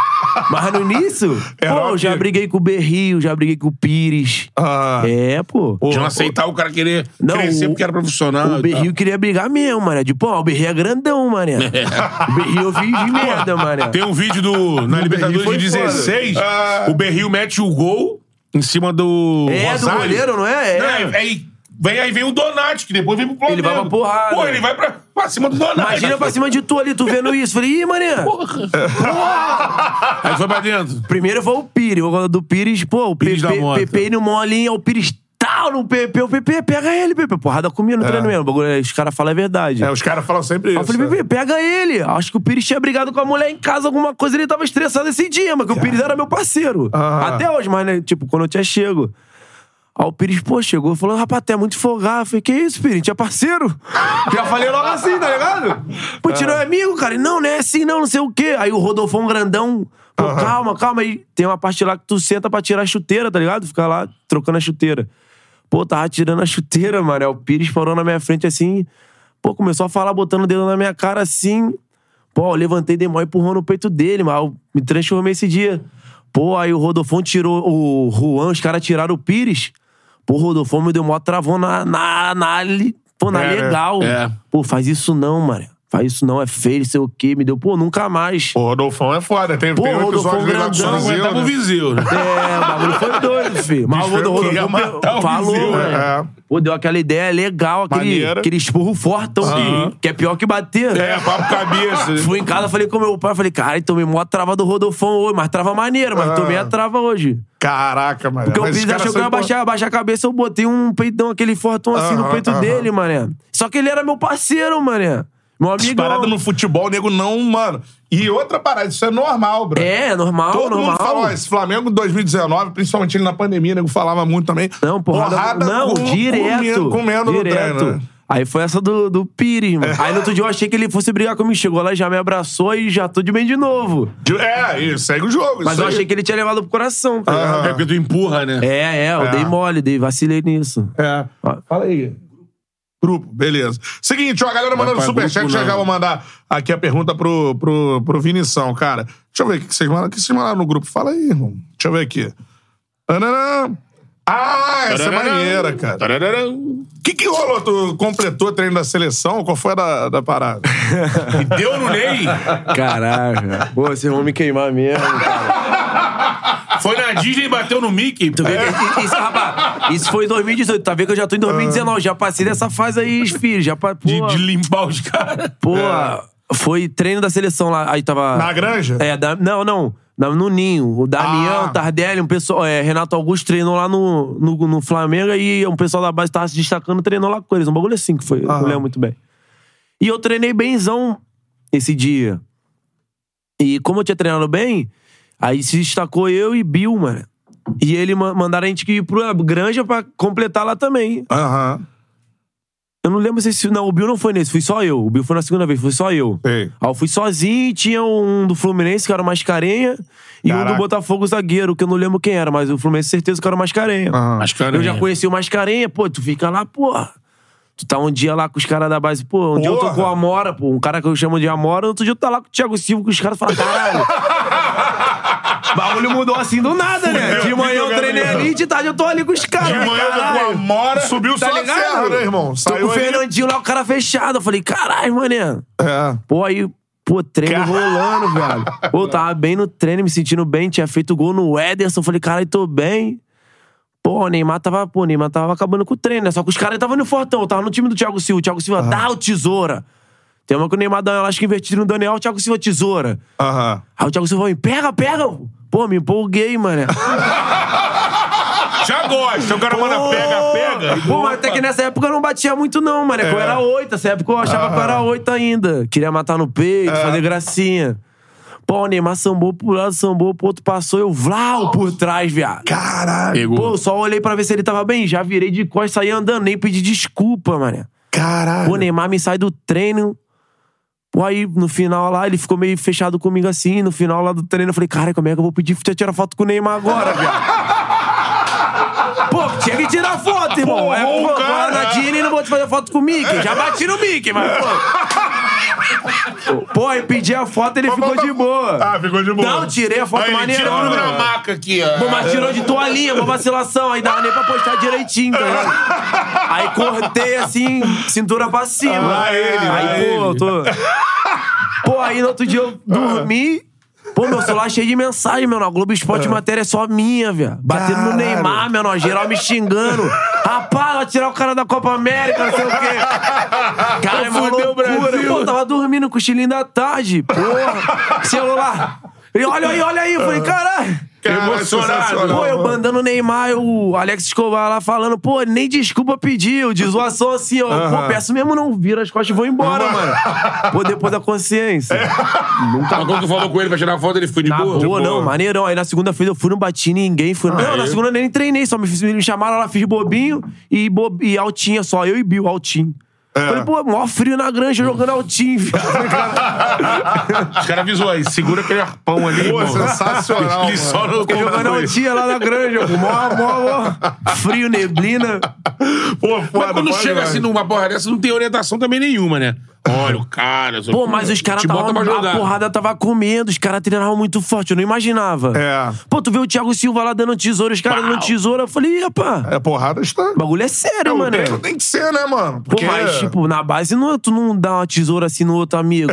Mas no início, Era pô, o eu já quê? briguei com o Berrio, já briguei com o Pires. Ah. É, pô. De não aceitar o cara querer Não, crescer o- porque era profissional. O e Berrio queria brigar mesmo, mané. De, pô, o Berrio é grandão, mané. O Berrio eu vi de merda, mané. Tem um vídeo do, na Libertadores foi de foda. dezesseis, Ah. o Berril mete o gol em cima do É, do Rosário. goleiro, não é? É. Não, aí, aí, vem, aí vem o Donati, que depois vem pro Flamengo. Ele vai pra porrada. Pô, ele vai pra, pra cima do Donati. Imagina pra cima de tu ali, tu vendo isso. Falei, ih, mané. Aí foi pra dentro. Primeiro foi o Pires. O do Pires, pô, o Pires da Pepe, Mota. Pepe no molinho, o Pires tal no Pepe. O Pepe, pega ele, Pepe. Porrada comigo no treino mesmo. O bagulho, os caras falam a verdade. É, os caras falam sempre Aí isso. eu falei, né? Pepe, pega ele. Acho que o Pires tinha brigado com a mulher em casa, alguma coisa, ele tava estressado esse dia, mas que o Pires era meu parceiro. Ah. Até hoje, mas, né, tipo, quando eu tinha chego. Aí o Pires, pô, chegou e falou, rapaz, tu é muito folgado. Eu falei, que isso, Pires? A gente é parceiro. Já falei logo assim, tá ligado? Pô, tirou é amigo, cara. E não, não é assim, não, não sei o quê. Aí o Rodolfão grandão, pô, calma, calma. Aí tem uma parte lá que tu senta pra tirar a chuteira, tá ligado? Fica lá trocando a chuteira. Pô, tava tirando a chuteira, mano. Aí o Pires parou na minha frente assim, pô, começou a falar, botando o dedo na minha cara assim. Pô, eu levantei, dei mó empurrão no peito dele, mas eu me transformei esse dia. Pô, aí o Rodolfão tirou o Juan, os caras tiraram o Pires. Pô, o Rodolfão me deu mó travão na, na, na, li- pô, na É, né? legal. É. Pô, faz isso não, mano. Faz isso não, é feio, sei o quê. Me deu, pô, nunca mais. O Rodolfão é foda. Tem, Pô, tem um Rodolfão episódio dele lá do grandão, Não Sozinho, aguentava o né? Viseu, né? É, o bagulho foi doido, filho. Mas o Bicho, Rodolfão queria matar o falou, Viseu, velho. é. Pô, deu aquela ideia legal, aquele, Maneira. aquele esporro fortão, Sim. que é pior que bater. É, papo cabeça. Fui em casa, falei com meu pai, falei, cara, tomei mó trava do Rodolfão hoje, mas trava maneira, mas Ah. tomei a trava hoje. Caraca, mano. Porque o Mas Pires esse cara achou que eu ia sempre- abaixar, abaixar a cabeça, eu botei um peitão, aquele fortão assim no Aham, peito aham. dele, mané. Só que ele era meu parceiro, mané. Meu amigo. Parada no futebol, o nego não, mano. E outra parada, isso é normal, bro. É, normal, Todo normal. mundo falou, ó, esse Flamengo em dois mil e dezenove, principalmente ele na pandemia, o nego falava muito também. Não, porrada. porrada não, com, direto. Comendo, comendo direto. no treino, né? Aí foi essa do, do Pires, mano. É. Aí no outro dia eu achei que ele fosse brigar comigo. Chegou lá, já me abraçou e já tô de bem de novo. É, isso, segue o jogo. Mas eu aí. achei que ele tinha levado pro coração, tá ligado? É porque tu empurra, né? É, é, eu É. dei mole, dei, vacilei nisso. É. Fala aí. Grupo, beleza. Seguinte, ó, a galera mandando pra superchat, grupo, já não. já vou mandar aqui a pergunta pro, pro, pro Vinição, cara. Deixa eu ver o que vocês mandaram. O que vocês mandaram no grupo? Fala aí, irmão. Deixa eu ver aqui. Tananã. Ah, essa é maneira, cara. O que que rolou? Tu completou o treino da seleção? Qual foi a da, da parada? Deu no Ney? Caraca. Pô, vocês vão me queimar mesmo, cara. Foi na Disney e bateu no Mickey. Tu vê que isso, rapaz, isso foi em dois mil e dezoito. Tá vendo que eu já tô em dois mil e dezenove. Já passei dessa fase aí, filho. Já, pa- pô, De, de limpar os caras. pô, foi treino da seleção lá. Aí tava... Na Granja? É, da, não, não. Na- No Ninho. O Damião, Ah. Tardelli, um pessoal... É, Renato Augusto treinou lá no, no, no Flamengo e um pessoal da base tava se destacando, treinou lá com eles. Um bagulho assim que foi. Não lembro muito bem. E eu treinei benzão esse dia. E como eu tinha treinado bem, aí se destacou eu e Bill, mano. E ele ma- mandaram a gente ir pra Granja pra completar lá também. Aham. Eu não lembro se... Não, o Bill não foi nesse, fui só eu. O Bill foi na segunda vez, foi só eu. Sei. Aí eu fui sozinho e tinha um do Fluminense, que era o Mascarenha, e Caraca. um do Botafogo, zagueiro, que eu não lembro quem era, mas o Fluminense, certeza que era o Mascarenha. Aham. Eu já conheci o Mascarenha, pô, tu fica lá, pô. Tu tá um dia lá com os caras da base, pô, um dia eu tô Porra. com o Amora, pô, um cara que eu chamo de Amora, outro dia eu tô lá com o Thiago Silva, que os caras falam, caralho. O bagulho mudou assim do nada, né? De manhã eu treinei ali, de tarde eu tô ali com os caras. De manhã eu tô com a Amora, subiu tá só a ligado? serra, né, irmão? Tô Saiu com o ali. Fernandinho lá, o cara fechado. Eu falei, caralho, mané. É. Pô, aí, pô, treino rolando, velho. Pô, tava bem no treino, me sentindo bem. Tinha feito gol no Ederson. Falei, caralho, tô bem. Pô, o Neymar tava, pô, o Neymar tava acabando com o treino, né? Só que os caras estavam no fortão. Eu tava no time do Thiago Silva. O Thiago Silva dá o tesoura. Tem uma que o Neymar dá uma elástica invertida no Daniel, o Thiago Silva tesoura. Aham. Aí o Thiago Silva me pega, pega. Pô, me empolguei, mano. Já gosta. O cara manda pega, pega. Pô, mas até que nessa época eu não batia muito, não, mano. É. Eu era oito. Essa época eu achava que eu era oito ainda. Queria matar no peito, fazer gracinha. Pô, o Neymar sambou pro lado, sambou pro outro, passou, eu vlau por trás, viado. Caralho. Pegou. Pô, eu só olhei pra ver se ele tava bem. Já virei de costas, saí andando, nem pedi desculpa, mano. Caralho. Pô, o Neymar me sai do treino. Pô, aí no final lá, ele ficou meio fechado comigo assim. No final lá do treino, eu falei, cara, como é que eu vou pedir pra tirar foto com o Neymar agora, viado? Pô, tinha que tirar foto, irmão. Pô, é, bom, pô, cara. na Disney não vou te fazer foto com o Mickey. Já bati no Mickey, mas, pô. Pô, aí pedi a foto e ele ficou de boa. Ah, ficou de boa. Não, tirei a foto Aí ele tirou maneirona. na maca aqui, ó. Pô, mas tirou de toalhinha, uma vacilação. Aí dava nem pra postar direitinho, tá ligado? Aí cortei assim, cintura pra cima. Lá ele, lá aí, pô, eu tô. Pô, aí no outro dia eu dormi. Pô, meu celular cheio de mensagem, meu. Na Globo Esporte matéria é só minha, velho. Batendo no Caralho. Neymar, meu. Geral me xingando. Rapaz, vai tirar o cara da Copa América, não sei o quê. Cara, é uma Fudeu o loucura. Brasil. Pô, tava dormindo, cochilinho da tarde. Porra. Celular. E olha aí, olha aí. Eu falei, caralho. Cara, emocionado. sensacional, Pô, eu mano. mandando o Neymar, o Alex Escobar lá falando, pô, nem desculpa pediu, de zoação assim, ó. Pô, peço mesmo não, vira as costas e vou embora, mano. Pô, depois da consciência. Mas quando tu falou com ele pra tirar foto, ele foi de Na boa? boa, não, maneirão. Aí na segunda-feira eu fui, não bati ninguém. Fui... não, na segunda nem treinei, só me, fiz- me chamaram lá, fiz bobinho e, bo... e altinha só, eu e Bill, altinho. Falei, pô, mó frio na Granja jogando altinho, viado. Os caras avisou aí, segura aquele arpão ali, Pô, irmão. sensacional, Ele só não Fiquei jogando conclui. altinha lá na Granja, pô, mó, mó, mó frio, neblina. Pô, foda, Mas quando foda chega demais. assim numa porra dessa, não tem orientação também nenhuma, né? Olha, o cara... Pô, mas os caras te bota estavam. pra A jogar. porrada tava comendo, os caras treinavam muito forte, eu não imaginava. É. Pô, tu vê o Thiago Silva lá dando tesoura, os caras dando tesoura. Eu falei, rapaz, É porrada está. o bagulho é sério, O mano. treino tem que ser, né, mano? Pô, mas, tipo, na base não, tu não dá uma tesoura assim no outro amigo.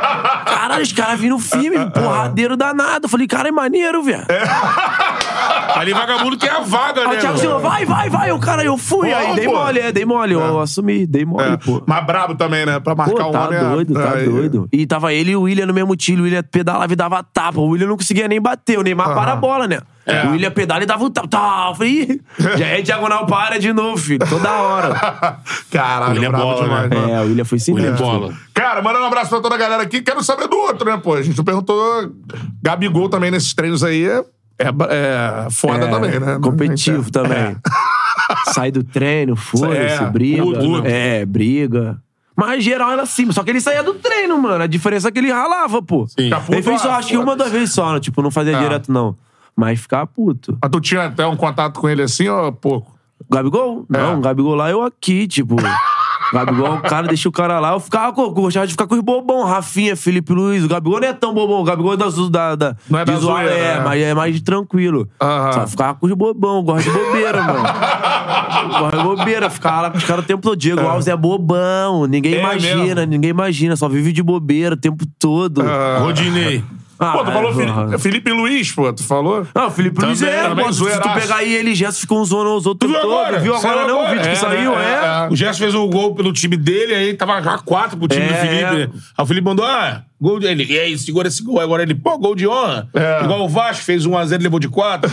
Caralho, os caras vindo firme, porradeiro danado. Eu falei, cara, é maneiro, velho. Ali vagabundo tem a vaga, Aí né? o Thiago Silva, vai, vai, vai. O cara, eu fui. Pô, aí dei pô. mole, é, dei mole. Eu assumi, dei mole, É, pô. mas brabo também, né? Pra Pô, marcar um tá homem. doido, tá aí- doido. E tava ele e o William no mesmo tiro. O William pedalava e dava tapa. O William não conseguia nem bater. O Neymar para a bola, né? O William pedala e dava um tapa. Tá, eu falei, ih, já é diagonal para de novo, filho. Toda hora. Caralho, William brabo bola, demais, né? mano. É, o William foi William sinistro. bola. Cara, mandando um abraço pra toda a galera aqui. Quero saber do outro, né, pô? A gente perguntou. Gabigol também nesses treinos aí é, é, é foda É, também, né? competitivo É. também. Sai do treino, foda-se, É, briga. tudo. É, briga. Mas geral era assim, só que ele saía do treino, mano. A diferença é que ele ralava, pô. Sim. Fica puto, Ele fez só, ah, acho que uma foda-se. das vezes só, né? Tipo, não fazia Ah. direto, não. Mas ficava puto. Mas tu tinha até um contato com ele assim ou pouco? Gabigol? É. Não, Gabigol lá, eu aqui, tipo. Gabigol, o cara, deixa o cara lá. Eu ficava, com- gostava de ficar com os bobão. Rafinha, Felipe Luiz. O Gabigol não é tão bobão. O Gabigol é da, zo- da, da, Não é da de zoar, zoeira, é, né? mas é mais tranquilo. Aham. Só ficava com os bobão. Gosto de bobeira, mano. Gosto de bobeira. Ficava lá com os caras o tempo todo. Diego Alves é bobão. Ninguém É imagina, mesmo? ninguém imagina. Só vive de bobeira o tempo todo. Rodinei. Ah, Pô, tu é, falou porra. Felipe, Felipe Luiz, pô, tu falou? Não, o Felipe Luiz Também, é, também pô, se tu zoeiraço. pegar aí ele e Gerson ficam zoando os outros Tu viu todos. agora? Viu agora Saiu não? O agora? vídeo que É, saiu, né? é. É. O Gerson fez um gol pelo time dele, aí tava já quatro pro time É. do Felipe. né? Aí o Felipe mandou, ah, gol de... Ele, e aí, segura esse gol. Agora ele, pô, gol de honra. É. Igual o Vasco, fez um a zero e levou de quatro.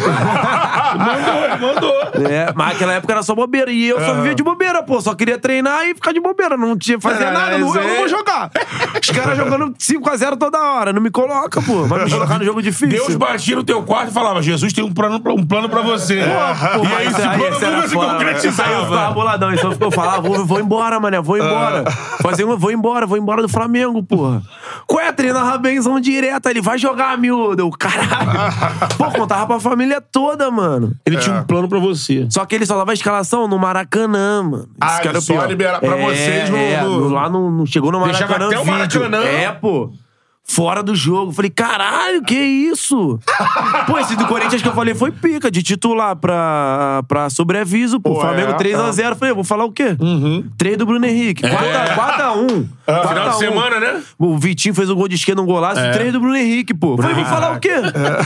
mandou, ele mandou. É, mas naquela época era só bobeira. E eu só vivia de bobeira, pô. Só queria treinar e ficar de bobeira. Não tinha fazer É, nada. Não, eu é. não vou jogar. Os caras jogando cinco a zero toda hora. Não me coloca, pô. Vai me colocar no jogo difícil. Deus batia no teu quarto e falava, Jesus tem um plano pra, um plano pra você. Pô, e aí mas esse aí plano esse era nunca se foda. Isso aí eu ficava concretizava. boladão. Então eu falava, vou, vou embora, mané. Vou embora. Fazer uma, vou embora, vou embora do Flamengo, porra. Qual é? Treinava benzão direto. Ele vai jogar, miúdo. Eu, caralho. Pô, contava pra família toda, mano. Ele tinha um plano pra você. Só que ele só dava a escalação no Maracanã, mano. Ah, que era o só pior. liberar pra vocês no- é, no- Lá no, no- chegou no Deixava Maracanã até o vídeo. Maracanã. É, pô. Fora do jogo. Falei, caralho, que isso? Pô, esse do Corinthians que eu falei foi pica, de titular pra, pra sobreaviso, pô. Pô, Flamengo é, três a zero. Falei, eu vou falar o quê? três do Bruno Henrique. quatro a um. Final de semana, né? O Vitinho fez um gol de esquerda, um golaço. três do Bruno Henrique, pô. Falei, vou falar o quê?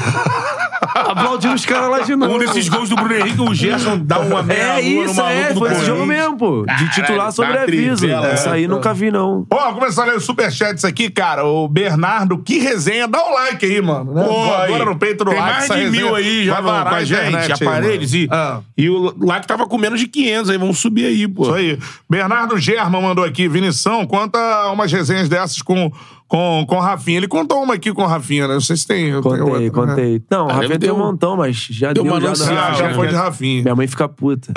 Aplaudindo os caras lá de novo. Um desses gols do Bruno Henrique, o Gerson dá uma meia É lua no isso, maluco é. do Foi esse jogo Corinthians. mesmo, pô. De titular Caralho, sobre tá aviso. trivela, Isso aí é. nunca vi, não. Ó, começando a ler os superchats aqui, cara. O Bernardo, que resenha. Dá um like aí, mano. Né? Pô, Agora aí, no peito do tem like. mais essa de resenha mil aí já vai no, varar com a gente, internet aí, aparelhos. mano. E, Ah. e o like tava com menos de quinhentos aí, vamos subir aí, pô. Isso aí. Bernardo German mandou aqui. Vinição, conta umas resenhas dessas com, com, com o Rafinha. Ele contou uma aqui com o Rafinha, né? Não sei se tem. tem Contei, outra, né? contei. Não, Ah, Rafinha deve tem ter um um- montão, mas já deu deu, uma já, anunciada, Ah, já, já foi de Rafinha. Minha mãe fica puta.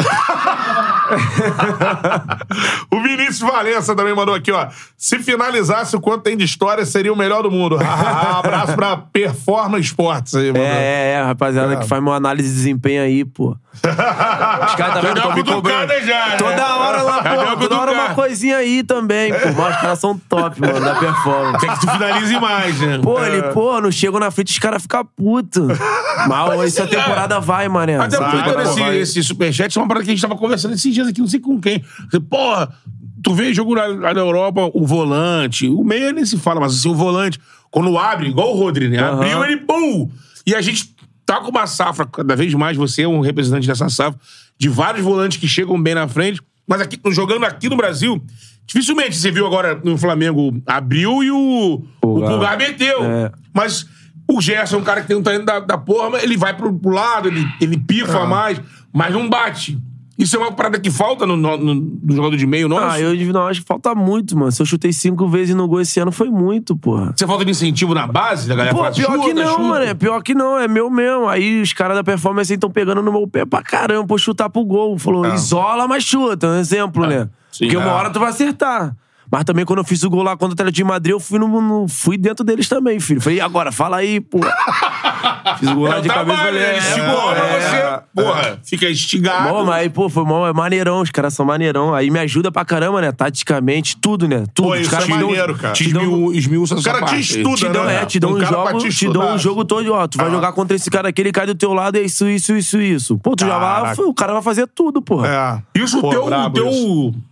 O Vinícius Valença também mandou aqui, ó. Se finalizasse o quanto tem de história, seria o melhor do mundo. Abraço pra Performance Sports aí, mano. É, é, é, rapaziada que faz uma análise de desempenho aí, pô. Os caras tá vendo? deu Tão uma me cobrando. cutucada já, né? Toda hora lá, Já deu pô. uma Toda hora uma cutucada. coisinha aí também, pô. Mas os caras são top, mano, da performance. Quer que tu finalize mais, né? Pô, ele, pô, não chego na frente, os caras ficam putos. Mal, essa temporada vai, mané. Até Essa porque temporada esse, vai. esse superchat é uma parada que a gente tava conversando esses dias aqui, não sei com quem. Porra, tu vê jogo na, lá na Europa, o volante, o meia nem se fala, mas assim, o volante, quando abre, igual o Rodri, né? Aham. Abriu, ele, pum! E a gente tá com uma safra, cada vez mais você é um representante dessa safra, de vários volantes que chegam bem na frente, mas aqui, jogando aqui no Brasil, dificilmente você viu agora no Flamengo, abriu e o Pulgar, o Pulgar meteu. É. Mas o Gerson é um cara que tem um talento da, da porra, mas ele vai pro, pro lado, ele, ele pifa mais, mas não bate. Isso é uma parada que falta no, no, no jogador de meio nosso? Ah, eu não acho que falta muito, mano. Se eu chutei cinco vezes no gol esse ano, foi muito, porra. Você falta de incentivo na base da galera? Pô, fala, pior chuta, que não, chuta. mano. É pior que não, é meu mesmo. Aí os caras da performance estão pegando no meu pé pra caramba, pra eu chutar pro gol. Falou, isola, mas chuta. Um exemplo, né? sim. Porque uma Ah. hora tu vai acertar. Mas também quando eu fiz o gol lá contra o Atlético de Madrid, eu fui, no, no- fui dentro deles também, filho. Falei, e agora? Fala aí, pô. Fiz o gol É lá o de cabeça. trabalho, Falei, né? Ele estigou é, pra é. você. Porra, fica estigado. Bom, mas aí, pô, foi mó, é maneirão, os caras são maneirão. Aí me ajuda pra caramba, né? Taticamente, tudo, né? Tudo. Pô, Os isso caras é te dão- maneiro, cara. Te te dão- esmiu- esmiuça O essa cara te parte. estuda, Te dão, né? é, te dão Um um cara pra jogo, te te dão estudar. um jogo todo, ó. Tu vai Ah. jogar contra esse cara aqui, ele cai do teu lado, é isso, isso, isso, isso. Pô, tu já vai, Caraca. o cara vai fazer tudo, porra. É. Isso, o Pô, teu, brabo teu, isso.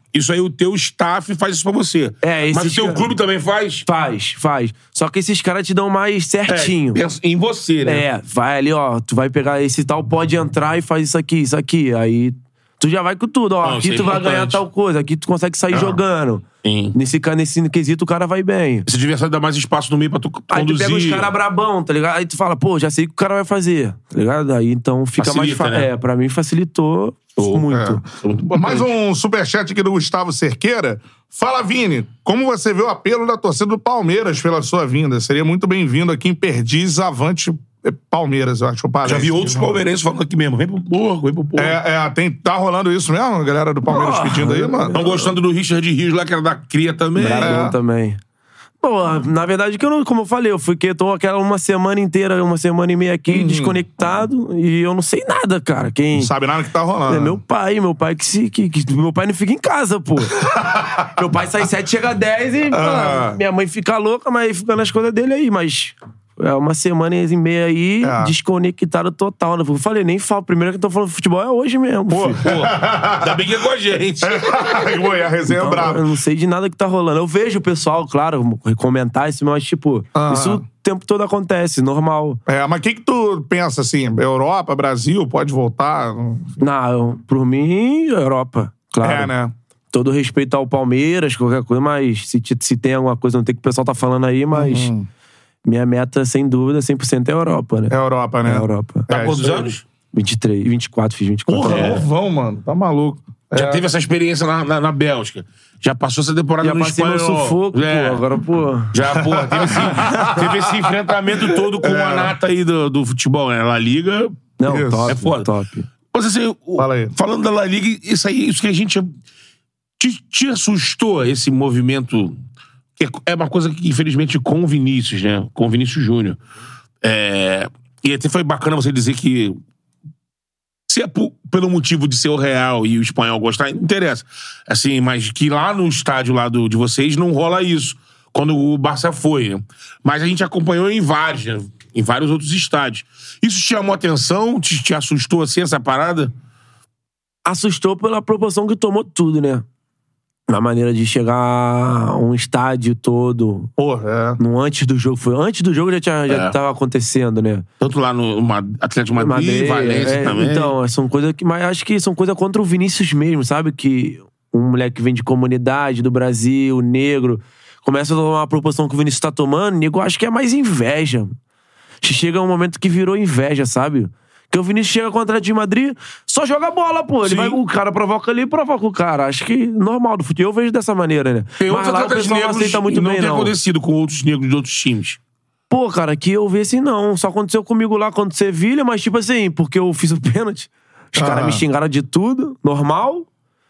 Isso aí o teu staff faz isso pra você. É, esses Mas o teu cara- clube também faz? Faz, faz. Só que esses caras te dão mais certinho. É, pensa em você, né? É, vai ali, ó, tu vai pegar esse tal, pode entrar e faz isso aqui, isso aqui. Aí tu já vai com tudo, ó. Não, aqui isso é tu vai importante. ganhar tal coisa, aqui tu consegue sair jogando. Sim. Nesse, ca- nesse quesito o cara vai bem. Esse adversário dá mais espaço no meio pra tu Aí tu conduzir. pega os caras brabão, tá ligado? Aí tu fala, pô, já sei o que o cara vai fazer, tá ligado? Aí então fica mais Facilita, fácil. né? É, pra mim facilitou muito. Muito importante. Mais um superchat aqui do Gustavo Cerqueira. Fala, Vini. Como você vê o apelo da torcida do Palmeiras pela sua vinda? Seria muito bem-vindo aqui em Perdizes, avante eh, Palmeiras, eu acho. o Já palestra vi outros aqui, não. palmeirenses falando aqui mesmo. Vem pro porco, vem pro porco. É, é, tem, tá rolando isso mesmo, a galera do Palmeiras Porra, pedindo aí, mano? Estão gostando do Richard Rios lá, que era da Cria também. Brabão É. também. Pô, na verdade, que eu não, como eu falei, eu fiquei, tô aquela uma semana inteira, uma semana e meia aqui, desconectado, e eu não sei nada, cara. Quem. Não sabe nada que tá rolando. É meu pai, meu pai que se. Que, que- meu pai não fica em casa, pô. Meu pai sai sete, chega dez e. Ah. pô, minha mãe fica louca, mas fica nas coisas dele aí, mas. É uma semana e meia aí, É. desconectado total. Né? Eu falei, nem falo. Primeiro que eu tô falando de futebol é hoje mesmo. Pô, filho. Pô, ainda bem que é com a gente. Pô, e a resenha é Então, braba. eu não sei de nada que tá rolando. Eu vejo o pessoal, claro, comentar isso, mas, tipo, Ah. isso o tempo todo acontece, normal. É, mas o que que tu pensa, assim, Europa, Brasil, pode voltar? Não, eu- por mim, Europa, claro. É, né? Todo respeito ao Palmeiras, qualquer coisa, mas se, te- se tem alguma coisa, não tem que o pessoal tá falando aí, mas Uhum. minha meta, sem dúvida, cem por cento é Europa, né? É Europa, né? É Europa. É, Tá quantos isso aí. anos? vinte e três, vinte e quatro, fiz vinte e quatro. Porra, É. novão, mano. Tá maluco. Já É. teve essa experiência na, na, na Bélgica. Já passou essa temporada Já no passei espanhol. no sufoco, É. pô, agora, pô... Já, pô, teve esse, teve esse enfrentamento todo com a nata aí do, do futebol, né? La Liga. Não, Isso. top, É foda. top. Mas assim, o- Fala aí. falando da La Liga, isso aí, isso que a gente. Te, te assustou esse movimento? Que é- é uma coisa que, infelizmente, com o Vinícius, né? Com o Vinícius Júnior. É, e até foi bacana você dizer que. Se é por- pelo motivo de ser o Real e o espanhol gostar, não interessa. Assim, mas que lá no estádio lá do, de vocês não rola isso. Quando o Barça foi, né? Mas a gente acompanhou em vários, né? Em vários outros estádios. Isso te chamou atenção? Te, te assustou assim essa parada? Assustou pela proporção que tomou tudo, né? Na maneira de chegar a um estádio todo. Porra, é. No antes do jogo. Foi antes do jogo já, tinha, já É. tava acontecendo, né? Tanto lá no Ma- Atlético Madrid, Madrid, Valência é, também. Então, são coisas que. Mas acho que são coisas contra o Vinícius mesmo, sabe? Que um moleque que vem de comunidade do Brasil, negro, começa a tomar uma proporção que o Vinícius tá tomando, nego, acho que é mais inveja. Chega um momento que virou inveja, sabe? Que o Vinícius chega contra o de Madrid, só joga bola, pô. Ele Sim. vai, o cara provoca ali e provoca o cara. Acho que normal do futebol. Eu vejo dessa maneira, né? Tem Mas outros lá o atletas pessoal não negros aceita muito e não bem, tem não. acontecido com outros negros de outros times. Pô, cara, que eu vi assim, não. Só aconteceu comigo lá contra o Sevilha, mas tipo assim, porque eu fiz o pênalti. Os Ah. caras me xingaram de tudo, normal.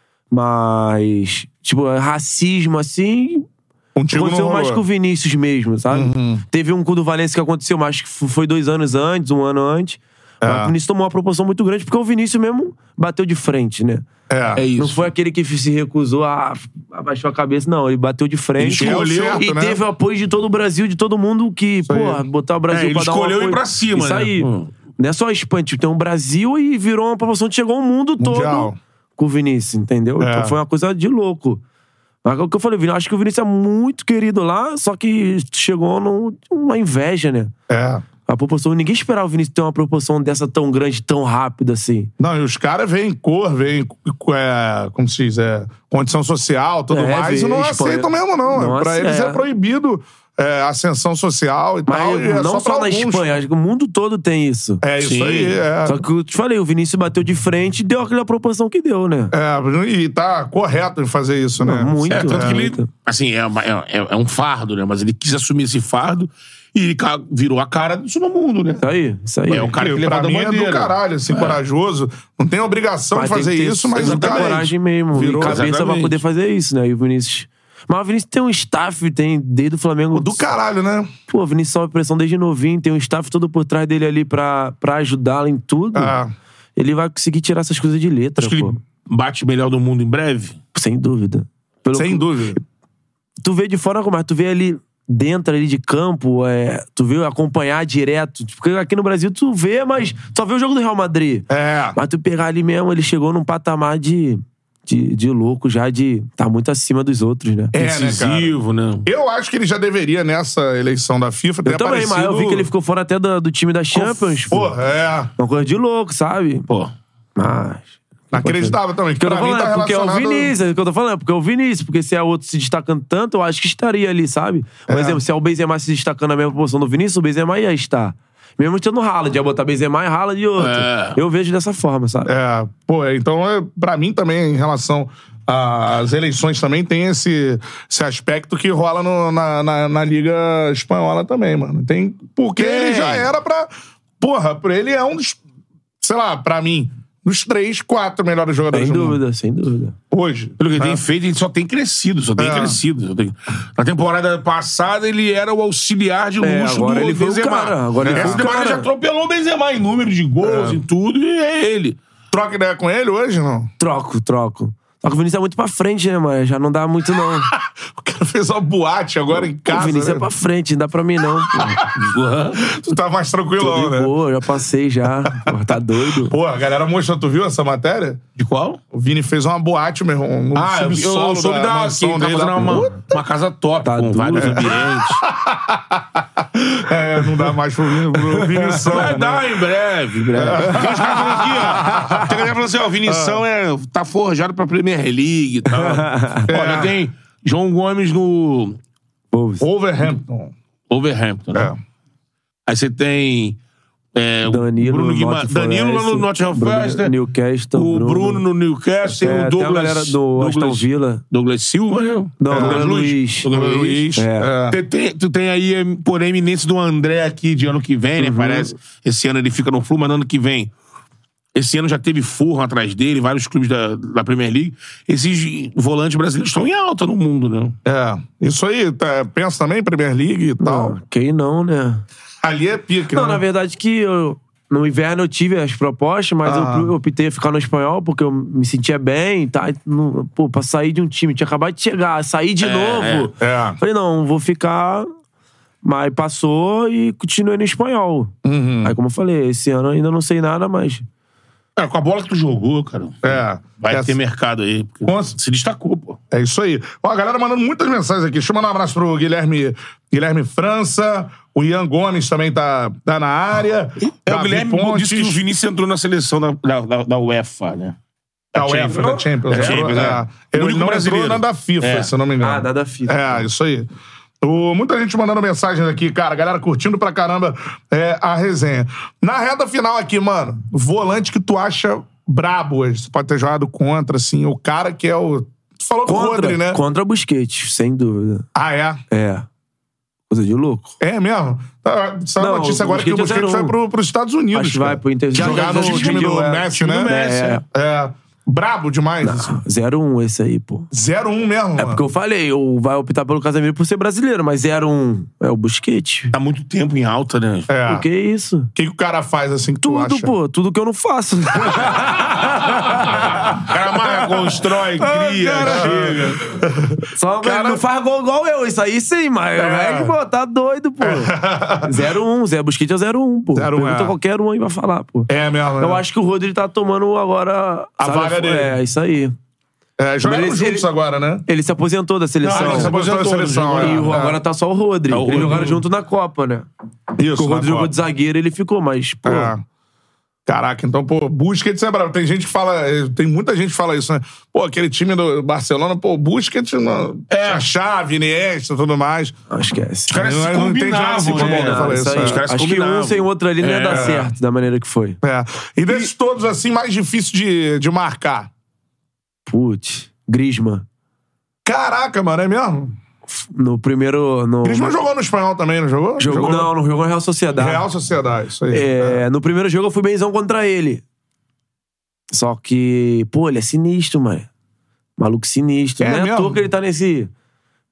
Mas, tipo, racismo assim. Contigo não aconteceu rolou. mais com o Vinícius mesmo, sabe? Teve um com o do Valência que aconteceu, mas acho que foi dois anos antes, um ano antes. Mas o Vinícius tomou uma proporção muito grande, porque o Vinícius mesmo bateu de frente, né? É. É isso. Não foi aquele que se recusou a abaixou a cabeça, não. Ele bateu de frente. Ele escolheu, e né? teve o apoio de todo o Brasil, de todo mundo que, porra, botar o Brasil É, ele pra dar um escolheu ir apoio. pra cima, Isso né? aí. Hum. Não é só a Espanha, tipo, tem um Brasil e virou uma proporção que chegou o mundo Mundial. todo com o Vinícius, entendeu? É. Então foi uma coisa de louco. Mas é o que eu falei, Vinícius, acho que o Vinícius é muito querido lá, só que chegou numa inveja, né? É. A proporção, ninguém esperava o Vinícius ter uma proporção dessa tão grande, tão rápida assim. Não, e os caras veem cor, veem, é, como se diz, é, condição social, tudo É, mais, vê, e não Espanha. aceitam mesmo, não. Não pra ace- eles é, é. proibido é, ascensão social e Mas tal. E é não só, só, pra na alguns. Espanha, acho que o mundo todo tem isso. É isso Sim. aí, é. Só que eu te falei, o Vinícius bateu de frente e deu aquela proporção que deu, né? É, e tá correto em fazer isso, né? Muito. É, tanto é, que ele, muito. assim, é, uma- é, é- é um fardo, né? Mas ele quis assumir esse fardo e ele ca- virou a cara disso no mundo, né? Isso aí, isso aí. É o cara que pra levanta a mim é do bandeira. caralho, assim, corajoso. Não tem obrigação Mas de fazer tem que ter isso, mas o muita cara coragem mesmo. virou E cabeça exatamente. pra poder fazer isso, né? E o Vinícius... Mas o Vinícius tem um staff, tem desde o Flamengo... do caralho, né? Pô, o Vinícius sobe pressão desde novinho, tem um staff todo por trás dele ali pra, pra ajudá-lo em tudo. Ah. Ele vai conseguir tirar essas coisas de letra, Acho que pô. ele bate melhor do mundo em breve. Sem dúvida. Pelo Sem que- dúvida. Tu vê de fora como é, tu vê ali dentro ali de campo, é, tu vê acompanhar direto. Porque aqui no Brasil tu vê, mas só vê o jogo do Real Madrid. É. Mas tu pegar ali mesmo, ele chegou num patamar de de, de louco já, de tá muito acima dos outros, né? É, Decisivo, né, né, cara? Eu acho que ele já deveria, nessa eleição da FIFA, ter Eu também, aparecido... mas eu vi que ele ficou fora até do, do time da Champions. pô. Porra, é... Uma coisa de louco, sabe? Pô. Mas... Inacreditável também. Que eu tô pra mim falando, tá é porque é o relacionado- Vinícius, é o que eu tô falando, é porque é o Vinícius, porque se é outro se destacando tanto, eu acho que estaria ali, sabe? Por É. exemplo, se é o Benzema se destacando na mesma posição do Vinícius, o Benzema ia estar. Mesmo estando Haaland, ia botar Benzema e Haaland e outro. É. Eu vejo dessa forma, sabe? É, pô, então, é, pra mim também, em relação às eleições, também tem esse, esse aspecto que rola no- na, na, na Liga Espanhola também, mano. Tem, porque Tem. ele já era pra... Porra, pra ele é um dos... Sei lá, pra mim, dos três, quatro melhores jogadores Sem do mundo. dúvida, sem dúvida. Hoje. Pelo que ele É. tem feito, ele só tem crescido, só tem É. crescido. Só tem... Na temporada passada, ele era o auxiliar de luxo É, agora do ele foi o Benzema. cara, agora ele Essa foi o temporada cara. já atropelou o Benzema em número de gols, É. em tudo, e é ele. Troca ideia com ele hoje, não? Troco, troco. Só que o Vinícius é muito pra frente, né, mano? Já não dá muito, não. O cara fez uma boate agora em o casa, Vinícius né? é pra frente, não dá pra mim, não, pô. Tu tá mais Tô tranquilão, de né? boa, já passei já. Pô, tá doido? Pô, a galera mostrou, tu viu essa matéria? De qual? O Vini fez uma boate, meu irmão, no Ah, eu, subsolo eu soube da da, que mansão ele tá dele. fazendo lá. uma, uma casa top, Tá com duro. vários É. ambientes. É, não dá mais pro Vini, pro Vinição, Vai né? dar em breve, em breve. Tem os caras falando aqui, ó. Tem a galera falando assim, ó, o Vinição é, tá forjado pra Premier League e tal. Olha, tem João Gomes no Wolves. Overhampton. Overhampton, né? É. Aí você tem é, o Danilo, Bruno Guima... Nottingham Danilo lá no Forest, Nottingham Bruno- Forest, né? Newcastle, o Bruno, Bruno no Newcastle, É, o tem a Douglas... galera do Douglas, Aston Villa. Douglas Silva, né? Não, É, Douglas Luiz. Douglas Luiz. É. Tu tem, tu tem aí, eh, por eminência do André aqui de ano que vem, né? Parece. Esse ano ele fica no Flu, mas no ano que vem. Esse ano já teve Fulham atrás dele, vários clubes da, da Premier League. Esses volantes brasileiros estão em alta no mundo, né? É. Isso aí, tá, pensa também em Premier League e tal. Não, quem não, né? Ali é pique, Não, né? na verdade que eu, no inverno eu tive as propostas, mas Ah. eu, eu optei a ficar no espanhol porque eu me sentia bem, tá? Não, pô, pra sair de um time, tinha acabado de chegar, sair de novo. É. Falei, não, vou ficar. Mas passou e continuei no espanhol. Uhum. Aí, como eu falei, esse ano eu ainda não sei nada, mas. Cara, com a bola que tu jogou, cara. É. Vai É. ter mercado aí. porque Nossa. Se destacou, pô. É isso aí. Ó, a galera mandando muitas mensagens aqui. Deixa eu mandar um abraço pro Guilherme, Guilherme França. O Ian Gomes também tá, tá na área. É, o Davi Guilherme Pontes. disse que o Vinícius entrou na seleção da, da, da, da UEFA, né? É, o UEFA, da Champions. Da Champions, é. é. Ele O único não brasileiro. entrou na da FIFA, É. se eu não me engano. Ah, da da FIFA. É, isso aí. O, muita gente mandando mensagens aqui, cara. Galera curtindo pra caramba é, a resenha. Na reta final aqui, mano, volante que tu acha brabo hoje. Você pode ter jogado contra, assim, o cara que é o... Tu falou do Contra, Rodri, né? contra Busquets, sem dúvida. Ah, é? É. Coisa de louco. É mesmo? Tá, Saiu a Não, notícia o agora que o Busquets é Busquets zero um. vai pro, pros Estados Unidos. Acho que vai cara. pro Inter. Jogar Já- no já time do é, Messi, time né? do Messi, É. é. Brabo demais. assim. zero um esse aí, pô. zero um mesmo, É mano. porque eu falei, eu vai optar pelo Casemiro por ser brasileiro, mas zero um é o Busquets. Tá muito tempo em alta, né? É. O que é isso? O que, que o cara faz assim que tu Tudo, acha? pô. Tudo que eu não faço. O cara marca, constrói, cria, chega. Só Cara- não faz gol igual eu. Isso aí sim, mas É. é. pô, tá doido, pô. zero um, Zé Busquets é zero um, pô. zero um, Pergunta é. qualquer um aí vai falar, pô. É mesmo, Eu né? acho que o Rodri tá tomando agora... A sabe, vaga dele. É, isso aí. É, jogaram Ele- juntos ele- agora, né? Ele se aposentou da seleção. Não, ele se aposentou da seleção, E é. o- agora tá só o Rodri. É, o Eles Rodri. jogaram junto na Copa, né? Isso, Porque o na Rodri jogou Copa. de zagueiro ele ficou, mas, pô... É. Caraca, então, pô, Busquets é bravo. Tem gente que fala, tem muita gente que fala isso, né? Pô, aquele time do Barcelona, pô, Busquets, não, é a chave, Iniesta e tudo mais. Não, esquece. Os caras Eu se não entendi nada desse combinavam, futebol, né? eu falei Isso isso, aí. é. Os caras se Acho que combinavam. um sem o outro ali não ia É. dar certo, da maneira que foi. É. E desses todos, assim, mais difícil de, de marcar. Putz, Griezmann. Caraca, mano, é mesmo? No primeiro... No... Griezmann jogou no espanhol também, não jogou? Jogou, não, não jogou na Real Sociedade. Real Sociedade, isso aí. É, no primeiro jogo eu fui benzão contra ele. Só que, pô, ele é sinistro, mano. Maluco sinistro. É não é à mesmo? toa que ele tá nesse,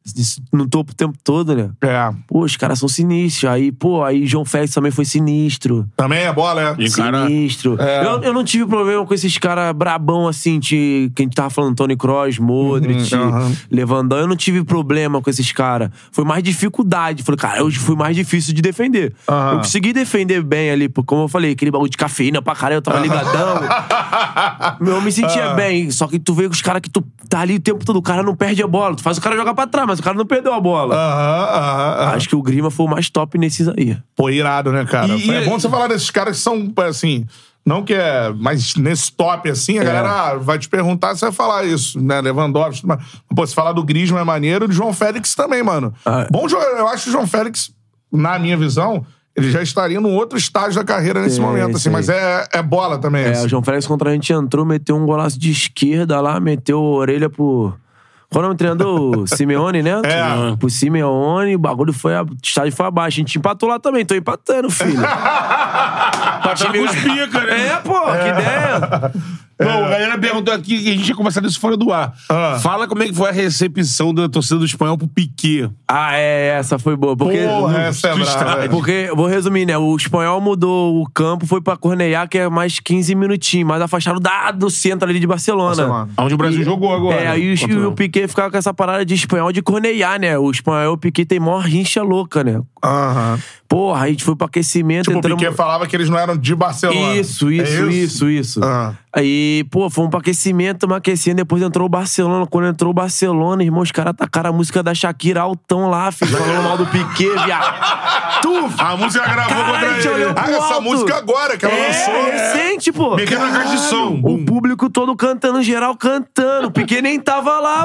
no topo o tempo todo, né? É. Pô, os caras são sinistros. Aí, pô, aí João Félix também foi sinistro. Também é bola, é. E cara- Sinistro. É. Eu, eu não tive problema com esses caras brabão, assim, de, que a gente tava falando, Toni Kroos, Modric, Uhum, uhum. Lewandowski. Eu não tive problema com esses caras. Foi mais dificuldade. Falei, cara, hoje foi mais difícil de defender. Uhum. Eu consegui defender bem ali, porque, como eu falei, aquele bagulho de cafeína pra caralho, eu tava ligadão. Meu, eu me sentia bem. Só que tu vê com os caras que tu tá ali o tempo todo, o cara não perde a bola. Tu faz o cara jogar pra trás, mas o cara não perdeu a bola. Aham, aham, aham. Acho que o Grima foi o mais top nesses aí. Pô, irado, né, cara? E- é e- bom você falar desses caras que são, assim... Não que é... Mas nesse top, assim, a galera ah, vai te perguntar, você vai falar isso, né? Lewandowski... Mas, pô, se falar do Griezmann é maneiro, e do João Félix também, mano. Ah, é. Bom jogador. Eu acho que o João Félix, na minha visão, ele já estaria num outro estágio da carreira nesse Sim, momento, assim. sim. Mas é, é bola também, É, assim. o João Félix contra a gente entrou, meteu um golaço de esquerda lá, meteu a orelha pro... Qual é o nome do treinador? O Simeone, né? É. Pro Simeone, o bagulho foi... A... O estádio foi abaixo. A gente empatou lá também. Tô empatando, filho. Tá com os pica, né? É, pô, que ideia. Não, a galera perguntou aqui, que a gente tinha conversado isso fora do ar. Ah. Fala como é que foi a recepção da torcida do Espanhol pro Piquet. Ah, é, essa foi boa. Porque, Porra, essa é do brava. estádio. porque, vou resumir, né? O Espanhol mudou o campo, foi pra Cornellà, que é mais quinze minutinhos, mais afastado da, do centro ali de Barcelona. Barcelona. Onde o Brasil jogou agora. É, aí Contra- o, o Piquet ficava com essa parada de Espanhol de Cornellà, né? O Espanhol, o Piquet tem maior rincha louca, né? Aham. Porra, aí a gente foi pro aquecimento, Tipo, o entramos... Piquet falava que eles não eram de Barcelona. Isso, É isso, isso, isso. Ah. Aí, pô, fomos pro aquecimento, estamos aquecendo, depois entrou o Barcelona. Quando entrou o Barcelona, irmão, os caras tacaram a música da Shakira altão lá, filho, falando mal do Piquet, viado. Tu, A música gravou Caralho, contra a gente ele. olhou pro Ah, essa alto. música agora, que ela é, lançou. recente, pô. Metendo na caixa de som. O Bum. público todo cantando, geral cantando. O Piquet nem tava lá,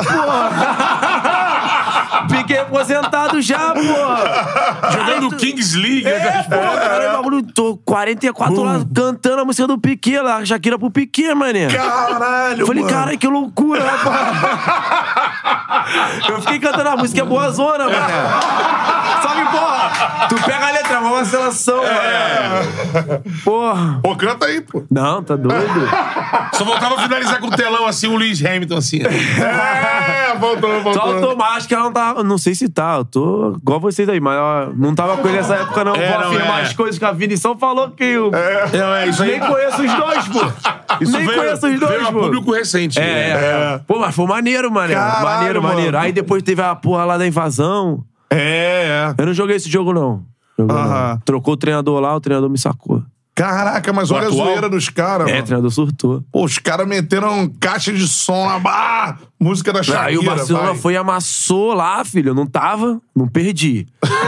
pô. Piquet aposentado já, pô. Jogando Kings League. É, pô, cara, bagulho, tô quarenta e quatro lá cantando a música do Piquet lá, a Shakira pro Piquet, mané. Caralho, Eu falei, mano. cara, que loucura, rapaz. Eu fiquei cantando a música, é boa zona, mané. Só que, porra, tu pega a letra, é uma vacilação, mané. Porra. Pô, canta aí, pô. Não, tá doido? Só voltava a finalizar com o telão assim, o Lewis Hamilton assim. É, voltou, voltou. Só eu tô mais, acho que ela não tá. Não sei se tá, eu tô igual vocês aí, mas ó, não tava com ele nessa época, não. É, Vou não, afirmar é. as coisas que a Vinição falou que eu. Não, é isso aí. Nem conheço os dois, pô. Isso Nem veio, conheço os dois, veio a pô. público recente. É, né? é, é. Pô, mas foi maneiro, mané. Caralho, Maneiro, mano. maneiro. Aí depois teve a porra lá da invasão. É, é. Eu não joguei esse jogo, não. Joguei, não. Aham. Trocou o treinador lá, o treinador me sacou. Caraca, mas O olha atual? a zoeira dos caras, É, o mano. treinador surtou. Pô, os caras meteram caixa de som lá. Bah, música da Shakira, Aí o Barcelona vai. foi e amassou lá, filho. Eu não tava, não perdi.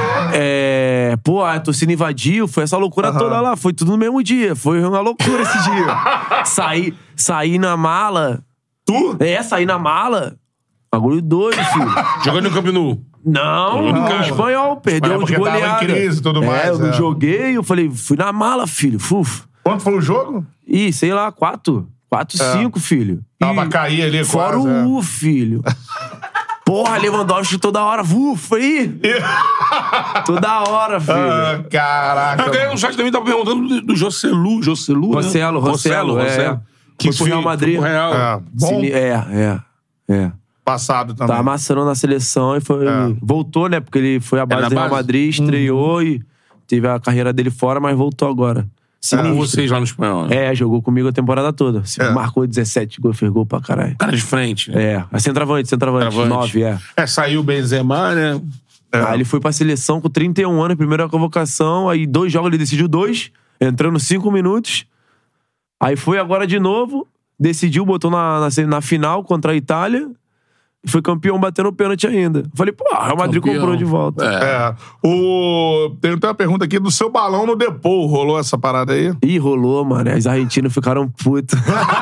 é, pô, a torcida invadiu, foi essa loucura Aham. toda lá. Foi tudo no mesmo dia. Foi uma loucura esse dia. Saí, saí na mala. Tu? É, saí na mala. Bagulho doido, filho. Jogando no Camp Nou. Não, Não. o espanhol, perdeu Porque de tava em goleada. crise e tudo é, mais, eu não é. joguei, eu falei, fui na mala, filho. Fuf. Quanto foi o jogo? Ih, sei lá, quatro. Quatro, cinco, filho. Tava E pra cair ali fora quase, o U, filho. Porra, Lewandowski toda hora. Uf, aí. Toda hora, filho. Ah, caraca. A galera no chat também tava perguntando do, do Joselu. Joselu, né? Rossello, Rossello, é. Que Foi pro Real Madrid. Foi pro Real. É, bom Se me- É, é, é. passado também. Tá amassando na seleção e foi. É. Voltou, né? Porque ele foi à base na do Real base? Madrid, estreou e teve a carreira dele fora, mas voltou agora. Com Sinistro. vocês lá no Espanhol. né? É, jogou comigo a temporada toda. Se É. Marcou dezessete gols, fez gol pra caralho. Cara de frente. Né? É, a centroavante, centroavante. Centroavante. Nove, é. É, saiu o Benzema, né? Aí ele foi pra seleção com trinta e um anos, primeira convocação, aí dois jogos ele decidiu dois, entrando cinco minutos. Aí foi agora de novo, decidiu, botou na, na, na final contra a Itália e foi campeão batendo o pênalti ainda. Falei, pô, o Real Madrid Campeão. comprou de volta. É. É. O... Tem até uma pergunta aqui do seu balão no Depô. Rolou essa parada aí? Ih, rolou, mano. Os argentinos ficaram putos.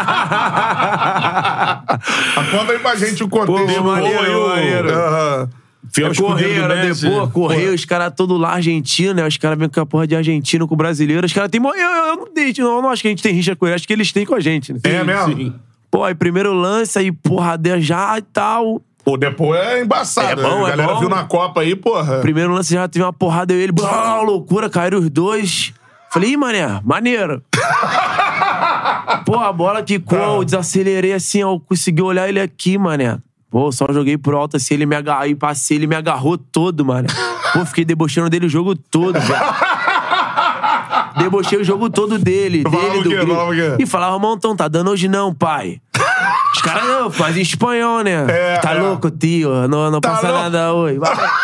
Conta aí pra gente o contexto. Pô, maneiro, Pô, maneiro. Aham. Fiel É escudeiro correr, do era Messi. depois, correr, os caras todos lá argentinos, né? Os caras vêm com a porra de argentino com brasileiro. Os caras têm. Eu, eu, eu, não deixo, eu não acho que a gente tem rixa com eles, acho que eles têm com a gente, né? É mesmo? Sim. Pô, aí primeiro lance, aí porradeira já e tal. O Depô é embaçado. É bom, a é galera bom. viu na Copa aí, porra. Primeiro lance já teve uma porrada, eu e ele, blá, loucura, caíram os dois. Falei, ih, mané, maneiro. Pô, a bola quicou, eu desacelerei assim, eu consegui olhar ele aqui, mané. Pô, só joguei pro alto assim, ele me agarrou, aí passei, ele me agarrou todo, mano. Pô, fiquei debochando dele o jogo todo, velho. Debochei o jogo todo dele, dele, do Grêmio. E falava, montão, tá dando hoje não, pai. Os caras não, mas em espanhol, né? É, tá é. louco, tio, não, não Tá passa louco? nada hoje.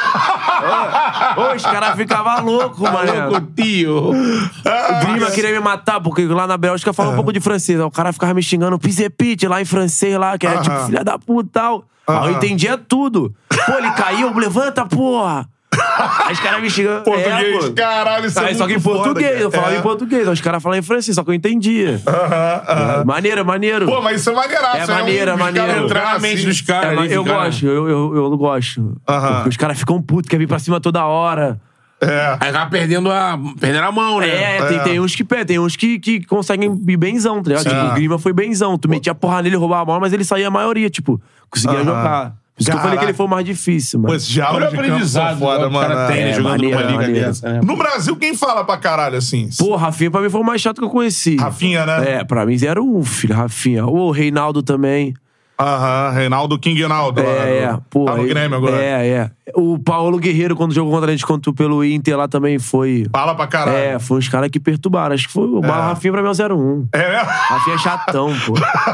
Ô, ô, os caras ficavam loucos, Tá mano. louco, tio. O Grima queria me matar, porque lá na Bélgica fala um pouco de francês. Aí o cara ficava me xingando, pisepite, lá em francês, lá, que era tipo filha da puta e tal. Aí eu entendia tudo. Pô, ele caiu, levanta, porra. Aí os caras me xingando. Português, é, pô. caralho, isso Aí, é só que em muito português, foda, eu falava é. em português. Aí os caras falavam em francês, só que eu entendia. Aham, Maneiro, maneiro. Pô, mas isso é maneiraço. É maneiro, é um- maneiro. os caras Entrar na entrarem mente assim. dos caras. É, ali, mas eu ficar- gosto, eu, eu, eu gosto. Aham. Porque os caras ficam putos, quer vir pra cima toda hora. É. Aí acaba perdendo a, perdendo a mão, né? É, Tem, tem uns que pé, tem uns que, que conseguem ir benzão, tá ligado? Tipo, o Grima foi benzão. Tu metia porra nele, roubava a bola, mas ele saía a maioria, tipo, conseguia Aham. jogar. Por isso que eu falei que ele foi o mais difícil, mano. Pô, esses diálogos Olha o de campo aprendizado são foda, que o cara mano. tem, né? É. Jogando maneiro, numa liga maneiro. dessa, né? No Brasil, quem fala pra caralho assim? Pô, Rafinha pra mim foi o mais chato que eu conheci. Rafinha, né? É, pra mim zero um, filho, Rafinha. O Reinaldo também. Aham, Reinaldo King Reinaldo. É, é. Pô, Tá no aí- Grêmio agora. É, é. O Paulo Guerreiro, quando jogou contra a gente contra, pelo Inter lá também foi. Fala pra caralho. É, foi uns caras que perturbaram. Acho que foi o Rafinha pra mim é o zero um. É mesmo? Rafinha é chatão, pô.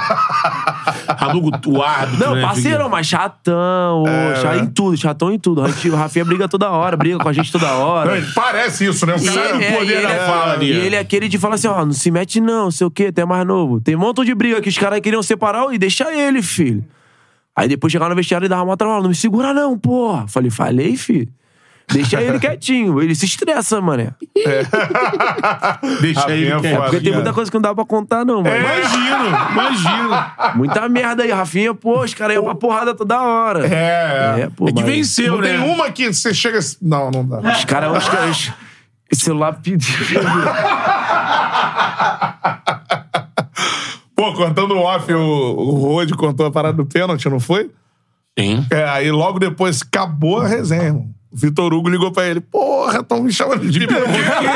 Radugo, o árbitro, Não, né? parceiro, mas chatão. É, chato né? em tudo, chatão em tudo. O Rafinha briga toda hora, briga com a gente toda hora. Não, ele parece isso, né? O E cara ele, o é, poder e ele da é- fala e ali. ele é aquele de falar assim, ó, não se mete não, sei o quê, até mais novo. Tem um montão de briga que os caras queriam separar e deixa ele, filho. Aí depois chegava no vestiário e dava uma trabalho, não me segura não, porra. Falei, falei, filho. Deixa ele quietinho. Ele se estressa, mané. Deixa Rafinha ele é quieto. foda. Porque tem muita coisa que não dá pra contar, não, mano. Imagino, imagino. Muita merda aí, Rafinha, pô, os caras iam pra porrada toda hora. É, É, pô, É que mas- venceu, Não né? tem uma que você chega assim... Não, não dá. Os caras, os caras. Esse celular pediu. Pô, contando off, o, o Rode contou a parada do pênalti, não foi? Sim. É, aí logo depois acabou a resenha, irmão. O Vitor Hugo ligou pra ele. Porra, tão me chamando de pênalti.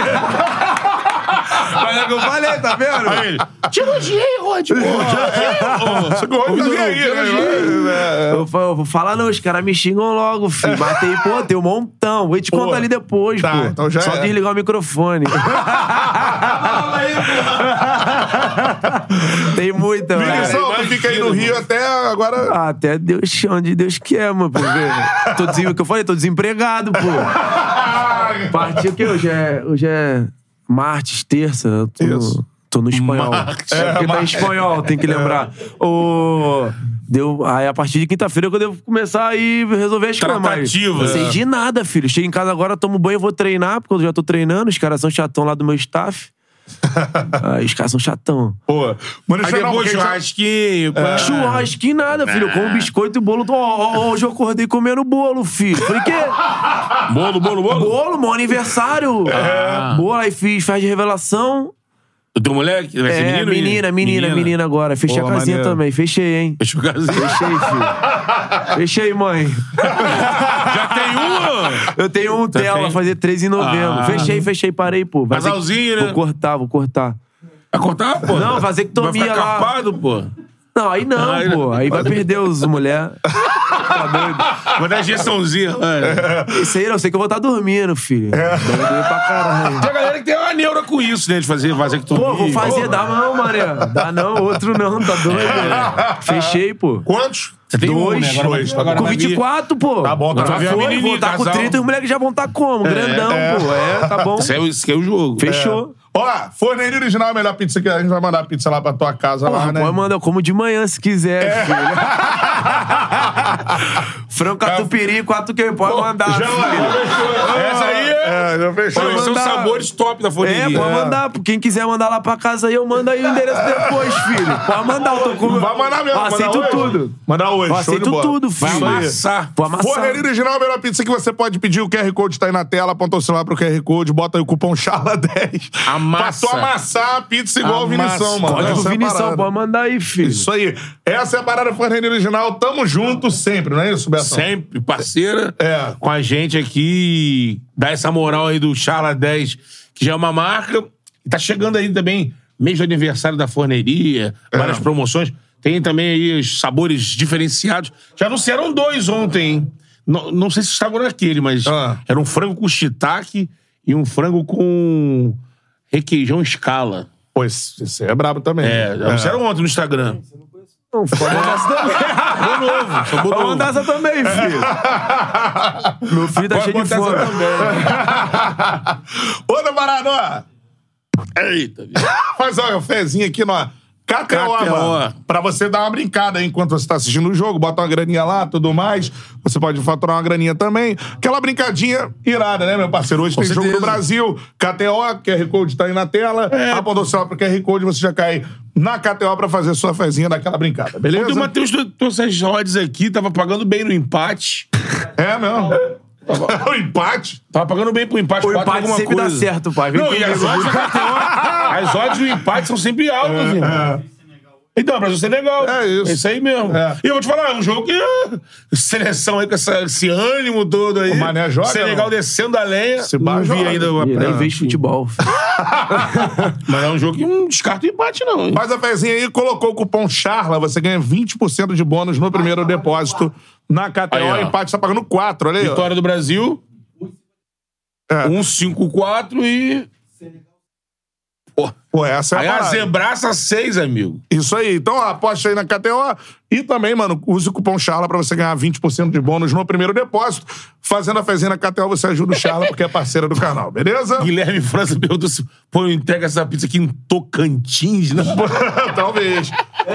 Mas é o que eu falei, tá vendo? Aí ele... Te elogiei, Rode. Porra. Você gosta de Vitor Hugo, aí, te né? Eu fa- eu vou falar, não, os caras me xingam logo, filho. Matei, pô, tem um montão. Vou te Pô, contar ali depois, tá, pô. então já Só é. desligar o microfone. Tem muita, mano. Vinição, tu fica aí no Rio até agora... Ah, até Deus, onde Deus quer, mano. Porque tô desem... o que eu falei, tô desempregado, pô. Partiu que hoje é, hoje é martes, terça. Eu tô, Isso. no, tô no espanhol. Martes. É porque tá em espanhol, tem que lembrar. O... Deu... Aí a partir de quinta-feira que eu devo começar a ir resolver as coisas. mas Tratativa. Não sei de nada, filho. Chego em casa agora, tomo banho e vou treinar, porque eu já tô treinando. Os caras são chatão lá do meu staff. Aí os caras são chatão. Pô, mano, Aí isso não, depois porque já- churrasquinho. pá. Churrasquinho nada, filho. Eu como biscoito e bolo. Ó, ó, ó, hoje eu acordei comendo bolo, filho. Falei, quê? Bolo, bolo, bolo. Bolo, meu aniversário. É. Bolo, aí fiz festa de revelação. O teu moleque? Vai ser É, menino? menina, menina, menina agora. Fechei Pô, a casinha maneiro. também. Fechei, hein? Fechou o casinho. Fechei, filho. Fechei, mãe. Já tem uma? Eu tenho um tela, tem? vai fazer três em novembro. Ah. Fechei, fechei, parei, pô. Vai ter que- Casalzinho, né? Vou cortar, vou cortar. Vai cortar, pô? Não, vasectomia Vai ficar lá. capado, pô. Não, aí não, Aí pô. não. Aí vai perder os mulher. Tá doido? Vai dar injeçãozinha. É. Isso aí não, eu sei que eu vou estar dormindo, filho. Deve doer pra caralho. Tem a galera que tem uma neura com isso, né? De fazer vasectomia. Pô, vou fazer, dá não, mané. Dá não, outro não, tá doido. Fechei, pô. Quantos? Você tem um, Dois, né? Agora vai- dois, tá agora Com vai vir- vinte e quatro, pô. Tá bom, tá Já bom. foi, Menininho, vou estar com casal. trinta e os moleques já vão estar como? Grandão, pô. É, tá bom. Esse é, o- esse é o jogo. Fechou. Ó, Forneria Original é a melhor pizza que a gente vai mandar a pizza lá pra tua casa lá, Porra, né? pode mandar, eu como de manhã se quiser, filho. Frango catupiry, quatro que pode mandar, Já, filho. Essa aí é... É, já fechou. Pô, são mandar. sabores top da forneria. É, pode mandar. Quem quiser mandar lá pra casa aí, eu mando aí o endereço depois, filho. Pode mandar, eu tô com... Vai mandar mesmo. Eu mandar aceito hoje. tudo. Mandar hoje, Eu show de aceito bola. tudo, Vai filho. amassar. Vou amassar. Forneria Original é a melhor pizza que você pode pedir. O Q R Code tá aí na tela. Aponta o celular pro Q R Code. Bota aí o cupom Charla dez. Amassa. Pra tu amassar a pizza igual o Amassa. Vinição, mano. Código Essa é a Vinição, parada. pode mandar aí, filho. Isso aí. Essa é a parada Forneria Original. Tamo junto sempre, não é isso, Betão? Sempre parceira É. com a gente aqui. Dá essa moral aí do Charla dez, que já é uma marca. E tá chegando aí também mês do aniversário da forneria, várias promoções. Tem também aí os sabores diferenciados. Já anunciaram dois ontem, hein? Não, não sei se estavam naquele, mas Ah. era um frango com shiitake e um frango com requeijão escala. Pô, esse, esse é brabo também. É, anunciaram ontem no Instagram. Não, foi uma dessa também. Sabor novo, sabor Foi uma novo. dessa também, filho. Meu filho tá Pode cheio de botar fome. essa também. Outra parada, ó. Eita, viu? Faz ó, um fezinho aqui no K T O, K T O. mano. Pra você dar uma brincada aí enquanto você tá assistindo o jogo, bota uma graninha lá, tudo mais. Você pode faturar uma graninha também. Aquela brincadinha irada, né, meu parceiro? Hoje Com tem certeza. jogo do Brasil, K T O, Q R Code tá aí na tela. É. Apontou o celular pro Q R Code, você já cai na K T O pra fazer sua fezinha daquela brincada, beleza? Ontem o Matheus trouxe as odds aqui, tava pagando bem no empate. É mesmo. O empate. Tava pagando bem pro empate. O quatro empate alguma sempre dá coisa. certo, pai. Vem Não, e comigo. as odds da K T O, as odds do empate são sempre altas, irmão. Então, Brasil-Senegal. É isso. É isso aí mesmo. É. E eu vou te falar, é um jogo que... ah, seleção aí com essa- esse ânimo todo aí. O Mané joga, Senegal não? descendo a lenha. Se Não bar vi joga. ainda. Uma... E nem vejo futebol. Mas é um jogo que não descarta o empate, não. Hein? Faz a fezinha aí, colocou o cupom CHARLA, você ganha vinte por cento de bônus no primeiro depósito na K T O. Aí, ó. Empate tá pagando quatro, olha aí. ó. Vitória do Brasil. É. um cinco quatro e... Pô, Pô, essa é a aí a parada. zebraça seis, amigo. Isso aí. Então, ó, aposta aí na K T O e também, mano, use o cupom CHARLA pra você ganhar vinte por cento de bônus no primeiro depósito. Fazendo a fezinha na K T O, você ajuda o Charla porque é parceira do canal, beleza? Guilherme França perguntou se pô, eu entrego essa pizza aqui em Tocantins, né? Talvez.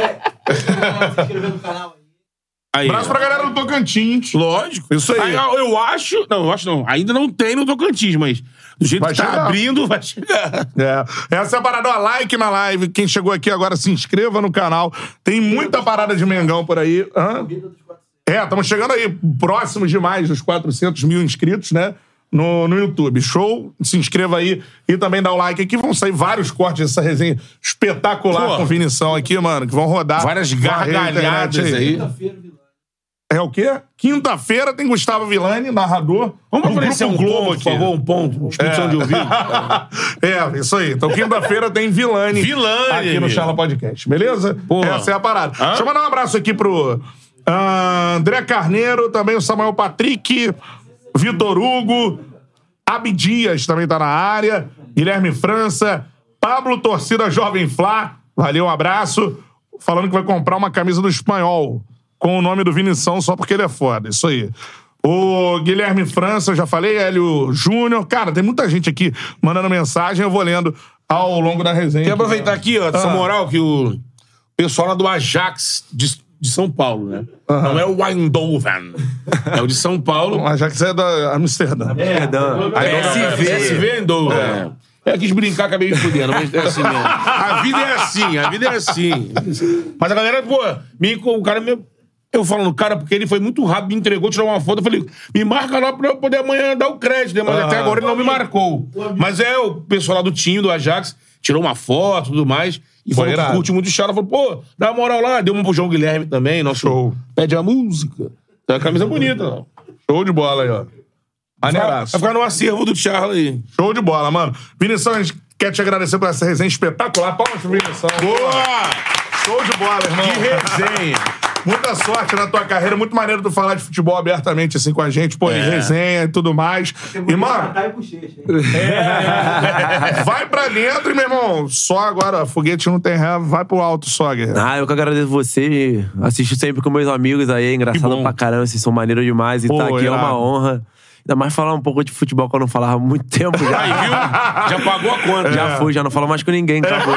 Se inscrever no canal aí. Aí, Abraço pra galera do Tocantins. lógico. Isso aí. eu, eu acho... Não, eu acho não. Ainda não tem no Tocantins, mas do jeito Vai que tá chegar. abrindo, vai chegar. É. Essa é a parada, ó, like na live. Quem chegou aqui agora, se inscreva no canal. Tem muita parada de Mengão por aí. Hã? É, estamos chegando aí, próximos demais dos quatrocentos mil inscritos, né? No, no YouTube. Show? Se inscreva aí e também dá o like aqui. Vão sair vários cortes dessa resenha espetacular Pô. com Vinição aqui, mano, que vão rodar. Várias varrer a gargalhadas internet aí. Quinta-feira, Vilã. É o quê? Quinta-feira tem Gustavo Villani, narrador. Vamos do aparecer um Grupo Globo ponto, por favor, um ponto. Expulsão de ouvido. É, isso aí. Então, quinta-feira tem Villani. Villani, aqui no meu. Charla Podcast, beleza? Porra. Essa é a parada. Hã? Deixa eu mandar um abraço aqui pro ah, André Carneiro, também o Samuel Patrick, Vitor Hugo, Abdias também tá na área, Guilherme França, Pablo Torcida Jovem Flá, valeu, um abraço, falando que vai comprar uma camisa do Espanhol com o nome do Vinição só porque ele é foda, isso aí. O Guilherme França, eu já falei, Hélio Júnior. Cara, tem muita gente aqui mandando mensagem, eu vou lendo ao longo da resenha. Quer aproveitar aqui, ó, essa Ah. moral que o pessoal lá do Ajax de, de São Paulo, né? Não é o Eindhoven. É o de São Paulo. O Ajax é da Amsterdã. Perdão. Aí S V. S V Eindhoven. É. Eu quis brincar, acabei me fudendo, mas é assim mesmo. A vida é assim, a vida é assim. Mas a galera, pô, me, o cara me... Eu falando, cara, porque ele foi muito rápido, me entregou, tirou uma foto. Eu falei, me marca lá pra eu poder amanhã dar o crédito, né? Mas Ah. até agora ele não me marcou. Mas é, o pessoal lá do time, do Ajax, tirou uma foto e tudo mais. E Foi falou que irado. curte muito o Charla. Falou, pô, dá uma moral lá. Deu uma pro João Guilherme também, nosso... Show. Pede a música. Tem uma camisa bonita, ó. Show de bola aí, ó. Vai Maneiraço. ficar no acervo do Charla aí. Show de bola, mano. Vinição, a gente quer te agradecer por essa resenha espetacular. Palmas pro Vinição. Boa! Show de bola, irmão. Que resenha! Muita sorte na tua carreira. Muito maneiro tu falar de futebol abertamente assim com a gente. Pô, É. e resenha e tudo mais. E, mano, Tá aí bochecha, hein? vai pra dentro e, meu irmão, só agora, foguete não tem ré, vai pro alto só, guerreiro. Ah, eu que agradeço você. Assisto sempre com meus amigos aí. É Que engraçado bom. pra caramba. Vocês são maneiros demais. E Pô, tá aqui é irado. uma honra. Ainda mais falar um pouco de futebol que eu não falava há muito tempo já. Aí, viu? Já pagou a conta. Já fui, já não falo mais com ninguém. Acabou.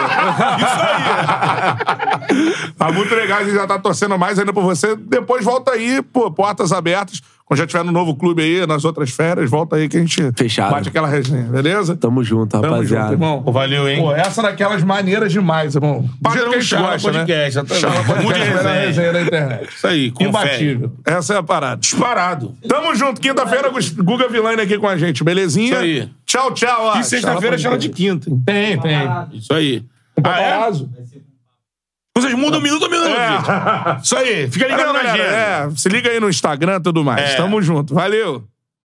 Tá muito legal, a gente já tá torcendo mais ainda por você. Depois volta aí, pô, portas abertas. Quando já tiver no novo clube aí, nas outras férias, volta aí que a gente Fechado. bate aquela resenha, beleza? Tamo junto, Tamo rapaziada. junto, irmão. Pô, valeu, hein? Pô, essa daquelas maneiras demais, irmão. Do jeito Padrão que a gente Charla gosta, né? Podcast, exatamente. Charla Mude Podcast, a melhor resenha. resenha da internet. Isso aí, confere. Imbatível. Essa é a parada. Disparado. Tamo junto. Quinta-feira, Gus- Guga Villani aqui com a gente, belezinha? Isso aí. Tchau, tchau. ó. E sexta-feira Charla chama de quinta. hein? Tem, tem. Isso aí. Um Ah, é? paparazzo? Vocês mudam minuto a minuto, É. gente. Isso aí. Fica ligado Não, na galera, agenda. é, se liga aí no Instagram e tudo mais. É. Tamo junto. Valeu.